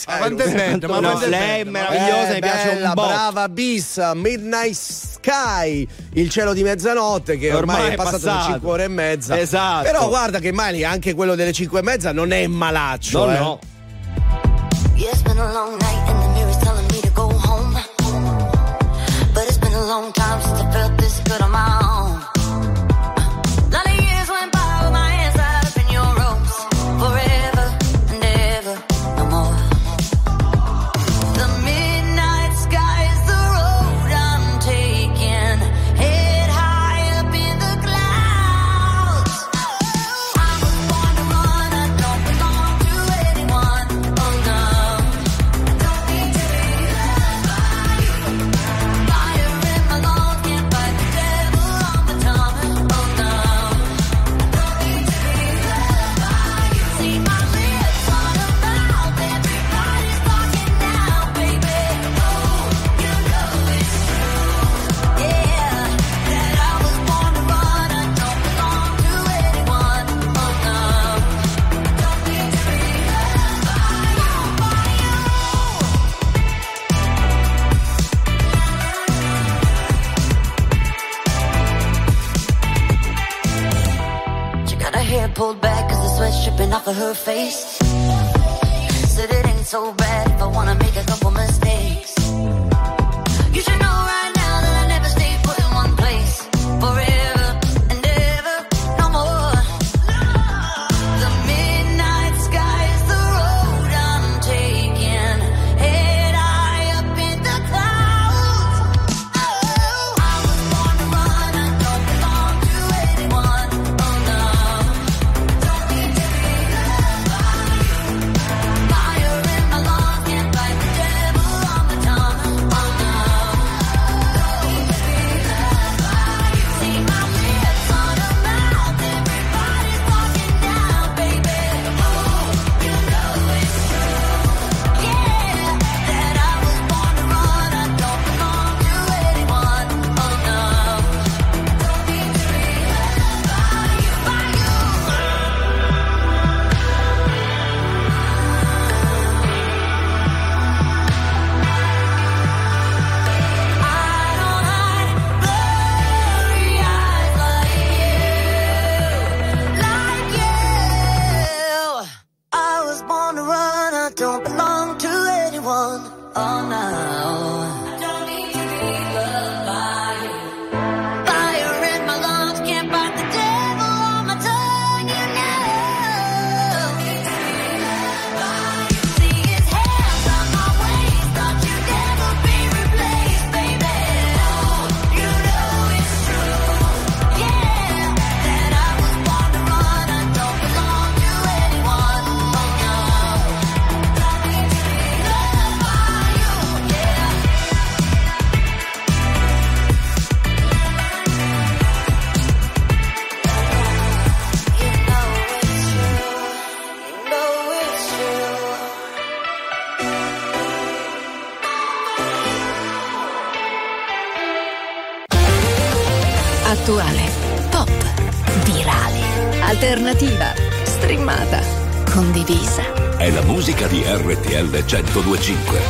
Lei è meravigliosa, mi piace un botto. Brava bis, Midnight Sky, il cielo di mezzanotte, che ormai è passato da 5 ore e mezza. Esatto. Però guarda che Miley, anche quello delle 5 e mezza, non è malaccio. No. Yeah, it's been a long night and the mirror's telling me to go home. But it's been a long time since I felt this good on my own. A lot of years went by with my hands tied up in your ropes. Forever pulled back cause the sweat's dripping off of her face. Said it ain't so bad if I wanna make a couple mistakes. You should know right now that I never stay put in one place forever and ever, no more. The midnight sky is the road I'm taking, head high up in the clouds. Oh, I was born to run, I don't belong to anyone. Oh no, don't need to be loved by you. Fire in my lungs, can't fight the devil on my tongue. Oh no, don't need to be loved by you. See my lips on a mouth, everybody's talking down, baby. Oh, you know it's true, yeah, that I was born to run, I don't belong to anyone. Oh no, don't need to be loved by you. I don't hide blurry eyes like you. I was born to run, I don't belong to anyone. Oh no, don't need to be loved by you. Fire in my lungs, can't fight the devil on my tongue. You know, don't need to be loved by you. See his hands on my waist, thought you'd never be replaced, baby. Oh, you know it's true, yeah, that I was born to run, I don't belong to anyone. Oh no, don't need to be loved by you, yeah. You know it's true, you know it's true. Attuale, pop, virale, alternativa, streamata, condivisa. È la musica di RTL 102.5.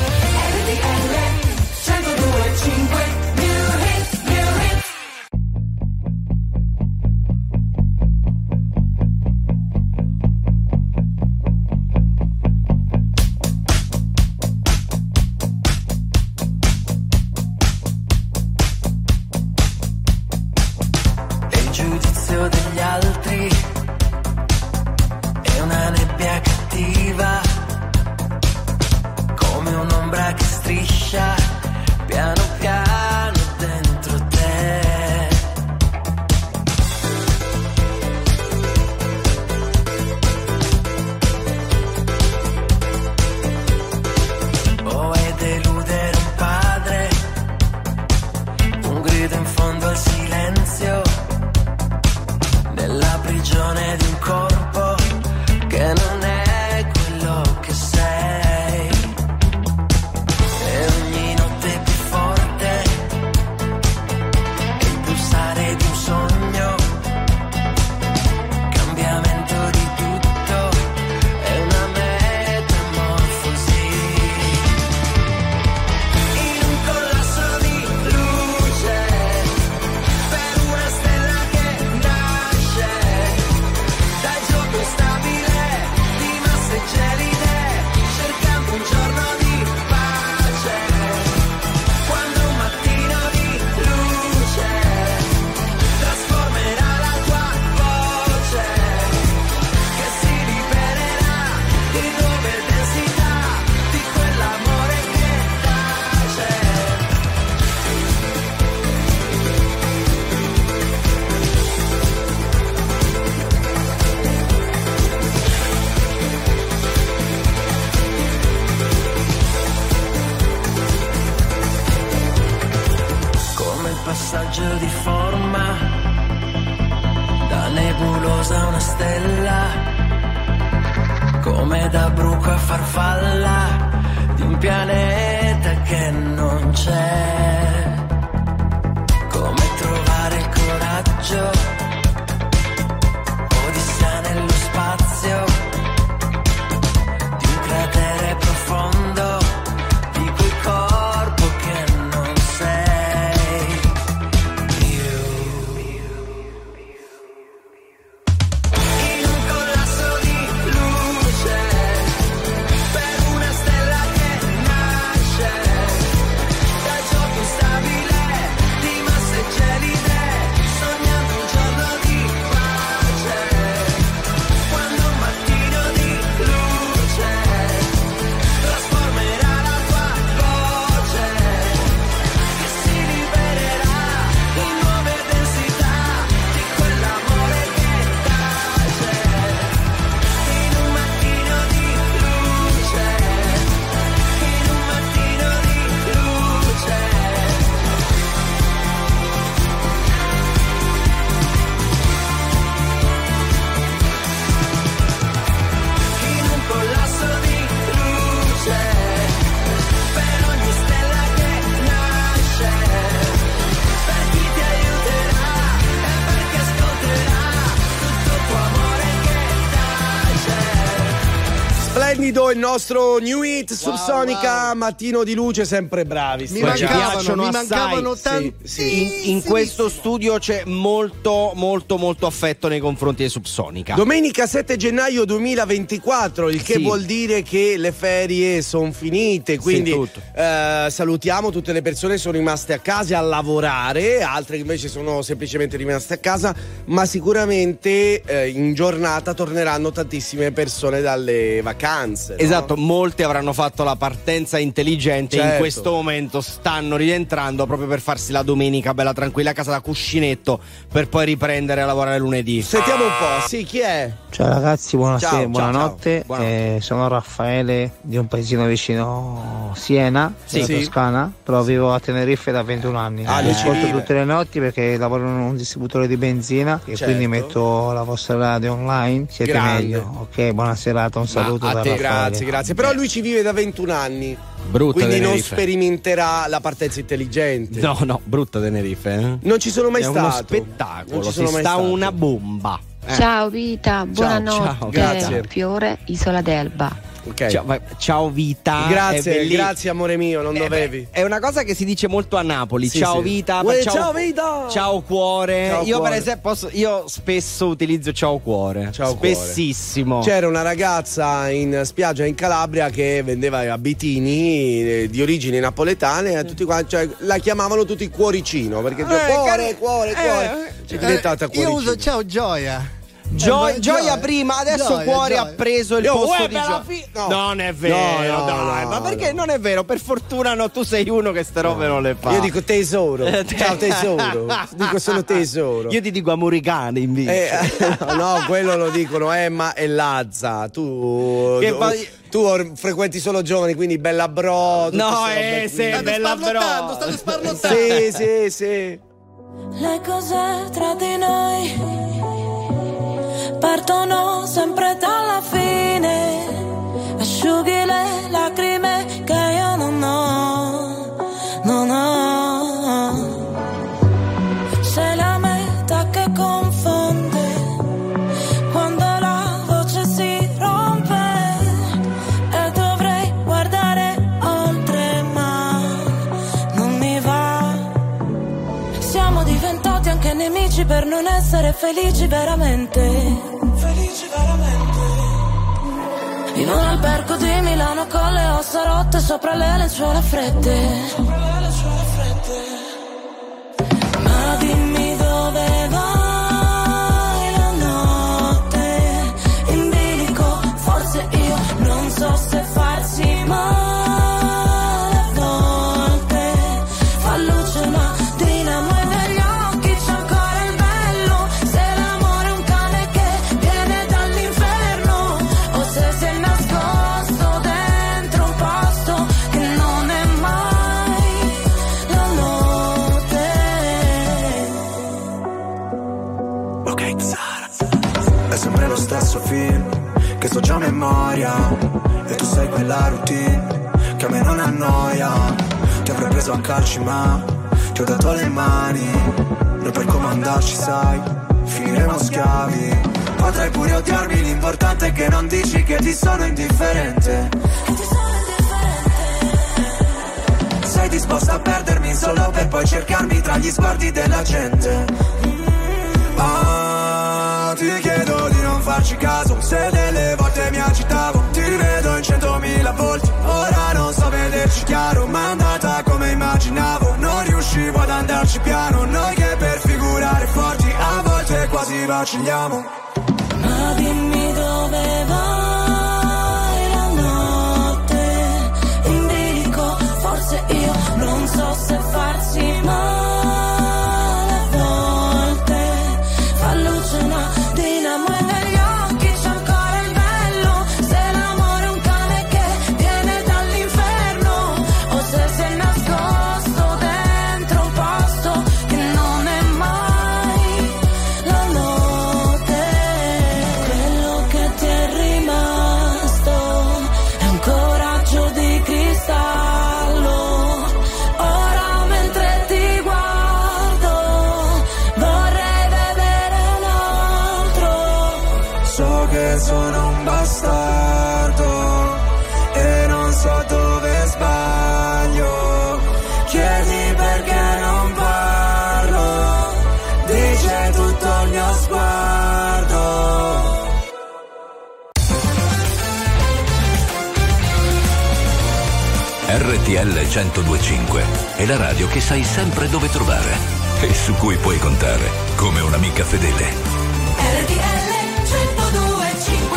E il giudizio degli altri è una nebbia cattiva, come un'ombra che striscia piano piano dentro te. Oh, è deludere un padre, un grido in fondo al silenzio, nella prigione di un corpo che non è quello che sei. E ogni notte più forte, il pulsare di un sogno, cambiamento di tutto, è una metamorfosi. In un collasso di luce, per una stella che nasce dal gioco instabile di masse gelide, cercando un giorno di pace. Quando un mattino di luce trasformerà la tua voce, che si libererà di nuove densità, di quell'amore che tace. Come il passaggio di forma da nebulosa a una stella, come da bruco a farfalla di un pianeta che non c'è. Come trovare il coraggio, odissea nello spazio, di un cratere profondo, di quel corpo che non sei più. In un quindi do il nostro new hit Subsonica, Mattino di luce, sempre bravi. Mi mancavano tanti. In questo studio c'è molto affetto nei confronti di Subsonica. Domenica 7 gennaio 2024, il che vuol dire che le ferie sono finite, quindi salutiamo tutte le persone che sono rimaste a casa a lavorare, altre che invece sono semplicemente rimaste a casa, ma sicuramente in giornata torneranno tantissime persone dalle vacanze. Esatto, molte avranno fatto la partenza intelligente, in questo momento stanno rientrando proprio per farsi la domenica bella tranquilla a casa da cuscinetto per poi riprendere a lavorare lunedì. Sentiamo un po', sì, chi è? Ciao ragazzi, buonasera, Ciao, buonanotte. Buonanotte. Sono Raffaele di un paesino vicino Siena, della Toscana, però vivo a Tenerife da 21 anni. Vi ascolto tutte le notti perché lavoro in un distributore di benzina e quindi metto la vostra radio online, siete meglio. Ok, buona serata, un saluto da Raffaele. Grazie. Però lui ci vive da 21 anni. Brutta quindi Tenerife. Non sperimenterà la partenza intelligente. No, brutta Tenerife. Non ci sono mai stato. È uno spettacolo, non ci sono mai sta stato. Una bomba. Ciao Vita, buonanotte. Ciao, grazie. Fiore, Isola d'Elba. Okay. Ciao Vita. Grazie amore mio, non dovevi. È una cosa che si dice molto a Napoli. Ciao Vita. Ciao Vita. Ciao cuore. Ciao cuore. Per esempio io spesso utilizzo ciao cuore. Spessissimo. C'era una ragazza in spiaggia in Calabria che vendeva abitini di origini napoletane e tutti quanti, cioè, la chiamavano tutti cuoricino perché cuore. C'è diventata cuoricino. Io uso ciao Gioia. Gioia prima, adesso Cuore ha preso il posto di Gioia. No. Non è vero, dai, ma perché non è vero? Per fortuna tu sei uno che ste robe non le fa. Io dico tesoro. Ciao tesoro. Dico solo tesoro. Io ti dico amoricane invece. No, quello lo dicono Emma e Lazza. Tu frequenti solo giovani, quindi Bella Bro. No, Bella Bro. State sparlottando. Sì. Le cose tra di noi partono sempre dalla fine, asciughi le lacrime che io non ho. Sei la meta che confonde quando la voce si rompe e dovrei guardare oltre ma non mi va. Siamo diventati anche nemici per non essere felici veramente. In un albergo di Milano con le ossa rotte sopra le lenzuola fredde. Ma dimmi dove vai la notte in bilico, forse io non so se farsi male a volte. Fa luce una dinamo e negli occhi c'è ancora il bello. Se l'amore è un cane che viene dall'inferno o se si è nascosto dentro un posto che non è mai la notte. Ok, è sempre lo stesso film che so già a memoria e tu sei quella routine che a me non annoia. Ti avrei preso a calci ma ti ho dato le mani. Noi per comandarci sai finiremo schiavi. Potrai pure odiarmi, l'importante è che non dici che ti sono indifferente. Sei disposta a perdermi solo per poi cercarmi tra gli sguardi della gente. Ti chiedo di non farci caso, se delle volte mi agitavo. Ti rivedo in 100.000 volti, ora non so vederci chiaro. Ma è andata come immaginavo, non riuscivo ad andarci piano. Noi che per figurare forti a volte quasi vacilliamo. Ma dimmi dove vai la notte in bilico, forse io non so se farsi male a volte. Fa luce una dinamo e negli occhi c'è ancora il bello. Se l'amore è un cane che viene dall'inferno o se si è nascosto dentro un posto che non è mai la notte. Quello che ti è rimasto è un coraggio di cristallo. Ora mentre ti guardo vorrei vedere un altro. So che sono un bastardo, e non so dove sbaglio. Chiedi perché non parlo, dice tutto il mio sguardo. RTL 102.5 è la radio che sai sempre dove trovare e su cui puoi contare come un'amica fedele. RTL 102.5.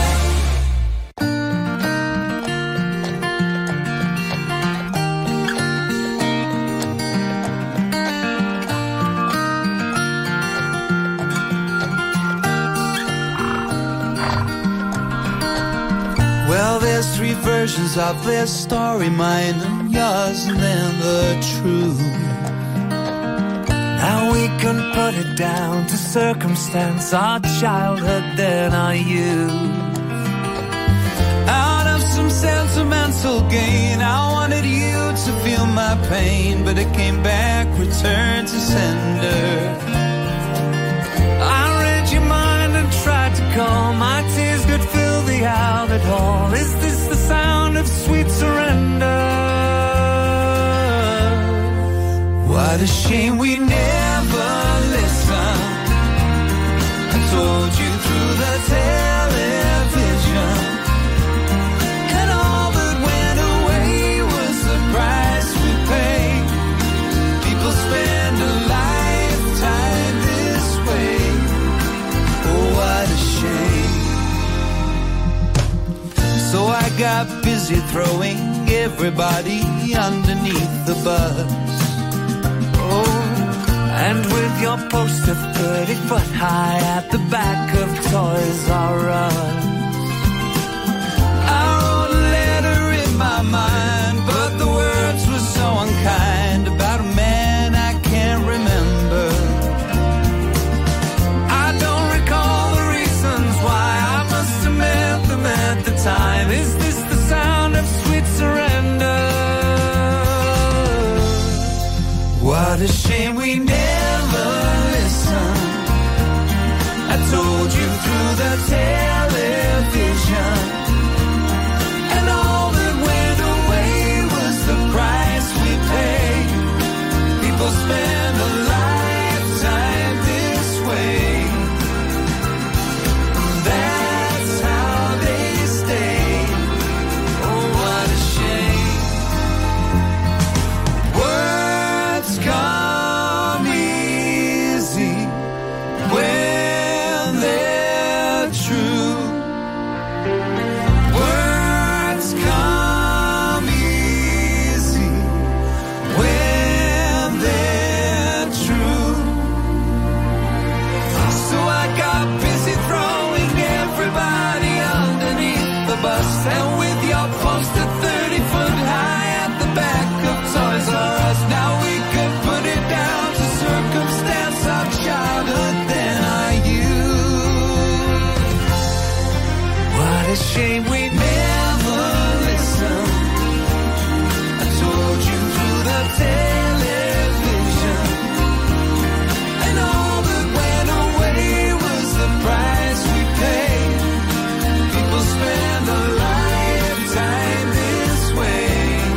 Well, there's three versions of this story, mine and yours, and then the truth. Now we can put it down to circumstance, our childhood, then our youth. Out of some sentimental gain, I wanted you to feel my pain, but it came back, returned to sender. I read your mind and tried to calm, my tears could fill the outlet hall. Is this the sound of sweet surrender? What a shame we never listened. I told you through the television, and all that went away was the price we paid. People spend a lifetime this way. Oh, what a shame. So I got busy throwing everybody underneath the bus. And with your poster 30 foot high at the back of Toys R Us, I wrote a letter in my mind, but the words were so unkind, about a man I can't remember. I don't recall the reasons why, I must have meant them at the time. Is this the sound of sweet surrender? What a shame we never listened. I told you through the television, and all that went away was the price we paid. People spend a lifetime this way. That's how they stay. Oh, what a shame. Words come easy when they're true. Words come easy when they're true. So I got busy throwing everybody underneath the bus, and with your poster 30 foot high at the back of Toys R Us, now we could put it down to circumstance, our childhood, then our youth. What a shame we never listened. I told you through the television, and all that went away was the price we paid. People spend a lifetime this way,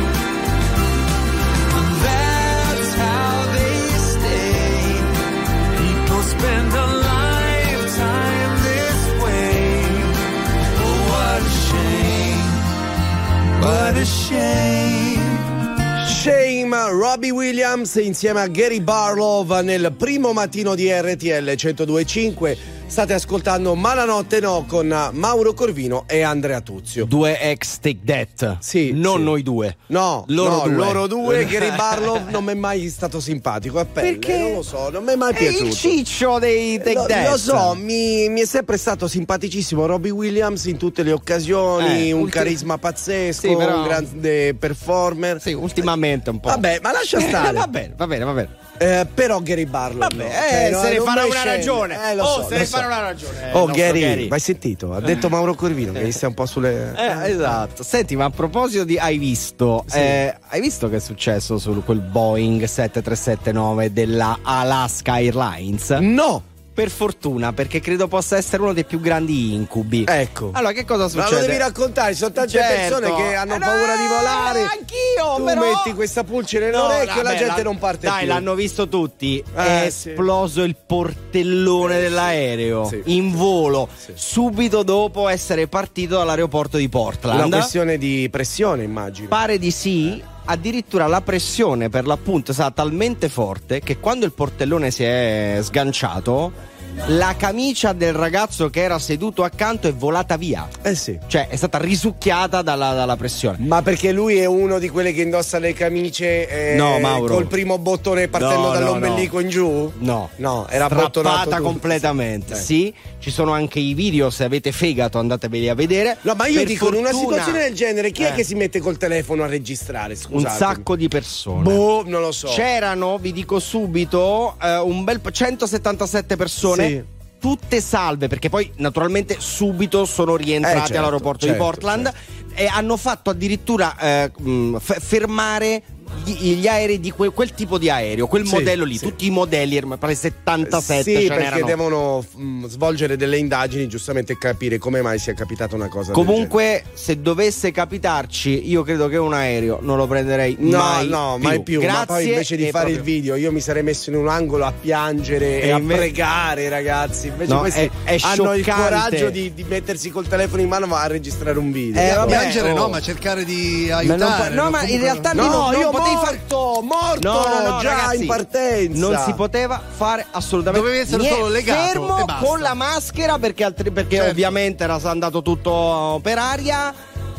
and that's how they stay. People spend a lifetime this way. Oh, what a shame. What a shame. Shame, Robbie Williams insieme a Gary Barlow nel primo mattino di RTL 102.5. State ascoltando Malanotte No con Mauro Corvino e Andrea Tuzio. Due ex Take That. Sì, non sì. noi due. No, loro due. Gary Barlow non mi è mai stato simpatico a pelle. Perché? Non lo so, non mi è mai piaciuto. Il ciccio dei Take That. Lo so, mi è sempre stato simpaticissimo Robbie Williams in tutte le occasioni, un carisma pazzesco, sì, però... un grande performer. Sì, ultimamente un po'. Vabbè, ma lascia stare. Va bene. Però Gary Barlow vabbè, no, se ne farà una scende. ragione. Se ne farà una ragione. Gary, vai sentito? Ha detto Mauro Corvino che stai un po' sulle. Esatto. Senti, ma a proposito di hai visto che è successo su quel Boeing 7379 della Alaska Airlines? No. per fortuna, perché credo possa essere uno dei più grandi incubi. Ecco. Allora, che cosa succede? Ma lo devi raccontare, ci sono tante persone che hanno paura di volare. Anch'io, tu però metti questa pulce nell'orecchio e la gente non parte più. Dai, l'hanno visto tutti. È esploso il portellone dell'aereo in volo, subito dopo essere partito dall'aeroporto di Portland. Una questione di pressione, immagino. Pare di sì. Addirittura la pressione, per l'appunto, è stata talmente forte che quando il portellone si è sganciato, la camicia del ragazzo che era seduto accanto è volata via. Sì. Cioè è stata risucchiata dalla pressione. Ma perché lui è uno di quelli che indossa le camicie no, Mauro, col primo bottone partendo dall'ombelico in giù? No, era strappata completamente. Sì, ci sono anche i video, se avete fegato andateveli a vedere. No, ma io dico, in una situazione del genere chi è che si mette col telefono a registrare? Scusate. Un sacco di persone. Non lo so. C'erano, vi dico subito, un bel 177 persone. Tutte salve, perché poi naturalmente subito sono rientrati all'aeroporto di Portland e hanno fatto addirittura fermare gli aerei di quel tipo di aereo, quel modello lì, tutti i modelli, pare 77 ce perché n'erano. Devono svolgere delle indagini, giustamente capire come mai sia capitata una cosa comunque del genere. Se dovesse capitarci, io credo che un aereo non lo prenderei mai più. Grazie. Ma poi invece di fare il video io mi sarei messo in un angolo a piangere e a pregare, ragazzi. Invece questi hanno il coraggio di mettersi col telefono in mano ma a registrare un video. Piangere no, ma cercare di aiutare. Ma in realtà io morto già ragazzi, in partenza. Non si poteva fare assolutamente. Dovevi essere solo legato fermo con la maschera perché ovviamente era andato tutto per aria.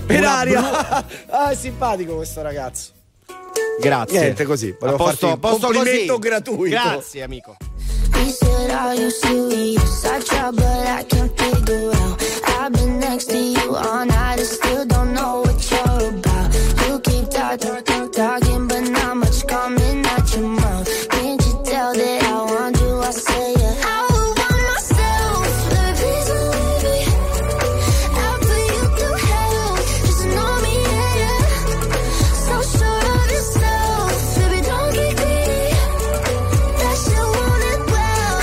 È simpatico questo ragazzo. Grazie. Niente, così. Volevo farti un complimento così. Gratuito. Grazie, amico. He said, are you serious? I try, but I can't figure out. I've been next to you all night, I still don't know what you're about. You keep talking, but not much coming out your mouth. Can't you tell that I want you? I say it. I would want myself, baby, please don't leave me. I'll put you through hell, just know me, yeah. So sure of yourself, baby, don't get greedy. That shit want it well,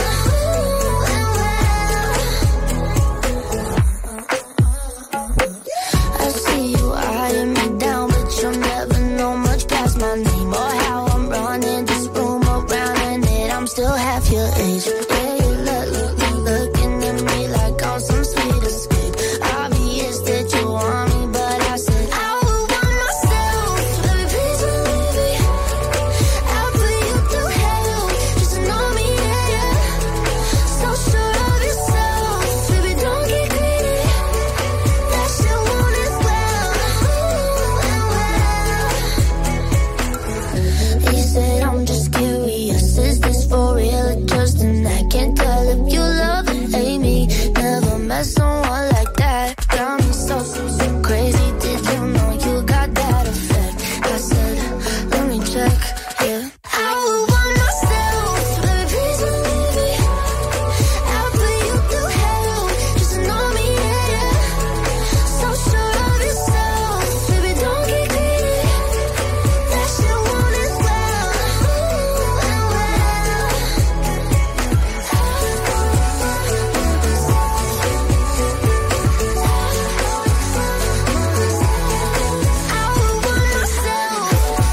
I see you eyeing me down, but you'll never know much past my name or how I'm running this room around in it. I'm still half your age. Yeah, you looking at me like I'm some sweet escape. Obvious that you want me, but I said I would want myself. Baby, please don't leave me. I'll put you through hell, just to know me, yeah. So sure of yourself, baby, don't get greedy. That shit want it well. He said, I'm just curious, is this for real or just an act? Can't tell if you love or hate me. Never met someone like that. Got me so crazy. Did you know you got that effect? I said, let me check, yeah. I would want myself, baby, please don't leave me. I'll put you through hell, just to know me, yeah. So sure of yourself, baby, don't get greedy. That shit want it well. I would want myself.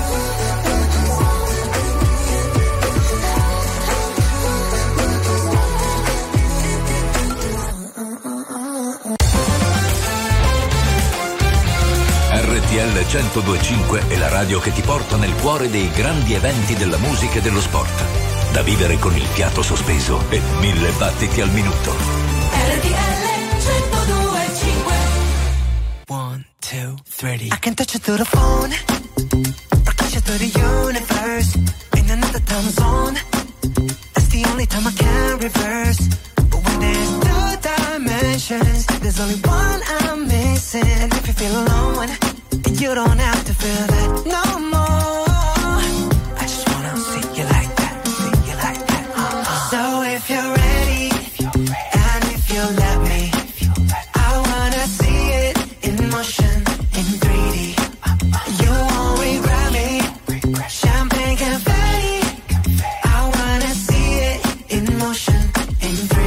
RTL 102.5 è la radio che ti porta nel cuore dei grandi eventi della musica e dello sport. Da vivere con il fiato sospeso e 1000 battiti al minuto. RTL 102.5. 1, 2, 3. I can touch it through the phone, or catch it through the universe. In another time zone, that's the only time I can reverse. But when there's two dimensions, there's only one I'm missing. And if you feel alone, you don't have to feel that no more. I just wanna see you like that, see you like that. So if you're ready, and if you let me, I wanna see it in motion, in 3D. You won't regret me. Champagne confetti. I wanna see it in motion, in 3D.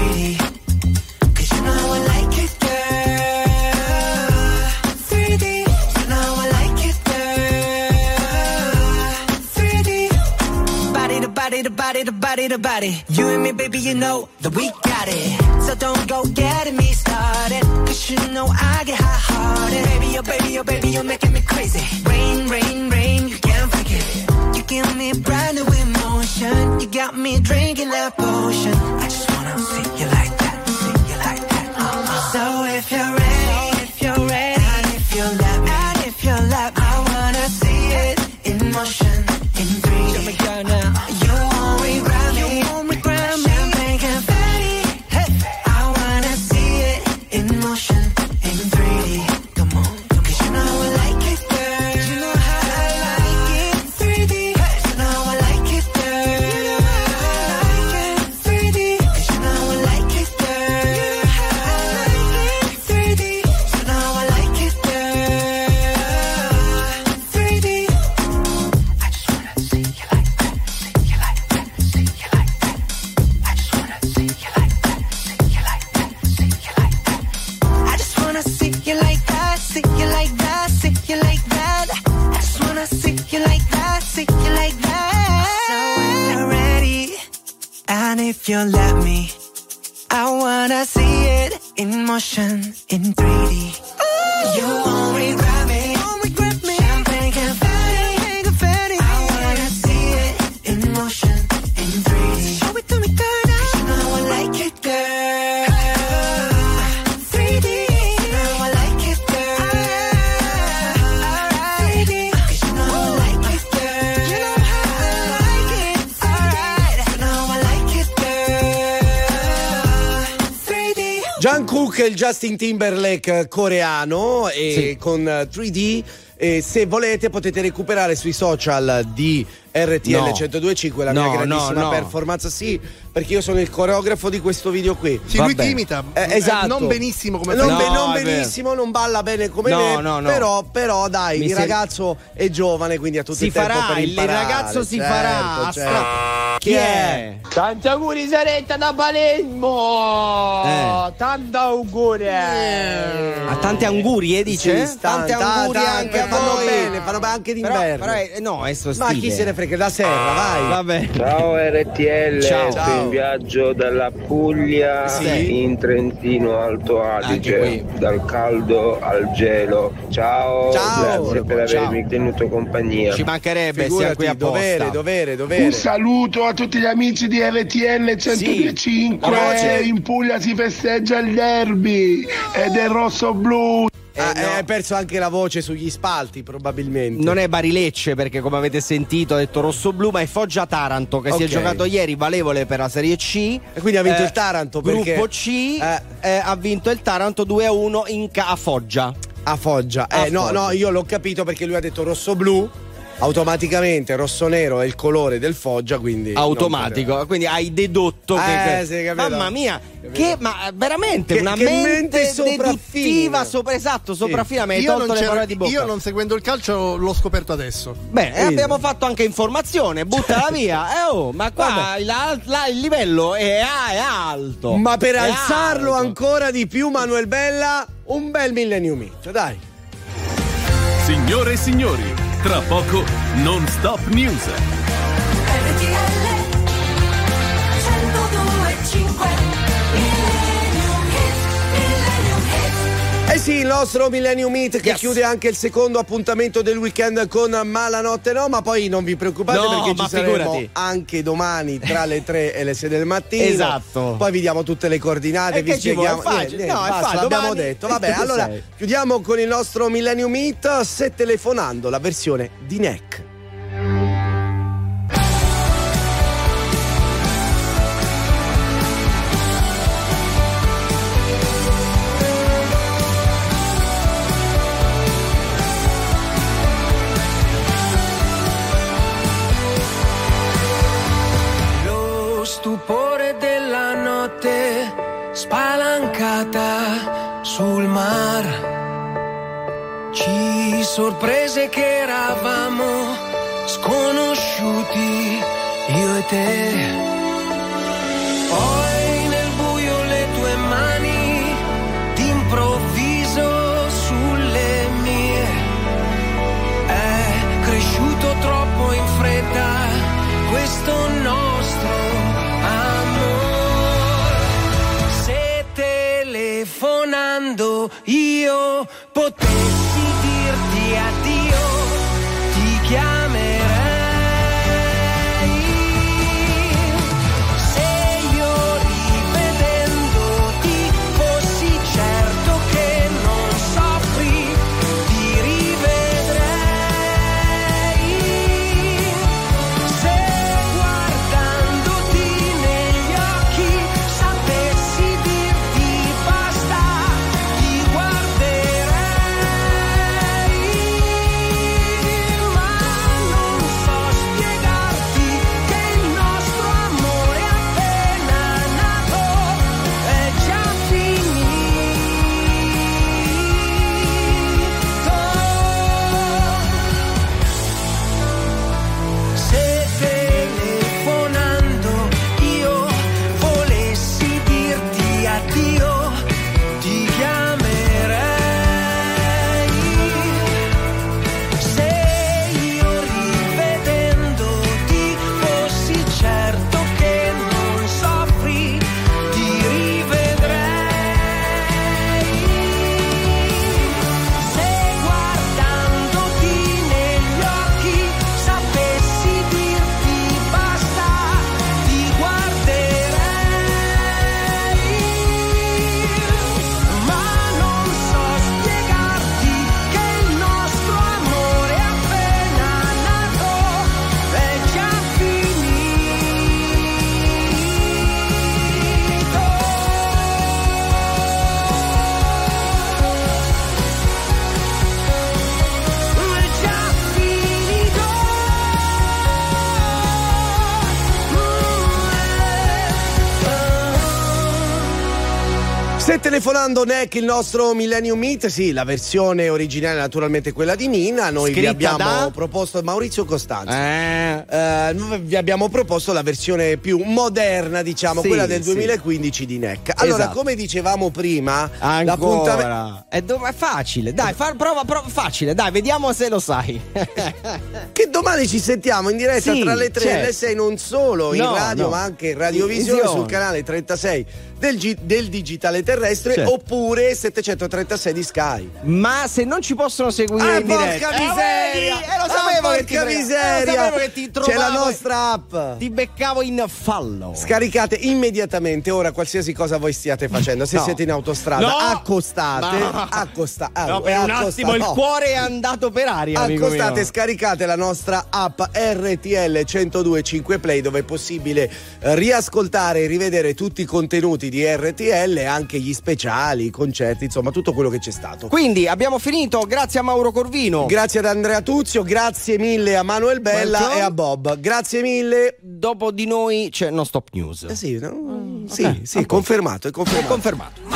body, the body, the body. You and me, baby, you know that we got it. So don't go getting me started, 'cause you know I get hot-hearted. Baby, oh baby, oh baby, you're making me crazy. Rain, rain, rain, you can't fake it. You give me brand new emotion. You got me drinking that potion. I just wanna see you like that, see you like that. So if you're ready, if you're ready, and if you let me, and if you let me, I wanna see it in motion, in 3D. Show me girl now. You won't regret me, you won't regret me. Champagne confetti, hey. I wanna see it in motion, in 3D. Come on, 'cause you know I like it, girl. You know how I like it in 3D. Hey. You know I like it, girl. You know how I like it in 3D. 'Cause you know I like it, girl. You know how I like it in 3D. You know I like it, girl. 3D. I just wanna see you like that, see you like that, see you like that. I just wanna see you like that, see you like that, see you like that. I just wanna see you like that, see you like that, see you like that. I just wanna see you like that, see you like that. So when you're ready, and if you let me, I wanna see it in motion, in 3D. You won't regret me, won't regret me. Champagne confetti, confetti. I wanna see it in motion, in 3D. Show it to me, girl, now. 'Cause you know I like it, girl. 3D. You know I like it, girl. 3D. 'Cause you know I like it, girl. You know how I like it. Alright. You know I like it, girl. 3D. Jungkook e il Justin Timberlake coreano e con 3D. E se volete potete recuperare sui social di RTL 102.5 la mia grandissima performance. Sì, perché io sono il coreografo di questo video qui. Sì, lui ti imita. Esatto. Non benissimo come non benissimo, non balla bene come me. Però dai, il ragazzo è giovane, quindi ha tutto il tempo per imparare. Il ragazzo si farà. Chi è? Tanti auguri Saretta da Palermo. Tanti auguri. Tante angurie dice? Sì, tante angurie anche a vanno voi. bene, vanno anche d'inverno. Però no, è sto Ma chi se ne frega, da Serra, vai. Vabbè. Ciao RTL, Ciao. in viaggio dalla Puglia in Trentino Alto Adige, dal caldo al gelo. Ciao. Grazie per avermi tenuto compagnia. Ci mancherebbe, sia qui apposta. Dovere. Un saluto a tutti gli amici di RTL 102.5. In Puglia si festeggia il derby ed è rosso-blu. Hai perso anche la voce sugli spalti, probabilmente. Non è Bari-Lecce, perché come avete sentito ha detto rosso-blu, ma è Foggia-Taranto che si è giocato ieri, valevole per la Serie C. E quindi ha vinto il Taranto, perché Gruppo C ha vinto il Taranto 2-1 a Foggia. A Foggia. No, io l'ho capito perché lui ha detto rosso-blu. Automaticamente rosso-nero è il colore del Foggia, quindi automatico, quindi hai dedotto che mamma mia, che ma veramente una mente deduttiva sopraffina, mi hai tolto le parole di bocca. Io non seguendo il calcio l'ho scoperto adesso. Bene, abbiamo fatto anche informazione, buttala via. Ma qua il livello è alto. Ma per alzarlo ancora di più, Manuel Bella, un bel Millennium Hit, dai. Signore e signori, tra poco Non Stop News. Eh sì, il nostro Millennium Hit che chiude anche il secondo appuntamento del weekend con Malanotte No, ma poi non vi preoccupate perché ci saremo anche domani tra le 3 e le 6 del mattino. Esatto. Poi vi diamo tutte le coordinate, vi spieghiamo. L'abbiamo detto. Vabbè, allora chiudiamo con il nostro Millennium Hit, Se telefonando, la versione di Neck. Stupore della notte spalancata sul mar, ci sorprese che eravamo sconosciuti io e te. Poi nel buio le tue mani d'improvviso sulle mie, è cresciuto troppo in fretta questo nostro quando io potessi dirti addio, ti chiamerei. Se io rivedendoti fossi certo che non soffri, ti rivedrei. Se guardandoti negli occhi sapessi dirti basta, ti guarderei. Ma non so spiegarti che il nostro amore appena nato è già finito. Se telefonando io volessi dirti addio, ti chiamerei. Se io rivedendoti fossi certo che non soffri, ti rivedrei. Se guardandoti negli occhi sapessi dirti basta, ti guarderei. Ma non so spiegarti che il nostro amore appena nato è già Se telefonando Neck, il nostro Millennium Meet, sì, la versione originale naturalmente quella di Nina, noi vi abbiamo proposto Maurizio Costanzo. Vi abbiamo proposto la versione più moderna, diciamo, Sì, quella del sì. 2015 di Neck. Allora, Esatto. come dicevamo prima, Ancora. È facile, dai, prova facile, dai, vediamo se lo sai. che domani ci sentiamo in diretta Sì, tra le 3 e certo. le 6, non solo in No, radio, no. ma anche in radiovisione Visione. sul canale 36 del digitale terrestre, Certo. oppure 736 di Sky. Ma se non ci possono seguire in diretta, porca miseria! lo sapevo che ti porca miseria! lo sapevo che ti trovavo, c'è la nostra app. ti beccavo in fallo. Scaricate immediatamente ora qualsiasi cosa voi stiate facendo. Se No. siete in autostrada, No. accostate. No. No, per un attimo il cuore è andato per aria, amico Accostate, mio. scaricate la nostra app RTL 102.5 Play, dove è possibile riascoltare e rivedere tutti i contenuti di RTL, anche gli speciali, i concerti, insomma tutto quello che c'è stato. Quindi abbiamo finito, grazie a Mauro Corvino. Grazie ad Andrea Tuzio, grazie mille a Manuel Bella Welcome. e a Bob. Grazie mille. Dopo di noi c'è No Stop News. Sì, Ok, confermato, è confermato. È confermato.